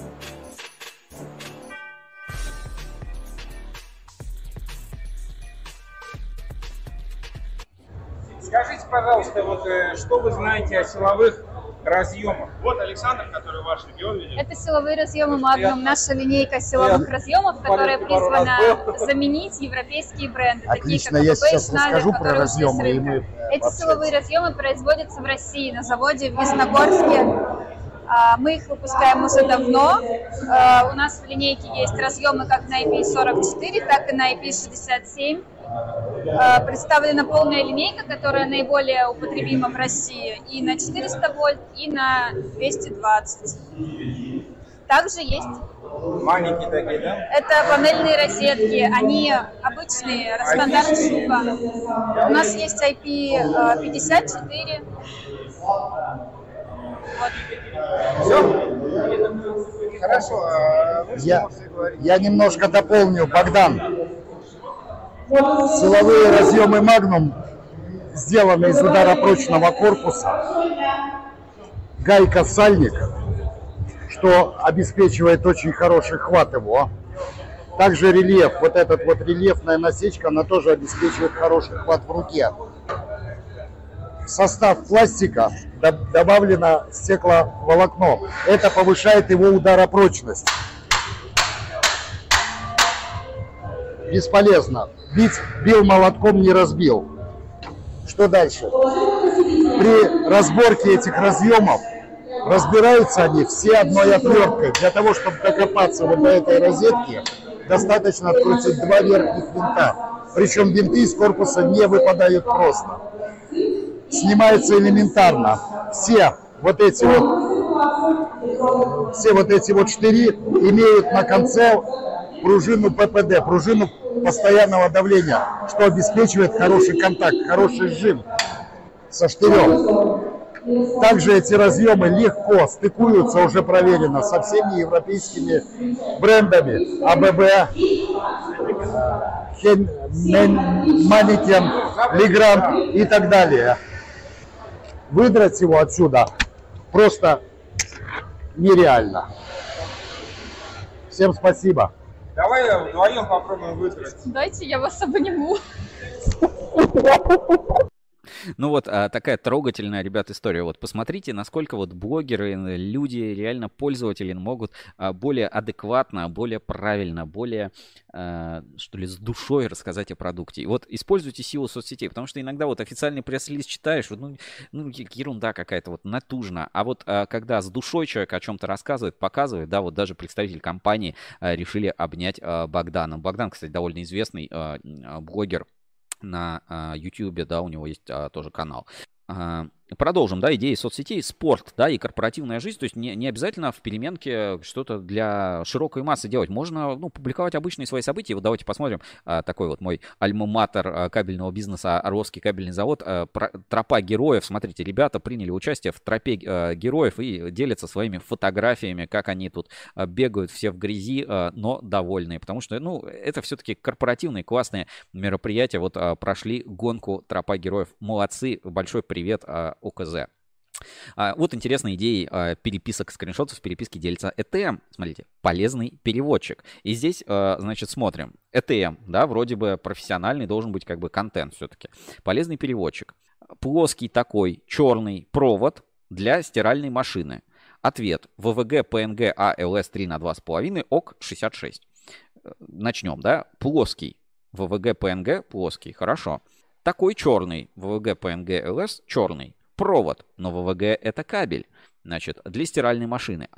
Скажите, пожалуйста, вот что вы знаете о силовых разъемах? Вот Александр, который ваш регион ведет. Это силовые разъемы Magnum, наша линейка силовых разъемов, которая призвана заменить европейские бренды, Отлично, такие я как эй пи, сейчас Schneider, расскажу про которые ушли с разъемы. И рынка. мы Эти силовые разъемы производятся в России на заводе в Ясногорске. Мы их выпускаем уже давно. У нас в линейке есть разъемы как на ай пи сорок четыре, так и на ай пи шестьдесят семь. Представлена полная линейка, которая наиболее употребима в России и на четыреста вольт, и на двести двадцать. Также есть... Маленькие такие, да? Это панельные розетки, они обычные, стандарт шуба. У нас есть ай пи пятьдесят четыре. Вот. Все? Хорошо. Я, я немножко дополню, Богдан. Силовые разъемы Magnum сделаны из ударопрочного корпуса. Гайка-сальник, что обеспечивает очень хороший хват его. Также рельеф, вот этот вот рельефная насечка, она тоже обеспечивает хороший хват в руке. В состав пластика добавлено стекловолокно. Это повышает его ударопрочность. Бесполезно. Бить, бил молотком, не разбил. Что дальше? При разборке этих разъемов разбираются они все одной отверткой. Для того, чтобы докопаться вот до этой розетки, достаточно открутить два верхних винта. Причем винты из корпуса не выпадают просто. Снимается элементарно. Все вот эти вот, все вот эти вот штыри имеют на конце пружину пэ пэ дэ, пружину постоянного давления, что обеспечивает хороший контакт, хороший сжим со штырем. Также эти разъемы легко стыкуются, уже проверено, со всеми европейскими брендами а бэ бэ, Манекен, Легранд и так далее. Выдрать его отсюда просто нереально. Всем спасибо. Давай вдвоем попробуем выдрать. Дайте я вас обниму. Ну вот а, такая трогательная, ребят, история. Вот посмотрите, насколько вот блогеры, люди, реально пользователи могут а, более адекватно, более правильно, более, а, что ли, с душой рассказать о продукте. И вот используйте силу соцсетей, потому что иногда вот официальный пресс-релиз читаешь, вот, ну, ну, ерунда какая-то, вот натужно. А вот а, когда с душой человек о чем-то рассказывает, показывает, да, вот даже представитель компании а, решили обнять а, Богдана. Богдан, кстати, довольно известный а, блогер на uh, YouTube, да, у него есть uh, тоже канал. Uh, продолжим, да, идеи соцсетей, спорт, да, и корпоративная жизнь, то есть не, не обязательно в переменке что-то для широкой массы делать, можно, ну, публиковать обычные свои события. Вот давайте посмотрим, uh, такой вот мой альма-матер uh, кабельного бизнеса, Орловский кабельный завод, uh, про, тропа героев. Смотрите, ребята приняли участие в тропе uh, героев и делятся своими фотографиями, как они тут uh, бегают все в грязи, uh, но довольные, потому что, ну, это все-таки корпоративные классные мероприятия. Вот uh, прошли гонку тропа героев, молодцы, большой привет uh, о ка зэ. А, вот интересные идеи а, переписок, скриншотов, в переписке делится и тэ эм. Смотрите, полезный переводчик. И здесь, а, значит, смотрим. и тэ эм, да, вроде бы профессиональный должен быть как бы контент все-таки. Полезный переводчик. Плоский такой черный провод для стиральной машины. Ответ. вэ вэ гэ пэ эн гэ а эл эс три на два с половиной, ок шестьдесят шесть. Начнем, да? Плоский. вэ вэ гэ пэ эн гэ плоский. Хорошо. Такой черный. вэ вэ гэ пэ эн гэ эл эс черный. Провод, но вэ вэ гэ это кабель, значит, для стиральной машины.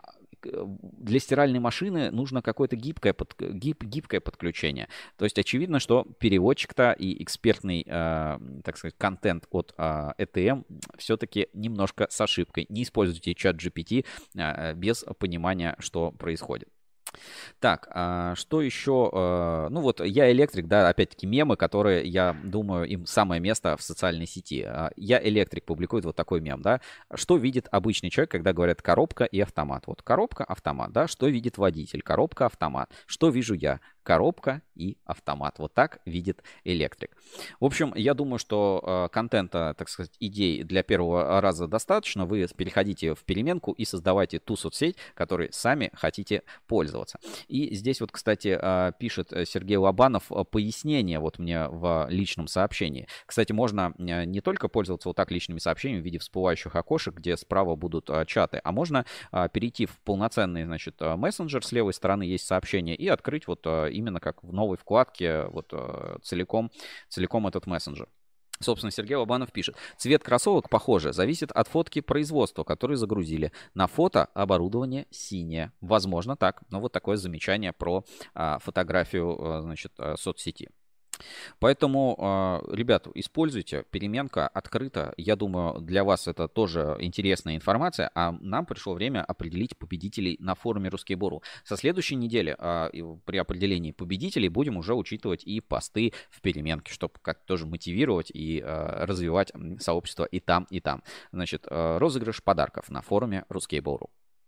для стиральной машины нужно какое-то гибкое, под, гиб, гибкое подключение. То есть очевидно, что переводчик-то и экспертный, э, так сказать, контент от э, и ти эм все-таки немножко с ошибкой. Не используйте чат джи пи ти э, без понимания, что происходит. Так, а что еще? Ну вот я электрик, да, опять-таки мемы, которые, я думаю, им самое место в социальной сети. Я электрик публикует вот такой мем, да. Что видит обычный человек, когда говорят коробка и автомат? Вот коробка, автомат, да. Что видит водитель? Коробка, автомат. Что вижу я? Коробка и автомат. Вот так видит электрик. В общем, я думаю, что э, контента, так сказать, идей для первого раза достаточно. Вы переходите в переменку и создавайте ту соцсеть, которой сами хотите пользоваться. И здесь вот, кстати, э, пишет Сергей Лобанов пояснение вот мне в личном сообщении. Кстати, можно не только пользоваться вот так личными сообщениями в виде всплывающих окошек, где справа будут э, чаты, а можно э, перейти в полноценный, значит, мессенджер. С левой стороны есть сообщение и открыть вот э, именно как в новой вкладке вот целиком, целиком этот мессенджер. Собственно, Сергей Лобанов пишет. Цвет кроссовок, похоже, зависит от фотки производства, которые загрузили. На фото оборудование синее. Возможно так. Но вот такое замечание про а, фотографию, а, значит, а, соцсети. Поэтому, ребят, используйте, переменка открыта. Я думаю, для вас это тоже интересная информация. А нам пришло время определить победителей на форуме Ruskable.ru. Со следующей недели при определении победителей будем уже учитывать и посты в переменке, чтобы как-то тоже мотивировать и развивать сообщество и там, и там. Значит, розыгрыш подарков на форуме Ruskable.ru.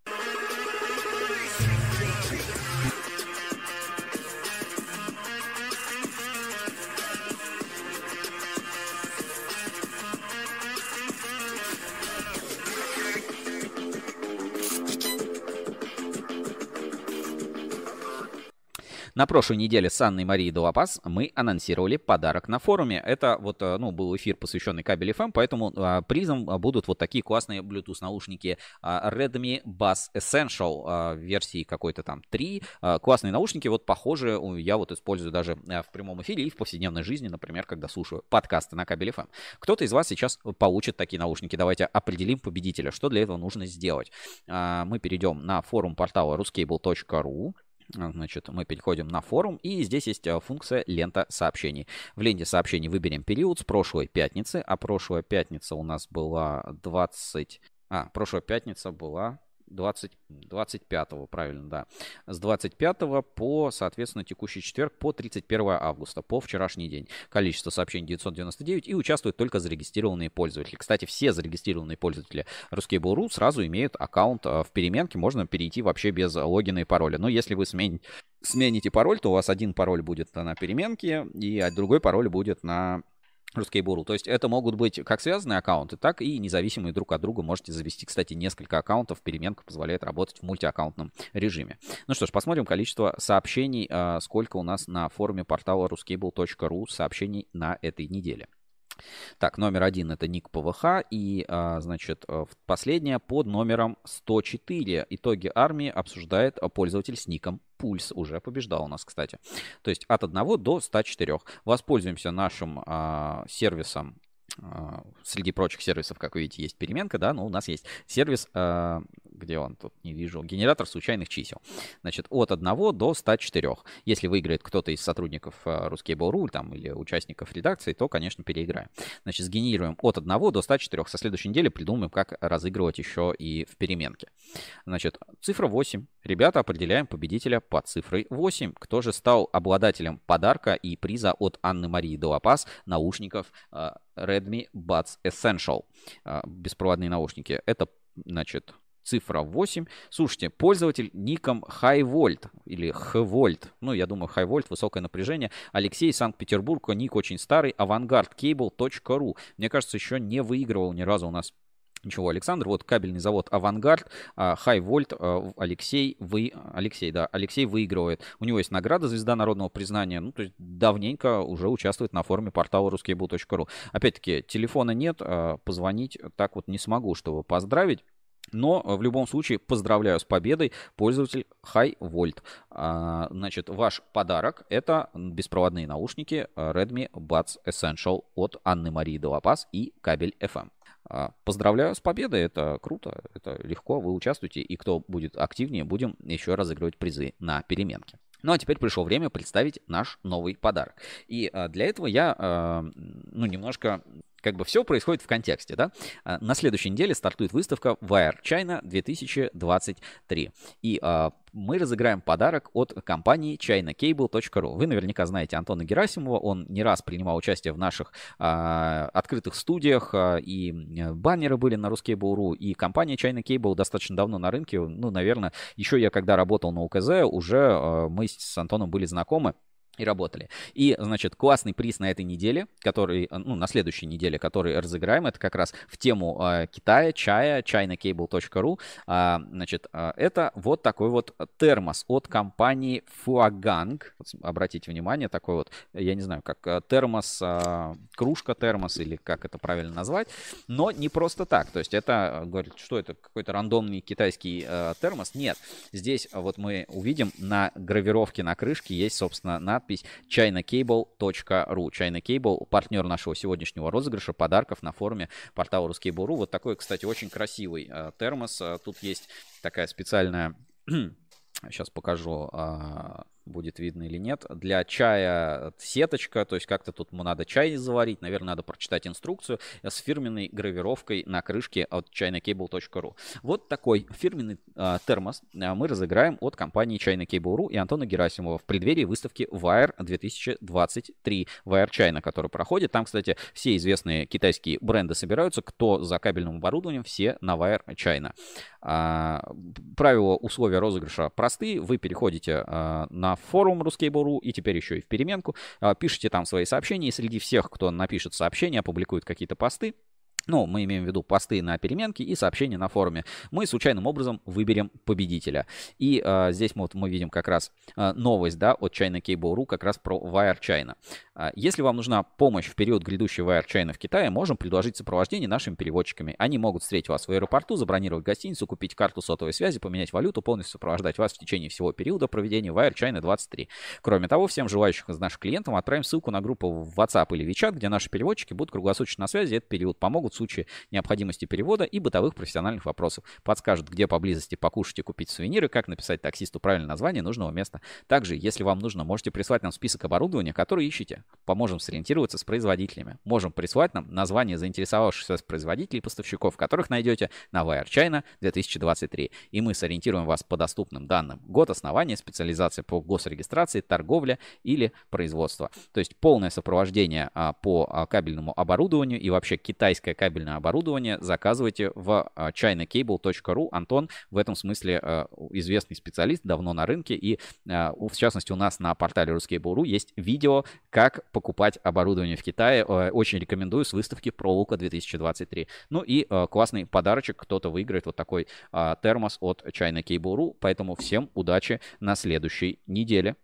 На прошлой неделе с Анной Марией Долопас мы анонсировали подарок на форуме. Это вот, ну, был эфир, посвященный Кабель эф эм, поэтому а, призом будут вот такие классные Bluetooth наушники а, Redmi Buds Essential а, версии какой-то там три. А, классные наушники, вот похожие, я вот использую даже в прямом эфире и в повседневной жизни, например, когда слушаю подкасты на Кабель эф эм. Кто-то из вас сейчас получит такие наушники. Давайте определим победителя. Что для этого нужно сделать? А, мы перейдем на форум портала ruskable точка ру. Значит, мы переходим на форум, и здесь есть функция лента сообщений. В ленте сообщений выберем период с прошлой пятницы, а прошлая пятница у нас была двадцать... А, прошлая пятница была... двадцать, двадцать пятого, правильно, да. С двадцать пятого по, соответственно, текущий четверг по тридцать первое августа, по вчерашний день. Количество сообщений девятьсот девяносто девять, и участвуют только зарегистрированные пользователи. Кстати, все зарегистрированные пользователи Ruskable.ru сразу имеют аккаунт в переменке, можно перейти вообще без логина и пароля. Но если вы смен... смените пароль, то у вас один пароль будет на переменке, и другой пароль будет на Ruskable.ru. То есть это могут быть как связанные аккаунты, так и независимые друг от друга. Можете завести, кстати, несколько аккаунтов. Переменка позволяет работать в мультиаккаунтном режиме. Ну что ж, посмотрим количество сообщений, сколько у нас на форуме портала ruskable точка ру сообщений на этой неделе. Так, номер один это ник ПВХ, и, а, значит, последняя под номером сто четыре. Итоги армии обсуждает пользователь с ником Пульс. Уже побеждал у нас, кстати. То есть от одного до ста четырёх. Воспользуемся нашим а, сервисом. А, среди прочих сервисов, как вы видите, есть переменка, да, но у нас есть сервис, а, где он, тут не вижу, генератор случайных чисел. Значит, от одного до ста четырёх. Если выиграет кто-то из сотрудников Ruskable.ru там, или участников редакции, то, конечно, переиграем. Значит, сгенерируем от одного до ста четырёх. Со следующей недели придумаем, как разыгрывать еще и в переменке. Значит, цифра восемь. Ребята, определяем победителя по цифрой восемь. Кто же стал обладателем подарка и приза от Анны Марии Долопас наушников Redmi Buds Essential? Беспроводные наушники. Это, значит, цифра восемь. Слушайте, пользователь ником HighVolt или HVolt, ну, я думаю, HighVolt, высокое напряжение, Алексей, Санкт-Петербург, ник очень старый, авангард кейбл точка ру. Мне кажется, еще не выигрывал ни разу у нас ничего Александр. Вот кабельный завод Авангард, HighVolt, Алексей, вы, Алексей, да, Алексей выигрывает. У него есть награда «Звезда народного признания». Ну, то есть давненько уже участвует на форуме портала ruskable точка ру. Опять-таки, телефона нет, позвонить так вот не смогу, чтобы поздравить. Но в любом случае поздравляю с победой, пользователь High Volt. А, значит, ваш подарок — это беспроводные наушники Redmi Buds Essential от Анны Марии де ла Паз и Кабель эф эм. А, поздравляю с победой, это круто, это легко, вы участвуете, и кто будет активнее, будем еще разыгрывать призы на переменке. Ну а теперь пришло время представить наш новый подарок. И а, для этого я, а, ну, немножко... Как бы все происходит в контексте, да? На следующей неделе стартует выставка Wire China две тысячи двадцать три. И а, мы разыграем подарок от компании чайна кейбл точка ру. Вы наверняка знаете Антона Герасимова. Он не раз принимал участие в наших а, открытых студиях. А, и баннеры были на Ruscable точка ру. И компания China Cable достаточно давно на рынке. Ну, наверное, еще я когда работал на УКЗ, уже а, мы с Антоном были знакомы и работали. И, значит, классный приз на этой неделе, который, ну, на следующей неделе, который разыграем, это как раз в тему э, Китая, чая, чайна кейбл точка ру. А, значит, а, это вот такой вот термос от компании Fuagang. Вот, обратите внимание, такой вот, я не знаю, как термос, а, кружка термос или как это правильно назвать, но не просто так. То есть это, говорит, что это какой-то рандомный китайский а, термос. Нет, здесь вот мы увидим на гравировке на крышке есть, собственно, надпись чайна кейбл точка ру. China Cable — партнер нашего сегодняшнего розыгрыша подарков на форуме портала Ruscable точка ру. Вот такой, кстати, очень красивый э, термос. Тут есть такая специальная... Сейчас покажу, будет видно или нет. Для чая сеточка, то есть как-то тут надо чай заварить. Наверное, надо прочитать инструкцию с фирменной гравировкой на крышке от чайна кейбл точка ру. Вот такой фирменный а, термос мы разыграем от компании China Cable точка ру и Антона Герасимова в преддверии выставки Wire две тысячи двадцать три. Wire China, который проходит. Там, кстати, все известные китайские бренды собираются. Кто за кабельным оборудованием, все на Wire China. А, правила, условия розыгрыша простые. Вы переходите а, на форум Ruscable точка ру и теперь еще и в переменку. А, пишите там свои сообщения. И среди всех, кто напишет сообщения, опубликует какие-то посты, ну, мы имеем в виду посты на переменке и сообщения на форуме, мы случайным образом выберем победителя. И а, здесь мы, вот, мы видим как раз а, новость, да, от чайна кейбл точка ру как раз про Wire China. А, если вам нужна помощь в период грядущей Wire China в Китае, можем предложить сопровождение нашими переводчиками. Они могут встретить вас в аэропорту, забронировать гостиницу, купить карту сотовой связи, поменять валюту, полностью сопровождать вас в течение всего периода проведения Wire China двадцать три. Кроме того, всем желающим из наших клиентов отправим ссылку на группу в WhatsApp или WeChat, где наши переводчики будут круглосуточно на связи. Этот период помогут в случае необходимости перевода и бытовых профессиональных вопросов. Подскажут, где поблизости покушать и купить сувениры, как написать таксисту правильное название нужного места. Также, если вам нужно, можете прислать нам список оборудования, которое ищете. Поможем сориентироваться с производителями. Можем прислать нам название заинтересовавшихся производителей и поставщиков, которых найдете на Wire China две тысячи двадцать три. И мы сориентируем вас по доступным данным. Год основания, специализация по госрегистрации, торговля или производство. То есть полное сопровождение а, по а, кабельному оборудованию и вообще китайское кабельное оборудование заказывайте в чайна кейбл точка ру. Антон в этом смысле а, известный специалист, давно на рынке. И а, в частности у нас на портале Ruscable точка ру есть видео, как покупать оборудование в Китае. А, очень рекомендую, с выставки Проволока две тысячи двадцать три. Ну и а, классный подарочек. Кто-то выиграет вот такой а, термос от чайна кейбл точка ру. Поэтому всем удачи на следующей неделе.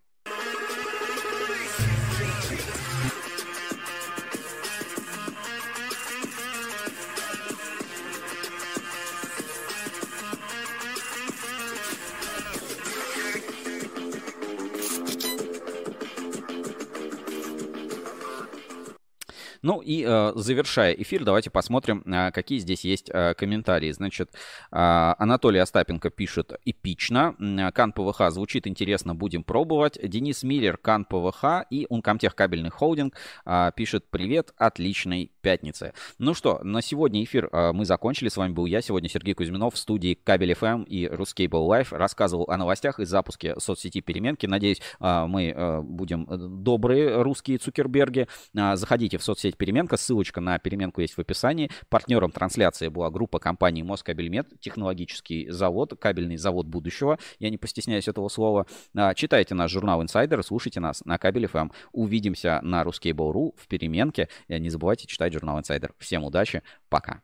Ну и э, завершая эфир, давайте посмотрим, э, какие здесь есть э, комментарии. Значит, э, Анатолий Остапенко пишет: эпично. Кан ПВХ звучит интересно, будем пробовать. Денис Миллер, Кан ПВХ и Uncomtech кабельный холдинг э, пишет: привет, отличной пятницы. Ну что, на сегодня эфир э, мы закончили. С вами был я, сегодня Сергей Кузьминов в студии Кабель эф эм и Ruscable Live. Рассказывал о новостях и запуске соцсети Переменки. Надеюсь, э, мы э, будем добрые русские Цукерберги. Э, заходите в соцсеть Переменка, ссылочка на Переменку есть в описании. Партнером трансляции была группа компании Москабельмет, технологический завод, кабельный завод будущего. Я не постесняюсь этого слова. Читайте наш журнал Insider, слушайте нас на Кабель эф эм. Увидимся на Ruscable точка ру в Переменке. Не забывайте читать журнал Insider. Всем удачи, пока.